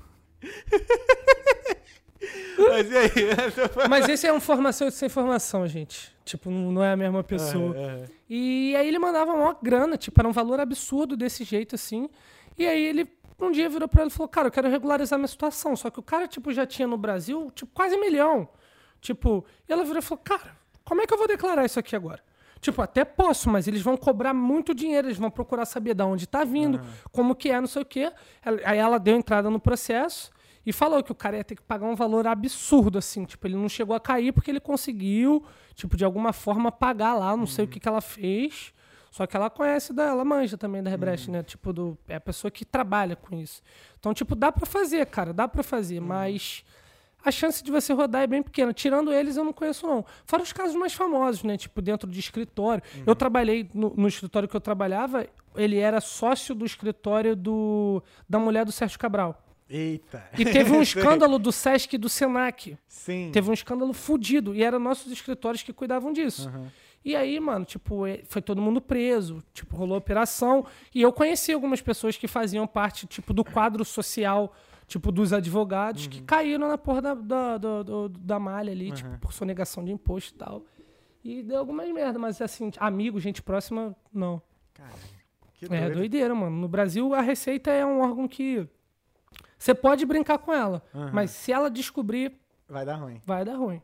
Speaker 1: Mas e aí?
Speaker 2: Mas esse é um farmacêutico sem formação, gente. Tipo, não é a mesma pessoa. E aí ele mandava uma grana, tipo, era um valor absurdo desse jeito, assim. E aí ele, um dia virou pra ele e falou, cara, eu quero regularizar minha situação. Só que o cara, tipo, já tinha no Brasil, tipo, quase 1 milhão. Tipo, e ela virou e falou, cara, como é que eu vou declarar isso aqui agora? Tipo, até posso, mas eles vão cobrar muito dinheiro, eles vão procurar saber de onde tá vindo, como que é, não sei o quê. Aí ela deu entrada no processo e falou que o cara ia ter que pagar um valor absurdo, assim. Tipo, ele não chegou a cair porque ele conseguiu, tipo, de alguma forma pagar lá, não sei o que ela fez. Só que ela conhece, ela manja também da Rebrecht, né? Tipo, é a pessoa que trabalha com isso. Então, tipo, dá pra fazer, cara, dá pra fazer, mas... A chance de você rodar é bem pequena. Tirando eles, eu não conheço, não. Fora os casos mais famosos, né? Tipo, dentro de escritório. Eu trabalhei no escritório que eu trabalhava, ele era sócio do escritório da mulher do Sérgio Cabral.
Speaker 1: Eita.
Speaker 2: E teve um escândalo do Sesc e do Senac.
Speaker 1: Sim.
Speaker 2: Teve um escândalo fudido. E eram nossos escritórios que cuidavam disso. E aí, mano, tipo, foi todo mundo preso. Tipo, rolou operação. E eu conheci algumas pessoas que faziam parte, tipo, do quadro social, tipo, dos advogados que caíram na porra da malha ali, tipo, por sonegação de imposto e tal. E deu algumas merda, mas assim, amigo, gente próxima, não.
Speaker 1: Caralho. Que
Speaker 2: É
Speaker 1: doido.
Speaker 2: doideira, mano. No Brasil, a Receita é um órgão que você pode brincar com ela, mas se ela descobrir,
Speaker 1: Vai dar ruim.
Speaker 2: vai dar ruim.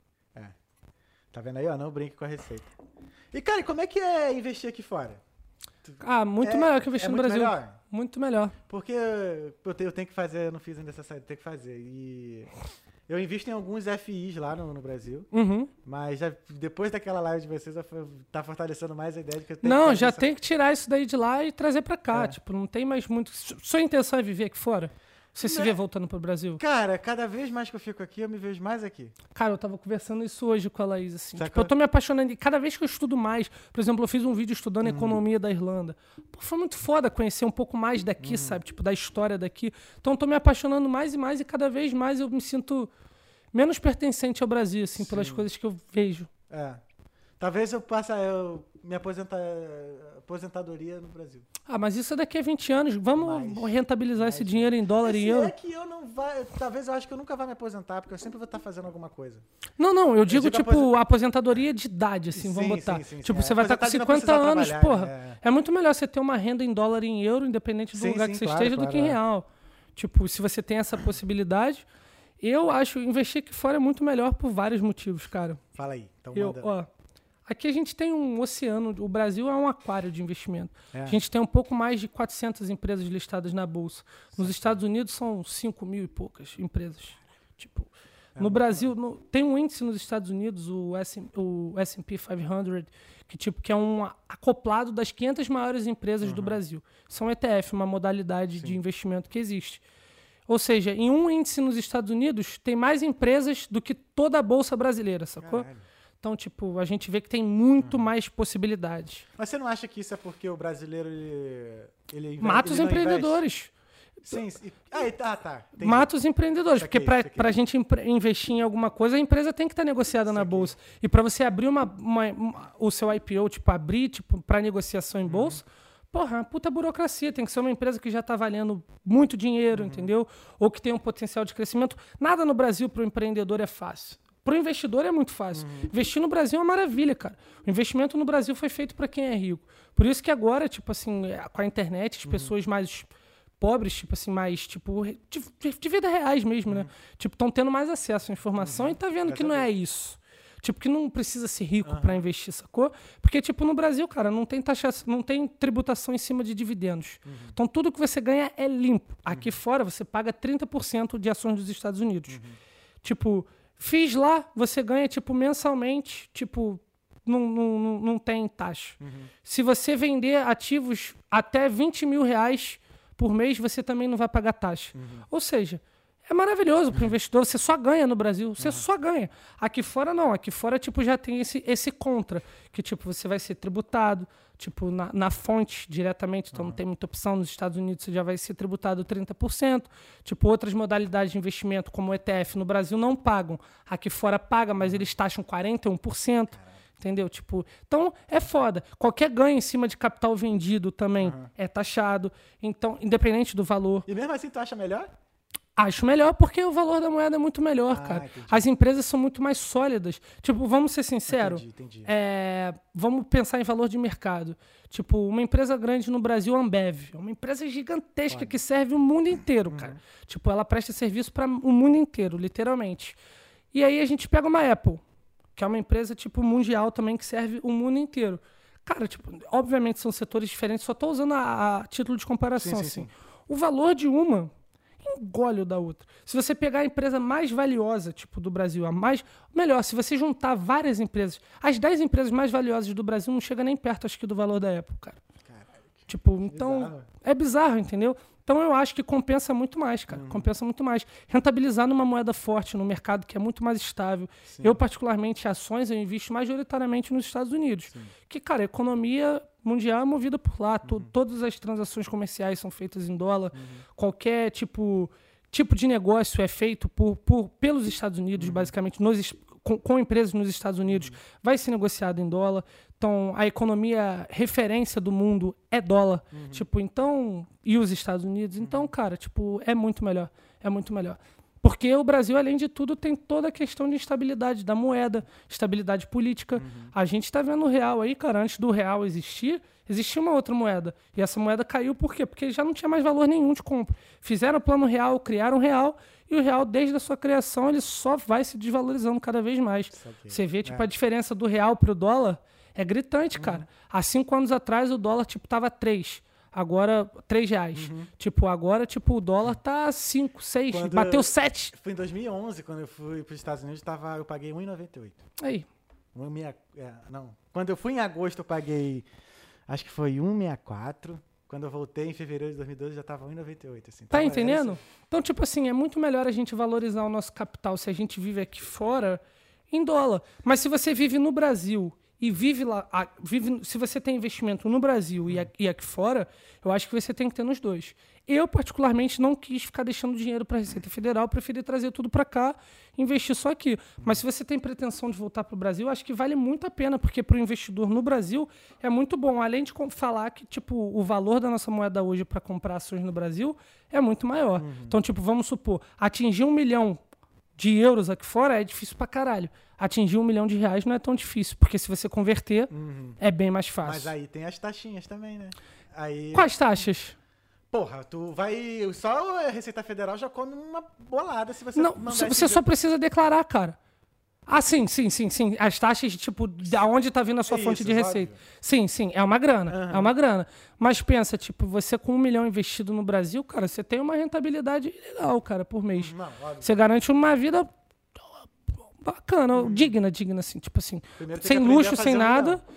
Speaker 1: Tá vendo aí, ó? Não brinque com a receita. E, cara, como é que é investir aqui fora?
Speaker 2: Ah, muito melhor que investir no
Speaker 1: muito
Speaker 2: Brasil.
Speaker 1: melhor?
Speaker 2: Muito melhor.
Speaker 1: Porque eu tenho que fazer, eu não fiz ainda essa saída, tenho que fazer. E eu invisto em alguns FIs lá no Brasil, mas já, depois daquela live de vocês, tá fortalecendo mais a ideia de que eu tenho que
Speaker 2: Não,
Speaker 1: fazer
Speaker 2: já
Speaker 1: essa-
Speaker 2: tem que tirar isso daí de lá e trazer pra cá. Tipo, não tem mais muito... Sua intenção é viver aqui fora? Você se vê voltando pro Brasil?
Speaker 1: Cara, cada vez mais que eu fico aqui, eu me vejo mais aqui.
Speaker 2: Cara, eu tava conversando isso hoje com a Laís, assim.
Speaker 1: Sacou?
Speaker 2: Tipo, eu tô me apaixonando. E cada vez que eu estudo mais, por exemplo, eu fiz um vídeo estudando economia da Irlanda. Pô, foi muito foda conhecer um pouco mais daqui, sabe? Tipo, da história daqui. Então, eu tô me apaixonando mais e mais, e cada vez mais eu me sinto menos pertencente ao Brasil, assim, pelas coisas que eu vejo.
Speaker 1: Talvez eu me aposentadoria no Brasil.
Speaker 2: Ah, mas isso é daqui a 20 anos. Vamos rentabilizar esse dinheiro em dólar e
Speaker 1: Se
Speaker 2: euro.
Speaker 1: é que eu não vai, talvez eu acho que eu nunca vou me aposentar, porque eu sempre vou estar fazendo alguma coisa.
Speaker 2: Não, eu digo,
Speaker 1: digo
Speaker 2: tipo, a aposentadoria de idade, assim, vamos
Speaker 1: Sim,
Speaker 2: botar.
Speaker 1: sim,
Speaker 2: Tipo,
Speaker 1: sim,
Speaker 2: você vai estar com
Speaker 1: aposentar de não
Speaker 2: 50
Speaker 1: precisar
Speaker 2: anos,
Speaker 1: trabalhar,
Speaker 2: porra. É muito melhor você ter uma renda em dólar e em euro, independente do
Speaker 1: Sim,
Speaker 2: lugar
Speaker 1: sim,
Speaker 2: que você
Speaker 1: claro,
Speaker 2: esteja, do
Speaker 1: claro,
Speaker 2: que em
Speaker 1: é.
Speaker 2: real. Tipo, se você tem essa possibilidade, eu acho investir aqui fora é muito melhor por vários motivos, cara.
Speaker 1: Fala aí, então
Speaker 2: Eu,
Speaker 1: manda.
Speaker 2: ó, Aqui a gente tem um oceano, o Brasil é um aquário de investimento.
Speaker 1: É.
Speaker 2: A gente tem um pouco mais de 400 empresas listadas na Bolsa. Nos Estados Unidos são 5.000 e poucas empresas. Tipo, no Brasil, tem um índice nos Estados Unidos, o S&P 500, que é um acoplado das 500 maiores empresas do Brasil. São ETF, uma modalidade de investimento que existe. Ou seja, em um índice nos Estados Unidos, tem mais empresas do que toda a Bolsa brasileira, sacou?
Speaker 1: Caralho.
Speaker 2: Então, tipo, a gente vê que tem muito mais possibilidades.
Speaker 1: Mas você não acha que isso é porque o brasileiro, ele
Speaker 2: Mata os
Speaker 1: não
Speaker 2: empreendedores.
Speaker 1: Investe? Sim. Tá. Entendi.
Speaker 2: Mata os empreendedores.
Speaker 1: Saquei,
Speaker 2: Porque
Speaker 1: saquei.
Speaker 2: para a gente investir em alguma coisa, a empresa tem que estar negociada na bolsa. E para você abrir o seu IPO, para negociação em bolsa, porra, é uma puta burocracia. Tem que ser uma empresa que já está valendo muito dinheiro, entendeu? Ou que tem um potencial de crescimento. Nada no Brasil para o empreendedor é fácil. Para o investidor é muito fácil. Investir no Brasil é uma maravilha, cara. O investimento no Brasil foi feito para quem é rico. Por isso que agora, tipo assim, com a internet, as pessoas mais pobres, tipo assim, mais, tipo, de vida reais mesmo, né? Tipo, estão tendo mais acesso à informação e tá vendo que não é isso. Tipo, que não precisa ser rico para investir, sacou? Porque, tipo, no Brasil, cara, não tem não tem tributação em cima de dividendos. Então, tudo que você ganha é limpo. Aqui fora, você paga 30% de ações dos Estados Unidos. Tipo, fiz lá, você ganha, tipo, mensalmente, tipo, não tem taxa. Se você vender ativos até 20 mil reais por mês, você também não vai pagar taxa. Ou seja, é maravilhoso para o investidor, você só ganha no Brasil, você só ganha. Aqui fora não, aqui fora tipo, já tem esse contra, que tipo, você vai ser tributado, tipo, na fonte diretamente, então não tem muita opção. Nos Estados Unidos você já vai ser tributado 30%. Tipo, outras modalidades de investimento, como o ETF, no Brasil não pagam. Aqui fora paga, mas eles taxam 41%. Entendeu? Tipo, então é foda. Qualquer ganho em cima de capital vendido também é taxado. Então, independente do valor.
Speaker 1: E mesmo assim, tu acha melhor?
Speaker 2: Acho melhor porque o valor da moeda é muito melhor, cara.
Speaker 1: Entendi.
Speaker 2: As empresas são muito mais sólidas. Tipo, vamos ser sinceros.
Speaker 1: Entendi.
Speaker 2: Vamos pensar em valor de mercado. Tipo, uma empresa grande no Brasil, a Ambev. É uma empresa gigantesca que serve o mundo inteiro, cara. Tipo, ela presta serviço para o mundo inteiro, literalmente. E aí a gente pega uma Apple, que é uma empresa, tipo, mundial também, que serve o mundo inteiro. Cara, tipo, obviamente são setores diferentes, só tô usando a título de comparação, assim.
Speaker 1: Sim.
Speaker 2: O valor de uma engole o da outra. Se você pegar a empresa mais valiosa, tipo, do Brasil, melhor, se você juntar várias empresas, as 10 empresas mais valiosas do Brasil não chega nem perto, acho que, do valor da Apple, cara.
Speaker 1: Caralho.
Speaker 2: Tipo, então, é bizarro, entendeu? Então eu acho que compensa muito mais, cara. Compensa muito mais. Rentabilizar numa moeda forte, num mercado que é muito mais estável.
Speaker 1: Sim.
Speaker 2: Eu, particularmente, ações, eu invisto majoritariamente nos Estados Unidos.
Speaker 1: Sim.
Speaker 2: Que, cara, a economia mundial é movida por lá. Todas as transações comerciais são feitas em dólar. Qualquer tipo de negócio é feito pelos Estados Unidos, basicamente, com empresas nos Estados Unidos, vai ser negociado em dólar. Então, a economia referência do mundo é dólar. Tipo, então, e os Estados Unidos. Então, cara, tipo, é muito melhor. É muito melhor. Porque o Brasil, além de tudo, tem toda a questão de instabilidade da moeda, estabilidade política. A gente está vendo o real aí, cara. Antes do real existia uma outra moeda. E essa moeda caiu por quê? Porque já não tinha mais valor nenhum de compra. Fizeram o plano real, criaram o real, e o real, desde a sua criação, ele só vai se desvalorizando cada vez mais. Você vê, tipo, a diferença do real pro dólar é gritante, cara. Há 5 anos atrás, o dólar, tipo, tava 3. Agora, 3 reais. Tipo, agora, tipo, o dólar tá 5, 6, bateu 7.
Speaker 1: Foi em 2011, quando eu fui para os Estados Unidos, eu paguei R$1,98.
Speaker 2: Aí.
Speaker 1: Não. Quando eu fui em agosto, eu paguei, acho que foi R$1,64. Quando eu voltei em fevereiro de 2012, já tava R$1,98. Assim.
Speaker 2: Tá entendendo? Então, tipo assim, é muito melhor a gente valorizar o nosso capital se a gente vive aqui fora em dólar. Mas se você vive no Brasil e vive lá, se você tem investimento no Brasil e aqui fora, eu acho que você tem que ter nos dois. Eu, particularmente, não quis ficar deixando dinheiro para a Receita Federal, preferi trazer tudo para cá e investir só aqui. Mas se você tem pretensão de voltar para o Brasil, acho que vale muito a pena, porque para o investidor no Brasil é muito bom. Além de falar que tipo, o valor da nossa moeda hoje para comprar ações no Brasil é muito maior. Então, tipo, vamos supor, atingir 1 milhão de euros aqui fora é difícil pra caralho. Atingir 1 milhão de reais não é tão difícil, porque se você converter, é bem mais fácil.
Speaker 1: Mas aí tem as taxinhas também, né? Aí...
Speaker 2: Quais taxas?
Speaker 1: Porra, tu vai... Só a Receita Federal já come uma bolada se você
Speaker 2: Não, você só precisa declarar, cara. Ah, sim. As taxas, tipo, da onde tá vindo a sua fonte de receita. Sim, é uma grana. É uma grana. Mas pensa, tipo, você com 1 milhão investido no Brasil, cara, você tem uma rentabilidade legal, cara, por mês.
Speaker 1: Não, óbvio.
Speaker 2: Você garante uma vida bacana, digna, assim, tipo assim.
Speaker 1: Primeiro tem
Speaker 2: Sem
Speaker 1: que aprender
Speaker 2: luxo,
Speaker 1: a fazer
Speaker 2: sem
Speaker 1: um
Speaker 2: nada.
Speaker 1: milhão.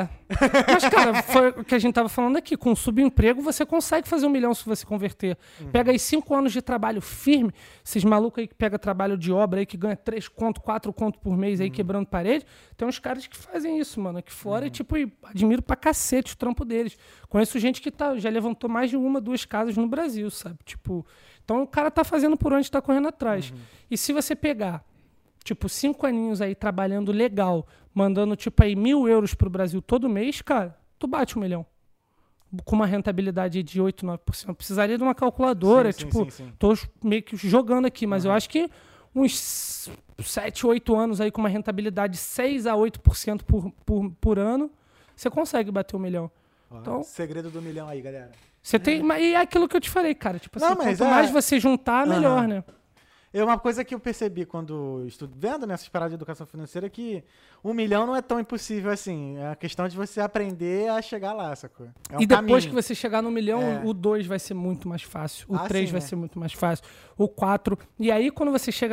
Speaker 2: Mas, cara, foi o que a gente tava falando aqui. Com subemprego, você consegue fazer 1 milhão se você converter. Pega aí 5 anos de trabalho firme. Esses malucos aí que pegam trabalho de obra aí, que ganha 3 conto, 4 conto por mês aí, quebrando parede. Tem uns caras que fazem isso, mano, aqui fora. E, tipo, admiro pra cacete o trampo deles. Conheço gente que já levantou mais de 1, 2 casas no Brasil, sabe? Tipo, então o cara tá fazendo por onde tá correndo atrás. E se você pegar, tipo, 5 aninhos aí trabalhando legal, mandando, tipo, aí 1.000 euros pro Brasil todo mês, cara, tu bate 1 milhão. Com uma rentabilidade de 8, 9%. Precisaria de uma calculadora,
Speaker 1: Sim.
Speaker 2: tô meio que jogando aqui, mas eu acho que uns 7, 8 anos aí com uma rentabilidade de 6 a 8% por ano, você consegue bater 1 milhão. Então,
Speaker 1: Segredo do milhão aí, galera.
Speaker 2: você tem... E é aquilo que eu te falei, cara. Tipo assim,
Speaker 1: Não, mas
Speaker 2: quanto mais você juntar, melhor, né?
Speaker 1: É uma coisa que eu percebi quando vendo nessas paradas de educação financeira, que 1 milhão não é tão impossível assim. É a questão de você aprender a chegar lá, sacou? É um
Speaker 2: E depois
Speaker 1: caminho.
Speaker 2: que você chegar no 1 milhão, o 2 vai ser muito mais fácil. O 3
Speaker 1: sim,
Speaker 2: vai ser muito mais fácil. O 4. E aí, quando você chega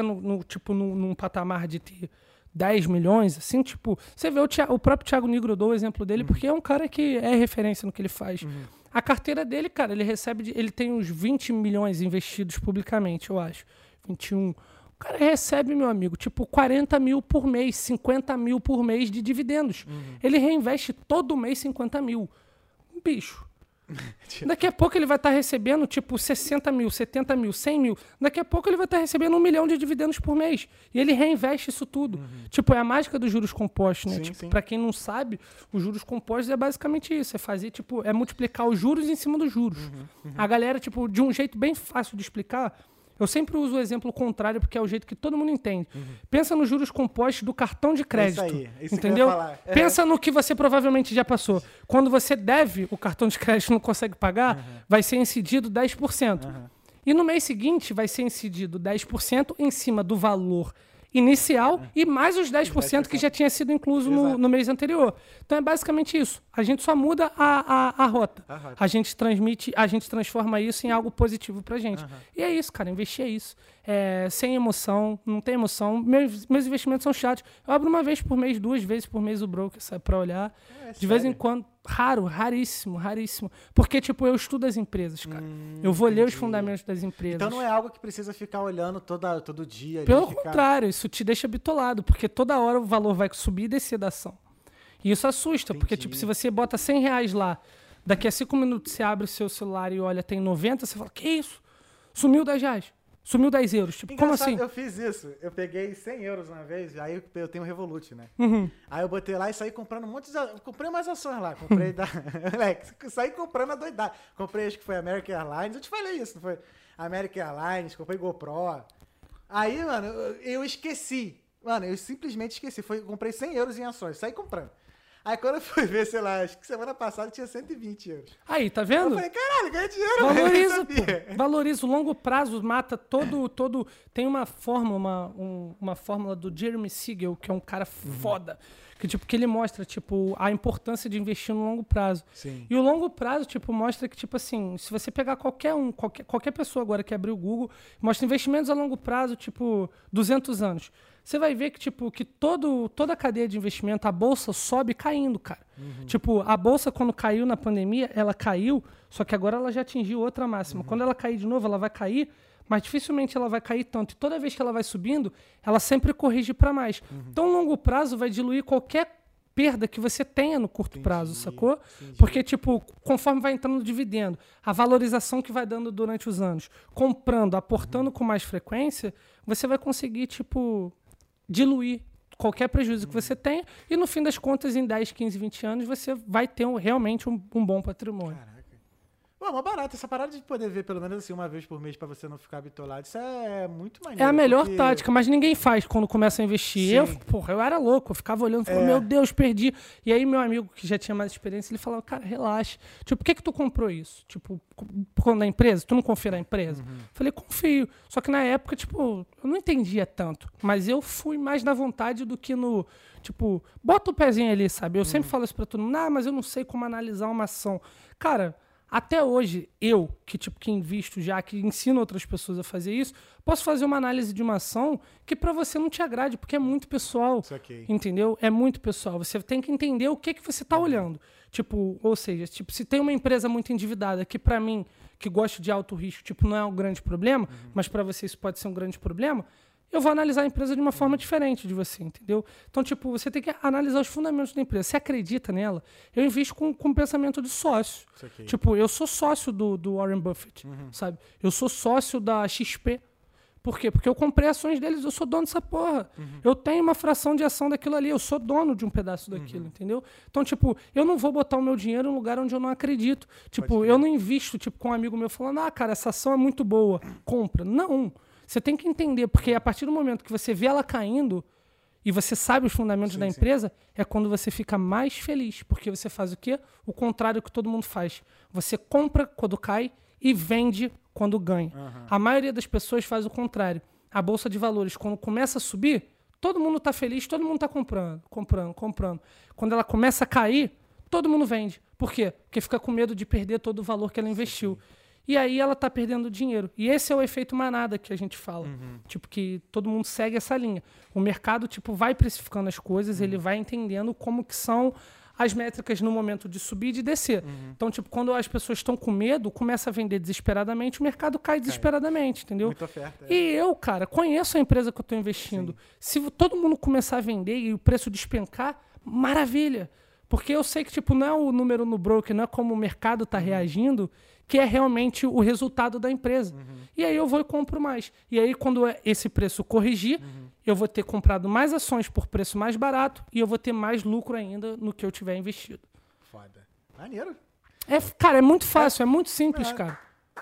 Speaker 2: num patamar de ter 10 milhões, assim, tipo... Você vê o próprio Thiago Nigro, eu dou o exemplo dele, porque é um cara que é referência no que ele faz. A carteira dele, cara, ele tem uns 20 milhões investidos publicamente, eu acho. 21. O cara recebe, meu amigo, tipo 40 mil por mês, 50 mil por mês de dividendos. Ele reinveste todo mês 50 mil. Bicho. Daqui a pouco ele vai estar recebendo tipo 60 mil, 70 mil, 100 mil. Daqui a pouco ele vai estar recebendo 1 milhão de dividendos por mês. E ele reinveste isso tudo. Tipo, é a mágica dos juros compostos, né? Tipo, pra quem não sabe, os juros compostos é basicamente isso. É fazer, tipo, é multiplicar os juros em cima dos juros. A galera, tipo, de um jeito bem fácil de explicar... Eu sempre uso o exemplo contrário porque é o jeito que todo mundo entende. Pensa nos juros compostos do cartão de crédito.
Speaker 1: Isso
Speaker 2: entendeu?
Speaker 1: que eu ia falar.
Speaker 2: Pensa no que você provavelmente já passou. Quando você deve, o cartão de crédito não consegue pagar, vai ser incidido 10%. E no mês seguinte vai ser incidido 10% em cima do valor inicial e mais os 10% que já tinha sido incluso no mês anterior. Então é basicamente isso. A gente só muda a rota. A gente transforma isso em algo positivo pra gente. E é isso, cara. Investir é isso. Sem emoção, não tem emoção. Meus investimentos são chatos. Eu abro uma vez por mês, 2 vezes por mês o broker, sabe, pra olhar. De vez em quando. Raríssimo. Porque, tipo, eu estudo as empresas, cara. Eu vou ler os fundamentos das empresas.
Speaker 1: Então não é algo que precisa ficar olhando todo dia.
Speaker 2: Pelo contrário, isso te deixa bitolado, porque toda hora o valor vai subir e descer da ação. E isso assusta, porque, tipo, se você bota R$100 lá, daqui a 5 minutos você abre o seu celular e olha, tem 90, você fala, que isso? Sumiu R$10. Sumiu 10 euros. Tipo, como assim?
Speaker 1: Eu fiz isso. Eu peguei 100 euros uma vez, aí eu tenho o Revolut, né? Aí eu botei lá e saí comprando um monte de... Comprei mais ações lá. Comprei da... saí comprando a doidada. Comprei, acho que foi American Airlines. Eu te falei isso, não foi? American Airlines, comprei GoPro. Aí, mano, eu esqueci. Mano, eu simplesmente esqueci. Comprei 100 euros em ações. Saí comprando. Aí quando eu fui ver, sei lá, acho que semana passada tinha 120 euros.
Speaker 2: Aí, tá vendo?
Speaker 1: Eu falei, caralho, ganhei dinheiro.
Speaker 2: Valoriza, pô. Valoriza. O longo prazo mata todo... Tem uma fórmula, uma fórmula do Jeremy Siegel, que é um cara foda. Que ele mostra, tipo, a importância de investir no longo prazo.
Speaker 1: Sim.
Speaker 2: E o longo prazo, tipo, mostra que, tipo assim, se você pegar qualquer pessoa agora que abrir o Google, mostra investimentos a longo prazo, tipo, 200 anos. Você vai ver que, tipo, que toda a cadeia de investimento, a bolsa sobe caindo, cara. Tipo, a bolsa, quando caiu na pandemia, ela caiu, só que agora ela já atingiu outra máxima. Quando ela cair de novo, ela vai cair, mas dificilmente ela vai cair tanto. E toda vez que ela vai subindo, ela sempre corrige para mais. Então, o longo prazo vai diluir qualquer perda que você tenha no curto prazo, sacou? Porque, tipo, conforme vai entrando o dividendo, a valorização que vai dando durante os anos, comprando, aportando com mais frequência, você vai conseguir, tipo, diluir qualquer prejuízo que você tenha e, no fim das contas, em 10, 15, 20 anos, você vai ter realmente um bom patrimônio.
Speaker 1: Caraca. Pô, uma barata. Essa parada de poder ver pelo menos assim uma vez por mês pra você não ficar bitolado, isso é muito maneiro.
Speaker 2: É a melhor
Speaker 1: porque...
Speaker 2: tática, mas ninguém faz quando começa a investir.
Speaker 1: Sim.
Speaker 2: Eu era louco, eu ficava olhando e falava, meu Deus, perdi. E aí meu amigo, que já tinha mais experiência, ele falava, cara, relaxa. Tipo, por que tu comprou isso? Tipo, por conta da empresa? Tu não confia na empresa? Falei, confio. Só que na época, tipo, eu não entendia tanto. Mas eu fui mais na vontade do que no... Tipo, bota o pezinho ali, sabe? Eu sempre falo isso pra todo mundo, mas eu não sei como analisar uma ação. Cara... Até hoje, eu, que invisto já, que ensino outras pessoas a fazer isso, posso fazer uma análise de uma ação que para você não te agrade, porque é muito pessoal.
Speaker 1: Saquei.
Speaker 2: Entendeu? É muito pessoal. Você tem que entender o que você está olhando. Tipo, ou seja, tipo, se tem uma empresa muito endividada, que para mim, que gosto de alto risco, tipo, não é um grande problema, mas para você isso pode ser um grande problema, eu vou analisar a empresa de uma forma diferente de você, entendeu? Então, tipo, você tem que analisar os fundamentos da empresa. Você acredita nela? Eu invisto com pensamento de sócio. Tipo, eu sou sócio do Warren Buffett, sabe? Eu sou sócio da XP. Por quê? Porque eu comprei ações deles, eu sou dono dessa porra. Eu tenho uma fração de ação daquilo ali, eu sou dono de um pedaço daquilo, entendeu? Então, tipo, eu não vou botar o meu dinheiro em um lugar onde eu não acredito. Tipo, eu não invisto, tipo, com um amigo meu falando, cara, essa ação é muito boa, compra. Não. Você tem que entender, porque a partir do momento que você vê ela caindo e você sabe os fundamentos da empresa, é quando você fica mais feliz, porque você faz o quê? O contrário que todo mundo faz. Você compra quando cai e vende quando ganha. A maioria das pessoas faz o contrário. A Bolsa de Valores, quando começa a subir, todo mundo está feliz, todo mundo está comprando. Quando ela começa a cair, todo mundo vende. Por quê? Porque fica com medo de perder todo o valor que ela investiu. E aí ela tá perdendo dinheiro. E esse é o efeito manada que a gente fala. Tipo, que todo mundo segue essa linha. O mercado, tipo, vai precificando as coisas, ele vai entendendo como que são as métricas no momento de subir e de descer. Então, tipo, quando as pessoas estão com medo, começa a vender desesperadamente, o mercado cai desesperadamente, entendeu?
Speaker 1: Muita oferta.
Speaker 2: E eu, cara, conheço a empresa que eu tô investindo. Se todo mundo começar a vender e o preço despencar, maravilha. Porque eu sei que, tipo, não é o número no broker, não é como o mercado tá reagindo, que é realmente o resultado da empresa. E aí eu vou e compro mais. E aí, quando esse preço corrigir, eu vou ter comprado mais ações por preço mais barato e eu vou ter mais lucro ainda no que eu tiver investido.
Speaker 1: Foda. Maneiro.
Speaker 2: Cara, é muito fácil, é muito simples, cara.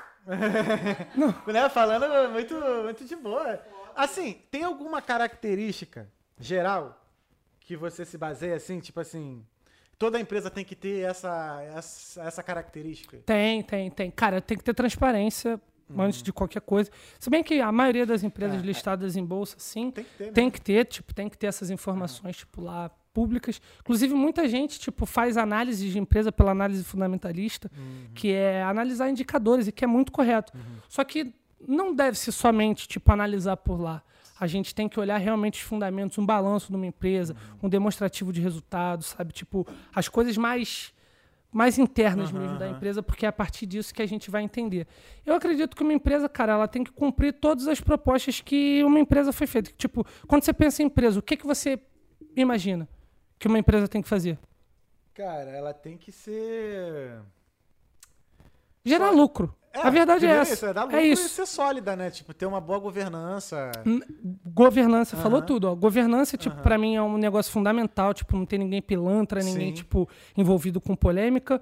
Speaker 1: Não. Falando muito, muito de boa. Assim, tem alguma característica geral que você se baseia assim, tipo assim... Toda empresa tem que ter essa característica?
Speaker 2: Tem. Cara, tem que ter transparência antes de qualquer coisa. Se bem que a maioria das empresas listadas em bolsa, sim, tem que ter essas informações, tipo, lá públicas. Inclusive, muita gente, tipo, faz análise de empresa pela análise fundamentalista, que é analisar indicadores, e que é muito correto. Só que não deve ser somente, tipo, analisar por lá. A gente tem que olhar realmente os fundamentos, um balanço de uma empresa, um demonstrativo de resultados, sabe? Tipo, as coisas mais internas mesmo da empresa, porque é a partir disso que a gente vai entender. Eu acredito que uma empresa, cara, ela tem que cumprir todas as propostas que uma empresa foi feita. Tipo, quando você pensa em empresa, o que você imagina que uma empresa tem que fazer?
Speaker 1: Cara, ela tem que ser...
Speaker 2: Gerar lucro. A verdade é essa.
Speaker 1: Isso, dar lucro e ser sólida, né? Tipo, ter uma boa governança.
Speaker 2: Governança, falou tudo. Ó. Governança, tipo, pra mim é um negócio fundamental. Tipo, não ter ninguém pilantra, ninguém, tipo, envolvido com polêmica.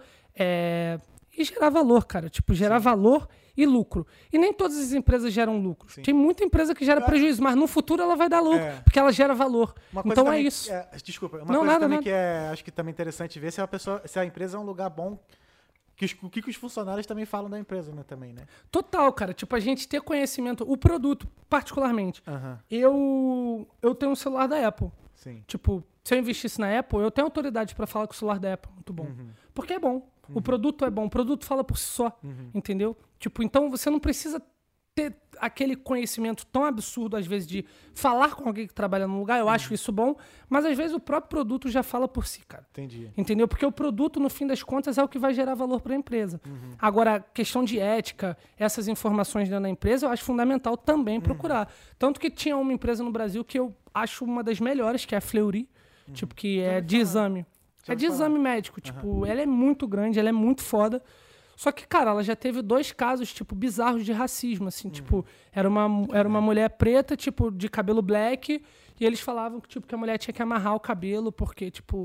Speaker 2: E gerar valor, cara. Tipo, gerar valor e lucro. E nem todas as empresas geram lucro. Tem muita empresa que gera prejuízo, mas no futuro ela vai dar lucro, porque ela gera valor. Então
Speaker 1: também,
Speaker 2: isso.
Speaker 1: Desculpa, uma coisa também que acho que também é interessante ver se a empresa é um lugar bom. O que os funcionários também falam da empresa, né? Também, né?
Speaker 2: Total, cara. Tipo, a gente ter conhecimento, o produto, particularmente. Eu tenho um celular da Apple.
Speaker 1: Sim.
Speaker 2: Tipo, se eu investisse na Apple, eu tenho autoridade pra falar que o celular da Apple é muito bom. Porque é bom. O produto é bom. O produto fala por si só. Entendeu? Tipo, então você não precisa ter aquele conhecimento tão absurdo, às vezes, de falar com alguém que trabalha num lugar. Eu acho isso bom. Mas, às vezes, o próprio produto já fala por si, cara.
Speaker 1: Entendi.
Speaker 2: Entendeu? Porque o produto, no fim das contas, é o que vai gerar valor para a empresa. Agora, questão de ética, essas informações dentro da empresa, eu acho fundamental também procurar. Tanto que tinha uma empresa no Brasil que eu acho uma das melhores, que é a Fleury, tipo, que é de exame. É de exame médico. Tipo, ela é muito grande, ela é muito foda. Só que, cara, ela já teve 2 casos, tipo, bizarros de racismo, assim. Tipo, era uma mulher preta, tipo, de cabelo black, e eles falavam que, tipo, que a mulher tinha que amarrar o cabelo porque, tipo,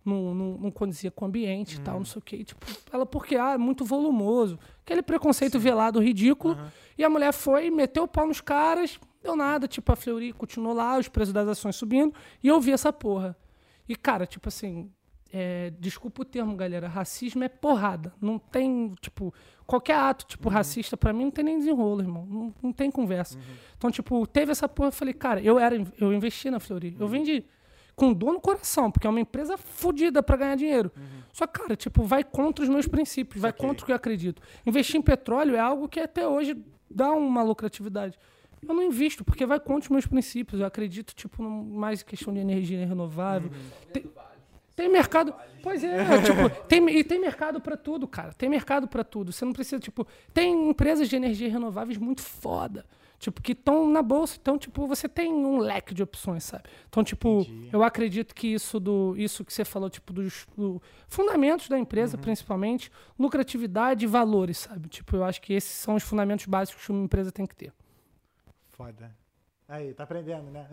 Speaker 2: não condizia com o ambiente e tal, não sei o quê. E, tipo, ela, porque é muito volumoso. Aquele preconceito velado ridículo. E a mulher foi, meteu o pau nos caras, deu nada. Tipo, a Fleury continuou lá, os preços das ações subindo. E eu vi essa porra. E, cara, tipo assim, desculpa o termo, galera, racismo é porrada. Não tem, tipo, qualquer ato, tipo, racista, pra mim, não tem nem desenrolo, irmão. Não tem conversa. Então, tipo, teve essa porra, eu falei, cara, eu investi na Fleury. Eu vendi com dor no coração, porque é uma empresa fodida pra ganhar dinheiro. Só que, cara, tipo, vai contra os meus princípios, vai contra o que eu acredito. Investir em petróleo é algo que até hoje dá uma lucratividade. Eu não invisto, porque vai contra os meus princípios. Eu acredito, tipo, mais em questão de energia renovável. Tem mercado... Pois é, tipo, tem mercado pra tudo, cara. Tem mercado pra tudo. Você não precisa, tipo... Tem empresas de energia renováveis muito foda. Tipo, que estão na bolsa. Então, tipo, você tem um leque de opções, sabe? Então, tipo, eu acredito que isso que você falou, tipo, dos fundamentos da empresa, principalmente, lucratividade e valores, sabe? Tipo, eu acho que esses são os fundamentos básicos que uma empresa tem que ter.
Speaker 1: Foda. Aí, tá aprendendo, né?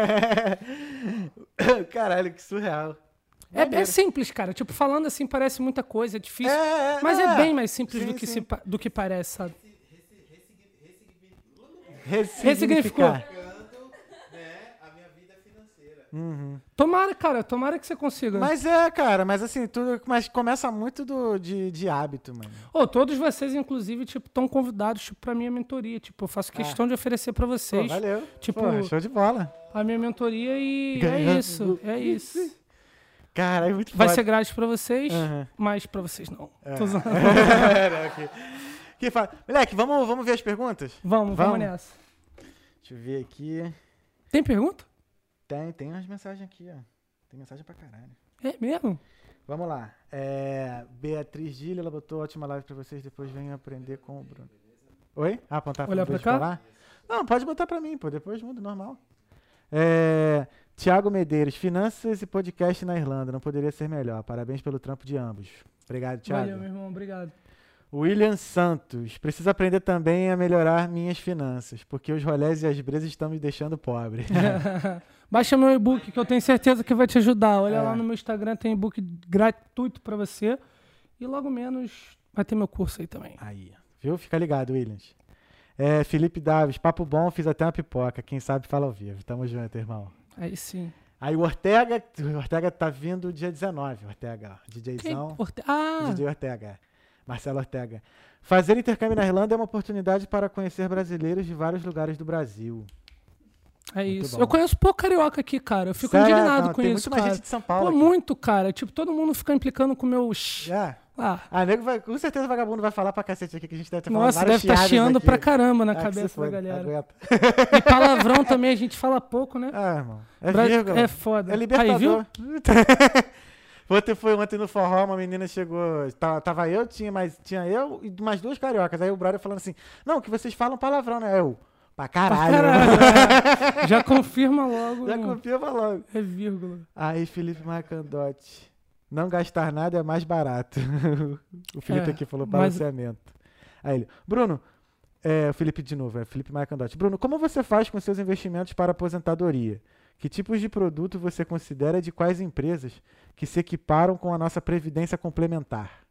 Speaker 1: Caralho, que surreal.
Speaker 2: É simples, cara. Tipo, falando assim parece muita coisa, é difícil. Mas é bem mais simples do que parece, sabe? Ressignificou.
Speaker 3: Né, a minha vida financeira.
Speaker 2: Tomara que você consiga.
Speaker 1: Mas cara, mas assim, mas começa muito de hábito, mano.
Speaker 2: Todos vocês, inclusive, tipo, estão convidados tipo, pra minha mentoria. Tipo, eu faço questão de oferecer pra vocês.
Speaker 1: Pô, valeu.
Speaker 2: Tipo,
Speaker 1: show de bola.
Speaker 2: A minha mentoria e é isso.
Speaker 1: Cara, é muito
Speaker 2: Vai
Speaker 1: foda.
Speaker 2: ser grátis pra vocês, mas pra vocês não. Tô zoando.
Speaker 1: Moleque, vamos ver as perguntas?
Speaker 2: Vamos nessa.
Speaker 1: Deixa eu ver aqui.
Speaker 2: Tem pergunta?
Speaker 1: Tem umas mensagens aqui, ó. Tem mensagem pra caralho.
Speaker 2: É mesmo?
Speaker 1: Vamos lá. Beatriz Gilha, ela botou ótima live pra vocês, depois venham aprender com o Bruno. Oi? Apontar
Speaker 2: Olhar pra cá?
Speaker 1: Falar? Não, pode botar pra mim, pô. Depois muda, normal. Tiago Medeiros, finanças e podcast na Irlanda. Não poderia ser melhor. Parabéns pelo trampo de ambos. Obrigado, Tiago.
Speaker 2: Valeu, meu irmão. Obrigado.
Speaker 1: William Santos. Preciso aprender também a melhorar minhas finanças, porque os rolés e as bresas estão me deixando pobre.
Speaker 2: Baixa meu e-book, que eu tenho certeza que vai te ajudar. Olha lá no meu Instagram, tem e-book gratuito pra você. E logo menos vai ter meu curso aí também.
Speaker 1: Aí, viu? Fica ligado, Williams. Felipe Daves, papo bom, fiz até uma pipoca. Quem sabe fala ao vivo. Tamo junto, irmão.
Speaker 2: Aí sim.
Speaker 1: Aí o Ortega tá vindo dia 19, Ortega. DJzão. DJ Ortega. Marcelo Ortega. Fazer intercâmbio na Irlanda é uma oportunidade para conhecer brasileiros de vários lugares do Brasil.
Speaker 2: É
Speaker 1: Muito
Speaker 2: isso.
Speaker 1: bom.
Speaker 2: Eu conheço pouco carioca aqui, cara. Eu fico
Speaker 1: Sério?
Speaker 2: indignado
Speaker 1: Não,
Speaker 2: com
Speaker 1: tem
Speaker 2: isso,
Speaker 1: muito mais
Speaker 2: cara.
Speaker 1: gente de São Paulo
Speaker 2: Pô,
Speaker 1: aqui.
Speaker 2: muito, cara. Tipo, todo mundo fica implicando com o meu...
Speaker 1: Nego com certeza o vagabundo vai falar pra cacete aqui que a gente deve ter falado
Speaker 2: Nossa,
Speaker 1: várias
Speaker 2: deve estar
Speaker 1: chiadas
Speaker 2: chiando
Speaker 1: aqui.
Speaker 2: pra caramba na
Speaker 1: Que
Speaker 2: cabeça
Speaker 1: se foda,
Speaker 2: da galera.
Speaker 1: aguenta.
Speaker 2: E palavrão também a gente fala pouco, né?
Speaker 1: Irmão. É vírgula.
Speaker 2: É foda.
Speaker 1: É libertador.
Speaker 2: Aí, viu?
Speaker 1: Foi ontem no forró, uma menina chegou, tava eu, tinha eu e mais duas cariocas. Aí o brother falando assim, não, que vocês falam palavrão, né? Eu, pra caralho.
Speaker 2: Já confirma logo.
Speaker 1: Já confirma logo.
Speaker 2: É vírgula.
Speaker 1: Aí Felipe Marcandotti, não gastar nada é mais barato. O Felipe aqui falou balanceamento. Aí ele, Bruno, o Felipe de novo, Felipe Marcandotti. Bruno, como você faz com seus investimentos para aposentadoria? Que tipos de produto você considera de quais empresas que se equiparam com a nossa previdência complementar?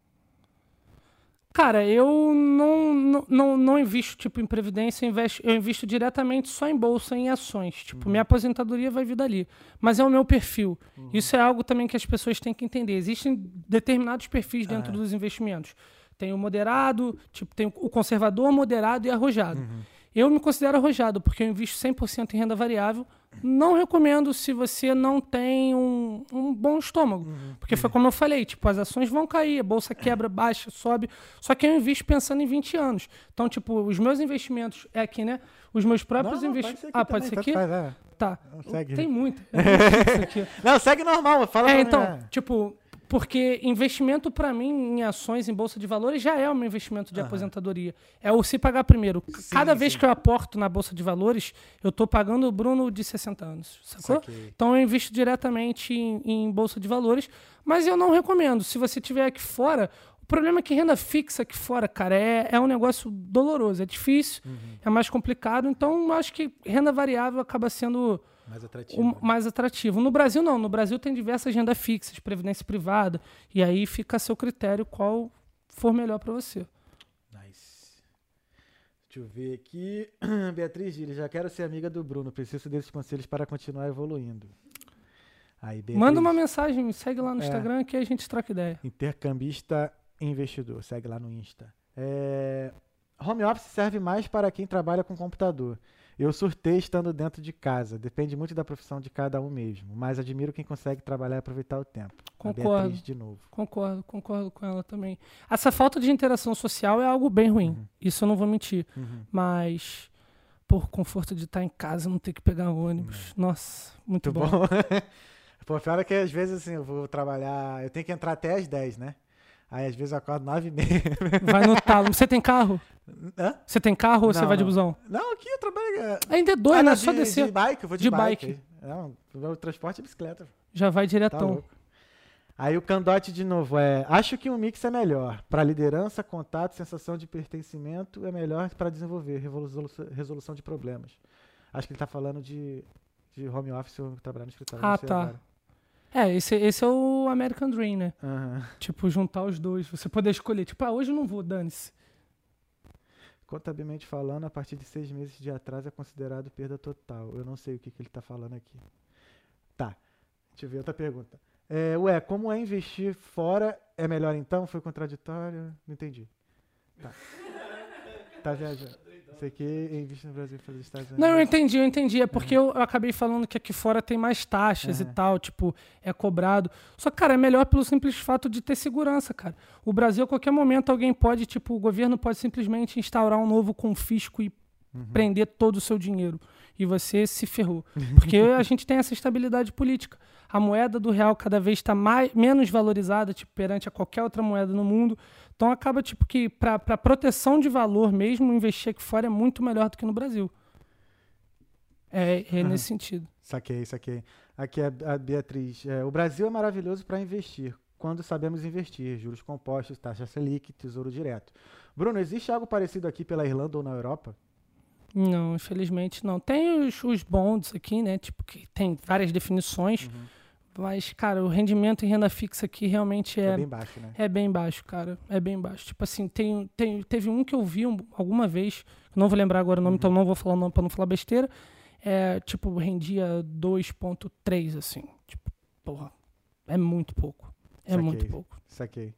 Speaker 2: Cara, eu não invisto tipo em previdência, eu invisto diretamente só em bolsa, em ações. Tipo, minha aposentadoria vai vir dali. Mas é o meu perfil. Isso é algo também que as pessoas têm que entender. Existem determinados perfis dentro dos investimentos. Tem o moderado, tipo, tem o conservador, moderado e arrojado. Eu me considero arrojado, porque eu invisto 100% em renda variável. Não recomendo se você não tem um bom estômago. Porque foi como eu falei, tipo, as ações vão cair, a bolsa quebra, baixa, sobe. Só que eu invisto pensando em 20 anos. Então, tipo, os meus investimentos é aqui, né? Os meus próprios investimentos... Pode ser aqui? Tá.
Speaker 1: Não, segue.
Speaker 2: Tem muito. Isso aqui.
Speaker 1: Não, segue normal, fala pra mim.
Speaker 2: Então, tipo... Porque investimento, para mim, em ações, em bolsa de valores, já é um investimento de aposentadoria. É o se pagar primeiro. Cada vez que eu aporto na bolsa de valores, eu estou pagando o Bruno de 60 anos. Sacou?
Speaker 1: Saquei.
Speaker 2: Então, eu invisto diretamente em bolsa de valores. Mas eu não recomendo. Se você tiver aqui fora... O problema é que renda fixa aqui fora, cara, é um negócio doloroso. É difícil, é mais complicado. Então, eu acho que renda variável acaba sendo
Speaker 1: Mais atrativo.
Speaker 2: mais atrativo. No Brasil, não. No Brasil tem diversas rendas fixas, previdência privada, e aí fica a seu critério qual for melhor para você.
Speaker 1: Nice. Deixa eu ver aqui. Beatriz Gilles, já quero ser amiga do Bruno. Preciso desses conselhos para continuar evoluindo. Aí, Beatriz,
Speaker 2: Manda uma mensagem, me segue lá no
Speaker 1: É.
Speaker 2: Instagram que a gente troca ideia.
Speaker 1: intercambista investidor. Segue lá no Insta. Home office serve mais para quem trabalha com computador. Eu surtei estando dentro de casa. Depende muito da profissão de cada um mesmo. Mas admiro quem consegue trabalhar e aproveitar o tempo. A
Speaker 2: Concordo.
Speaker 1: Beatriz, de novo.
Speaker 2: Concordo com ela também. Essa falta de interação social é algo bem ruim. Isso eu não vou mentir. Mas, por conforto de estar em casa, não ter que pegar ônibus. Nossa, muito bom.
Speaker 1: Pô, pior é que às vezes assim, eu vou trabalhar, eu tenho que entrar até às 10, né? Aí às vezes eu acordo 9h30.
Speaker 2: Vai no talo. Você tem carro?
Speaker 1: Hã?
Speaker 2: Você tem carro ou você
Speaker 1: Não,
Speaker 2: vai de
Speaker 1: não.
Speaker 2: busão?
Speaker 1: Não, aqui eu trabalho.
Speaker 2: Ainda é doido,
Speaker 1: não,
Speaker 2: né? Só descer.
Speaker 1: De bike, eu vou de
Speaker 2: De
Speaker 1: bike.
Speaker 2: bike.
Speaker 1: Não, o meu transporte é bicicleta.
Speaker 2: Já vai
Speaker 1: Tá
Speaker 2: diretão.
Speaker 1: louco. Aí o Candote de novo acho que um mix é melhor. Para liderança, contato, sensação de pertencimento é melhor para desenvolver resolução de problemas. Acho que ele tá falando de home office ou trabalhar no escritório.
Speaker 2: Ah,
Speaker 1: não sei
Speaker 2: tá.
Speaker 1: agora.
Speaker 2: Esse é o American Dream, né?
Speaker 1: Aham.
Speaker 2: Tipo, juntar os dois. Você poder escolher. Tipo, hoje eu não vou, dane-se.
Speaker 1: Contabilmente falando, a partir de 6 meses de atraso é considerado perda total. Eu não sei o que ele tá falando aqui. Tá. Deixa eu ver outra pergunta. Como é investir fora? É melhor então? Foi contraditório? Não entendi. Tá. Tá viajando. Isso aqui investir no Brasil e fazer Estados Unidos.
Speaker 2: Não, eu entendi. É porque eu acabei falando que aqui fora tem mais taxas e tal, tipo, é cobrado. Só que, cara, é melhor pelo simples fato de ter segurança, cara. O Brasil, a qualquer momento, alguém pode, tipo, o governo pode simplesmente instaurar um novo confisco e prender todo o seu dinheiro. E você se ferrou. Porque a gente tem essa estabilidade política. A moeda do real cada vez está menos valorizada, tipo, perante a qualquer outra moeda no mundo. Então acaba, tipo, que para proteção de valor mesmo, investir aqui fora é muito melhor do que no Brasil. É nesse sentido.
Speaker 1: Saquei. Aqui é a Beatriz. O Brasil é maravilhoso para investir, quando sabemos investir. Juros compostos, taxa Selic, tesouro direto. Bruno, existe algo parecido aqui pela Irlanda ou na Europa?
Speaker 2: Não, infelizmente não. Tem os bonds aqui, né? Tipo, que tem várias definições. Mas, cara, o rendimento em renda fixa aqui realmente
Speaker 1: É bem baixo, né?
Speaker 2: É bem baixo, cara. É bem baixo. Tipo assim, teve um que eu vi alguma vez, não vou lembrar agora o nome, então não vou falar o nome pra não falar besteira. Tipo, rendia 2,3, assim. Tipo, porra, é muito pouco. É
Speaker 1: Saquei.
Speaker 2: muito pouco.
Speaker 1: Saquei.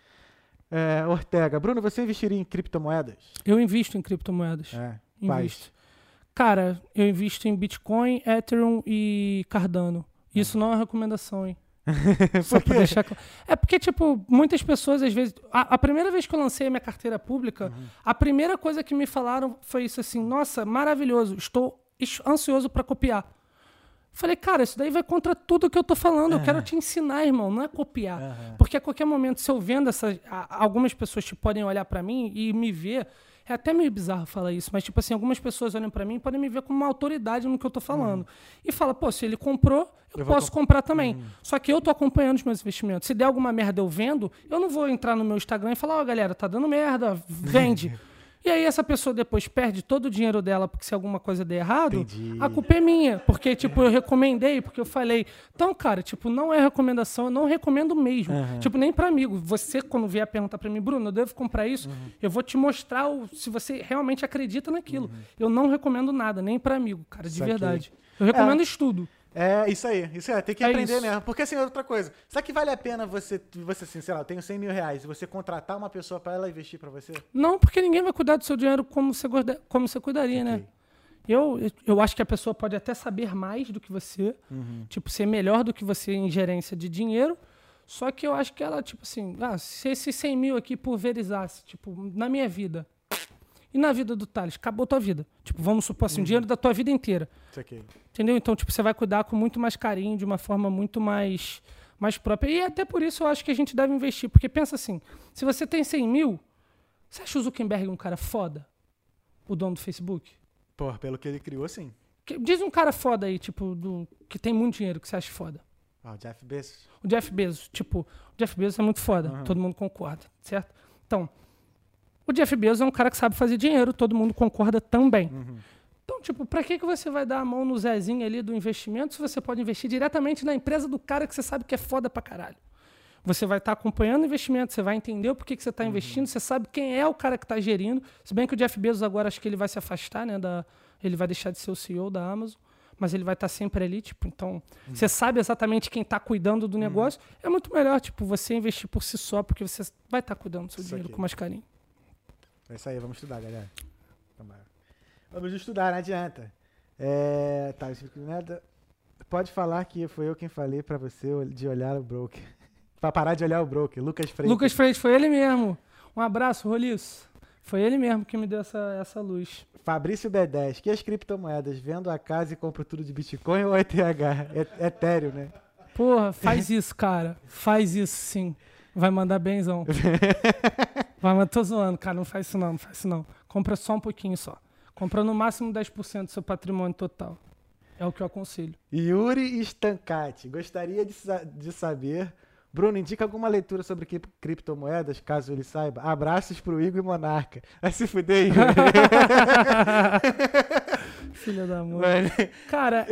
Speaker 1: Ortega, Bruno, você investiria em criptomoedas?
Speaker 2: Eu invisto em criptomoedas.
Speaker 1: Quais?
Speaker 2: Invisto. Cara, eu invisto em Bitcoin, Ethereum e Cardano. Isso não é recomendação, hein? Só pra deixar claro. É porque, tipo, muitas pessoas, às vezes... A primeira vez que eu lancei a minha carteira pública, a primeira coisa que me falaram foi isso assim, nossa, maravilhoso, estou ansioso para copiar. Falei, cara, isso daí vai contra tudo que eu tô falando. Eu quero te ensinar, irmão, não é copiar. Porque a qualquer momento, se eu vendo algumas pessoas tipo, podem olhar para mim e me ver... É até meio bizarro falar isso, mas, tipo assim, algumas pessoas olham pra mim e podem me ver como uma autoridade no que eu tô falando. E fala, pô, se ele comprou, eu posso comprar também. Só que eu tô acompanhando os meus investimentos. Se der alguma merda eu vendo, eu não vou entrar no meu Instagram e falar, galera, tá dando merda, vende. E aí essa pessoa depois perde todo o dinheiro dela, porque se alguma coisa der errado,
Speaker 1: Entendi.
Speaker 2: a culpa é minha. Porque, tipo, eu recomendei, porque eu falei. Então, cara, tipo, não é recomendação, eu não recomendo mesmo. Tipo, nem pra amigo. Você, quando vier perguntar pra mim, Bruno, eu devo comprar isso? Eu vou te mostrar se você realmente acredita naquilo. Eu não recomendo nada, nem pra amigo, cara, de
Speaker 1: Saquei.
Speaker 2: verdade. Eu recomendo estudo.
Speaker 1: Isso aí, tem que aprender mesmo. Porque assim, outra coisa, será que vale a pena você assim, sei lá, eu tenho 100 mil reais e você contratar uma pessoa pra ela investir pra você?
Speaker 2: Não, porque ninguém vai cuidar do seu dinheiro como você cuidaria, né? Eu acho que a pessoa pode até saber mais do que você, tipo, ser melhor do que você em gerência de dinheiro, só que eu acho que ela, tipo assim, se esse 100 mil aqui pulverizasse, tipo, na minha vida, e na vida do Thales, acabou tua vida. Tipo, vamos supor assim, o dinheiro da tua vida inteira.
Speaker 1: Isso aqui.
Speaker 2: Entendeu? Então, tipo, você vai cuidar com muito mais carinho, de uma forma muito mais própria. E até por isso eu acho que a gente deve investir. Porque pensa assim, se você tem 100 mil, você acha o Zuckerberg um cara foda? O dono do Facebook?
Speaker 1: Pô, pelo que ele criou, sim.
Speaker 2: Diz um cara foda aí, tipo, que tem muito dinheiro, que você acha foda.
Speaker 1: O Jeff Bezos.
Speaker 2: O Jeff Bezos, tipo, o Jeff Bezos é muito foda, todo mundo concorda, certo? Então, o Jeff Bezos é um cara que sabe fazer dinheiro, todo mundo concorda também. Então, tipo, pra que você vai dar a mão no Zezinho ali do investimento se você pode investir diretamente na empresa do cara que você sabe que é foda pra caralho? Você vai estar acompanhando o investimento, você vai entender o porquê que você está investindo, você sabe quem é o cara que está gerindo. Se bem que o Jeff Bezos agora acho que ele vai se afastar, né? Ele vai deixar de ser o CEO da Amazon, mas ele vai estar sempre ali, tipo, então você sabe exatamente quem está cuidando do negócio. É muito melhor, tipo, você investir por si só, porque você vai estar cuidando do seu dinheiro com mais carinho.
Speaker 1: É isso aí, vamos estudar, galera. Vamos estudar, não adianta. Tá, pode falar que foi eu quem falei pra você de olhar o broker. Pra parar de olhar o broker, Lucas Freitas.
Speaker 2: Lucas Freitas, foi ele mesmo. Um abraço, Roliço. Foi ele mesmo que me deu essa luz.
Speaker 1: Fabrício B10, que as criptomoedas? Vendo a casa e compro tudo de Bitcoin ou ETH? Etéreo, né?
Speaker 2: Porra, faz isso, cara. Faz isso, sim. Vai mandar benzão. Mas tô zoando, cara. Não faz isso não, não faz isso não. Compra só um pouquinho só. Compra no máximo 10% do seu patrimônio total. É o que eu aconselho.
Speaker 1: Yuri Stancati, gostaria de saber... Bruno, indica alguma leitura sobre criptomoedas, caso ele saiba. Abraços pro Igor e Monarca. Vai se fuder, Igor.
Speaker 2: Filha da mãe. Cara,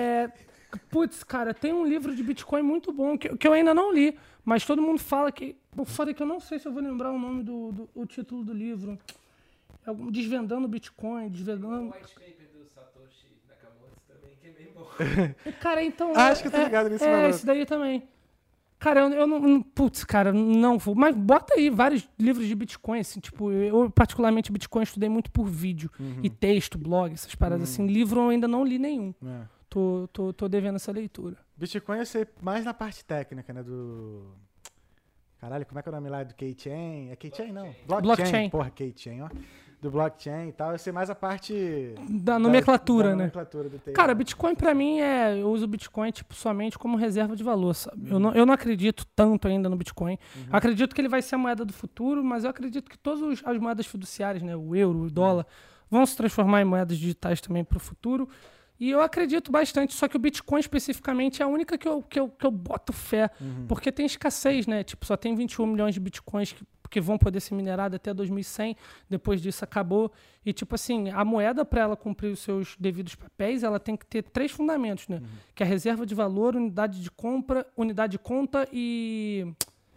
Speaker 2: Putz, cara, tem um livro de Bitcoin muito bom, que eu ainda não li, mas todo mundo fala que... O foda é que eu não sei se eu vou lembrar o nome o título do livro. Desvendando Bitcoin, desvendando...
Speaker 5: O white paper do Satoshi Nakamoto também, que é bem bom.
Speaker 2: Cara, então...
Speaker 1: Acho que eu tô ligado nesse maluco.
Speaker 2: Esse daí também. Cara, eu não... Putz, cara, não vou... Mas bota aí vários livros de Bitcoin, assim, tipo... Eu, particularmente, Bitcoin, estudei muito por vídeo. E texto, blog, essas paradas assim. Livro eu ainda não li nenhum. Tô devendo essa leitura.
Speaker 1: Bitcoin eu sei mais na parte técnica, né? Do... Caralho, como é que é o nome lá do K-Chain? É K-Chain, não?
Speaker 2: Blockchain.
Speaker 1: Porra, K-Chain, ó. Do blockchain e tal. Eu sei mais a parte...
Speaker 2: Da nomenclatura, né?
Speaker 1: Nomenclatura do
Speaker 2: Cara, Bitcoin pra mim eu uso o Bitcoin tipo, somente como reserva de valor, sabe? Eu não acredito tanto ainda no Bitcoin. Acredito que ele vai ser a moeda do futuro, mas eu acredito que todas as moedas fiduciárias, né? O euro, o dólar, vão se transformar em moedas digitais também pro futuro. E eu acredito bastante, só que o Bitcoin especificamente é a única que eu boto fé, porque tem escassez, né? Tipo, só tem 21 milhões de Bitcoins que vão poder ser minerados até 2100, depois disso acabou. E, tipo assim, a moeda, para ela cumprir os seus devidos papéis, ela tem que ter 3 fundamentos, né? Que é a reserva de valor, unidade de compra, unidade de conta e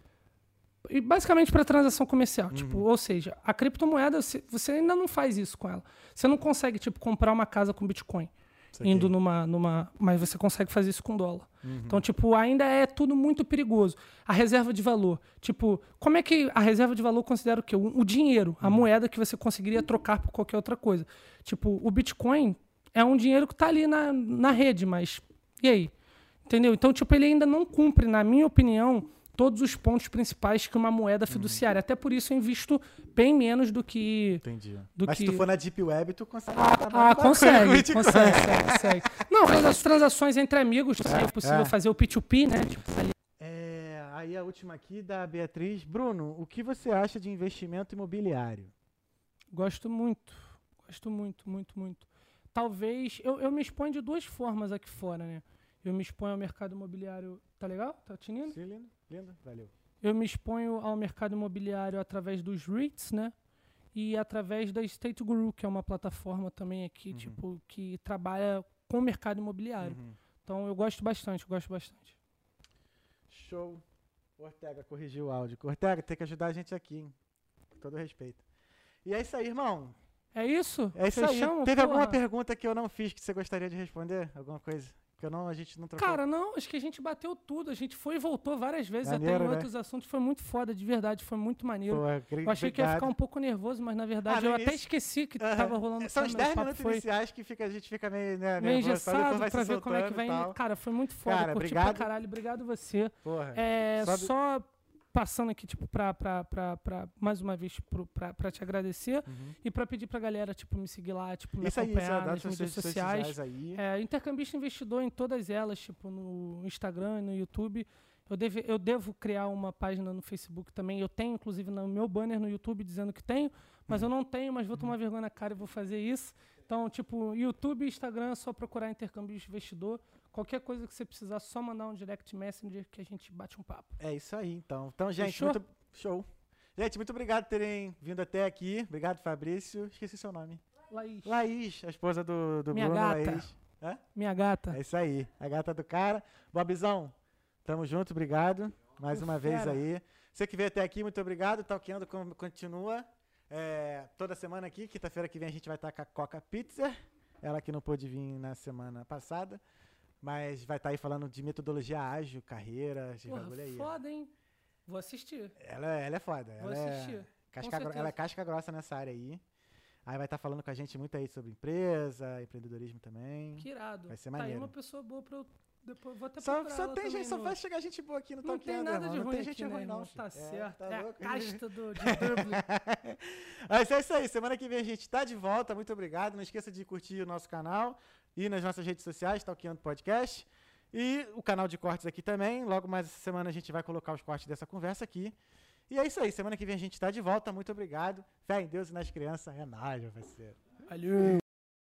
Speaker 2: basicamente para transação comercial. Tipo, ou seja, a criptomoeda, você ainda não faz isso com ela. Você não consegue, tipo, comprar uma casa com Bitcoin. Indo mas você consegue fazer isso com dólar. Então, tipo, ainda é tudo muito perigoso. A reserva de valor. Tipo, como é que a reserva de valor considera o quê? O dinheiro, a moeda que você conseguiria trocar por qualquer outra coisa. Tipo, o Bitcoin é um dinheiro que tá ali na rede, mas e aí? Entendeu? Então, tipo, ele ainda não cumpre, na minha opinião, todos os pontos principais que uma moeda fiduciária. Até por isso eu invisto bem menos do que...
Speaker 1: Entendi. Mas se tu for na Deep Web, tu consegue...
Speaker 2: consegue. Não, as transações entre amigos, é possível fazer o P2P, né? Tipo,
Speaker 1: aí a última aqui da Beatriz. Bruno, o que você acha de investimento imobiliário?
Speaker 2: Gosto muito. Talvez... Eu me exponho de 2 formas aqui fora, né? Eu me exponho ao mercado imobiliário... Tá legal? Tá tinindo?
Speaker 1: Sim, lindo. Valeu.
Speaker 2: Eu me exponho ao mercado imobiliário através dos REITs, né? E através da Estate Guru, que é uma plataforma também aqui, tipo, que trabalha com o mercado imobiliário. Então, eu gosto bastante.
Speaker 1: Show. Ortega corrigiu o áudio. Ortega, tem que ajudar a gente aqui, hein? Com todo respeito. E é isso aí, irmão.
Speaker 2: É isso?
Speaker 1: É isso aí. Teve alguma pergunta que eu não fiz que você gostaria de responder? Alguma coisa? Que a gente não trocou?
Speaker 2: Cara, não, acho que a gente bateu tudo. A gente foi e voltou várias vezes,
Speaker 1: maneiro,
Speaker 2: até em
Speaker 1: né?
Speaker 2: outros assuntos. Foi muito foda, de verdade. Foi muito maneiro.
Speaker 1: Pô,
Speaker 2: eu achei que ia ficar um pouco nervoso, mas na verdade eu até esqueci que tava rolando.
Speaker 1: São os 10 minutos iniciais que a gente fica meio
Speaker 2: engessado pra ver como é que vai. Cara, foi muito foda.
Speaker 1: Cara,
Speaker 2: curti
Speaker 1: obrigado.
Speaker 2: pra caralho. Obrigado você.
Speaker 1: Porra,
Speaker 2: só passando aqui, tipo, mais uma vez, pra te agradecer e pra pedir pra galera, tipo, me seguir lá, tipo, me acompanhar nas mídias sociais. Intercambista Investidor em todas elas, tipo, no Instagram e no YouTube. Eu devo criar uma página no Facebook também. Eu tenho, inclusive, no meu banner no YouTube dizendo que tenho, mas eu não tenho, mas vou tomar vergonha na cara e vou fazer isso. Então, tipo, YouTube e Instagram é só procurar Intercambista Investidor. Qualquer coisa que você precisar, só mandar um direct messenger que a gente bate um papo.
Speaker 1: É isso aí, então. Então, gente,
Speaker 2: Fechou?
Speaker 1: Show. Gente, muito obrigado por terem vindo até aqui. Obrigado, Fabrício. Esqueci seu nome. Laís, a esposa do
Speaker 2: Minha
Speaker 1: Bruno,
Speaker 2: gata.
Speaker 1: Laís. Hã?
Speaker 2: Minha gata.
Speaker 1: É isso aí, a gata do cara. Bobzão, tamo junto, obrigado. Mais uma vez
Speaker 2: fera.
Speaker 1: aí. Você que veio até aqui, muito obrigado. Talkando continua. Toda semana aqui, quinta-feira que vem a gente vai estar com a Coca Pizza. Ela que não pôde vir na semana passada. Mas vai estar aí falando de metodologia ágil, carreira, de
Speaker 2: Porra,
Speaker 1: bagulho aí.
Speaker 2: foda, hein? Vou assistir.
Speaker 1: Ela é foda.
Speaker 2: Vou
Speaker 1: Ela
Speaker 2: assistir. Com certeza.
Speaker 1: ela é casca grossa nessa área aí. Aí vai estar falando com a gente muito aí sobre empresa, empreendedorismo também.
Speaker 2: Que irado.
Speaker 1: Vai ser
Speaker 2: Tá aí
Speaker 1: maneiro.
Speaker 2: uma pessoa boa pra eu... Depois vou até
Speaker 1: Só
Speaker 2: procurar ela
Speaker 1: tem gente,
Speaker 2: também
Speaker 1: só
Speaker 2: no-
Speaker 1: vai chegar gente boa aqui no
Speaker 2: Não
Speaker 1: Talkando,
Speaker 2: tem nada
Speaker 1: irmão.
Speaker 2: de
Speaker 1: Não
Speaker 2: ruim
Speaker 1: tem
Speaker 2: aqui,
Speaker 1: gente
Speaker 2: né,
Speaker 1: ruim,
Speaker 2: irmão?
Speaker 1: não.
Speaker 2: Tá
Speaker 1: filho.
Speaker 2: certo.
Speaker 1: Tá
Speaker 2: É a
Speaker 1: louco?
Speaker 2: casta de Dublin.
Speaker 1: Mas é isso aí. Semana que vem a gente tá de volta. Muito obrigado. Não esqueça de curtir o nosso canal e nas nossas redes sociais, Talkando Podcast. E o canal de cortes aqui também. Logo mais essa semana a gente vai colocar os cortes dessa conversa aqui. E é isso aí. Semana que vem a gente tá de volta. Muito obrigado. Fé em Deus e nas crianças. É nóis, meu parceiro.
Speaker 2: Valeu.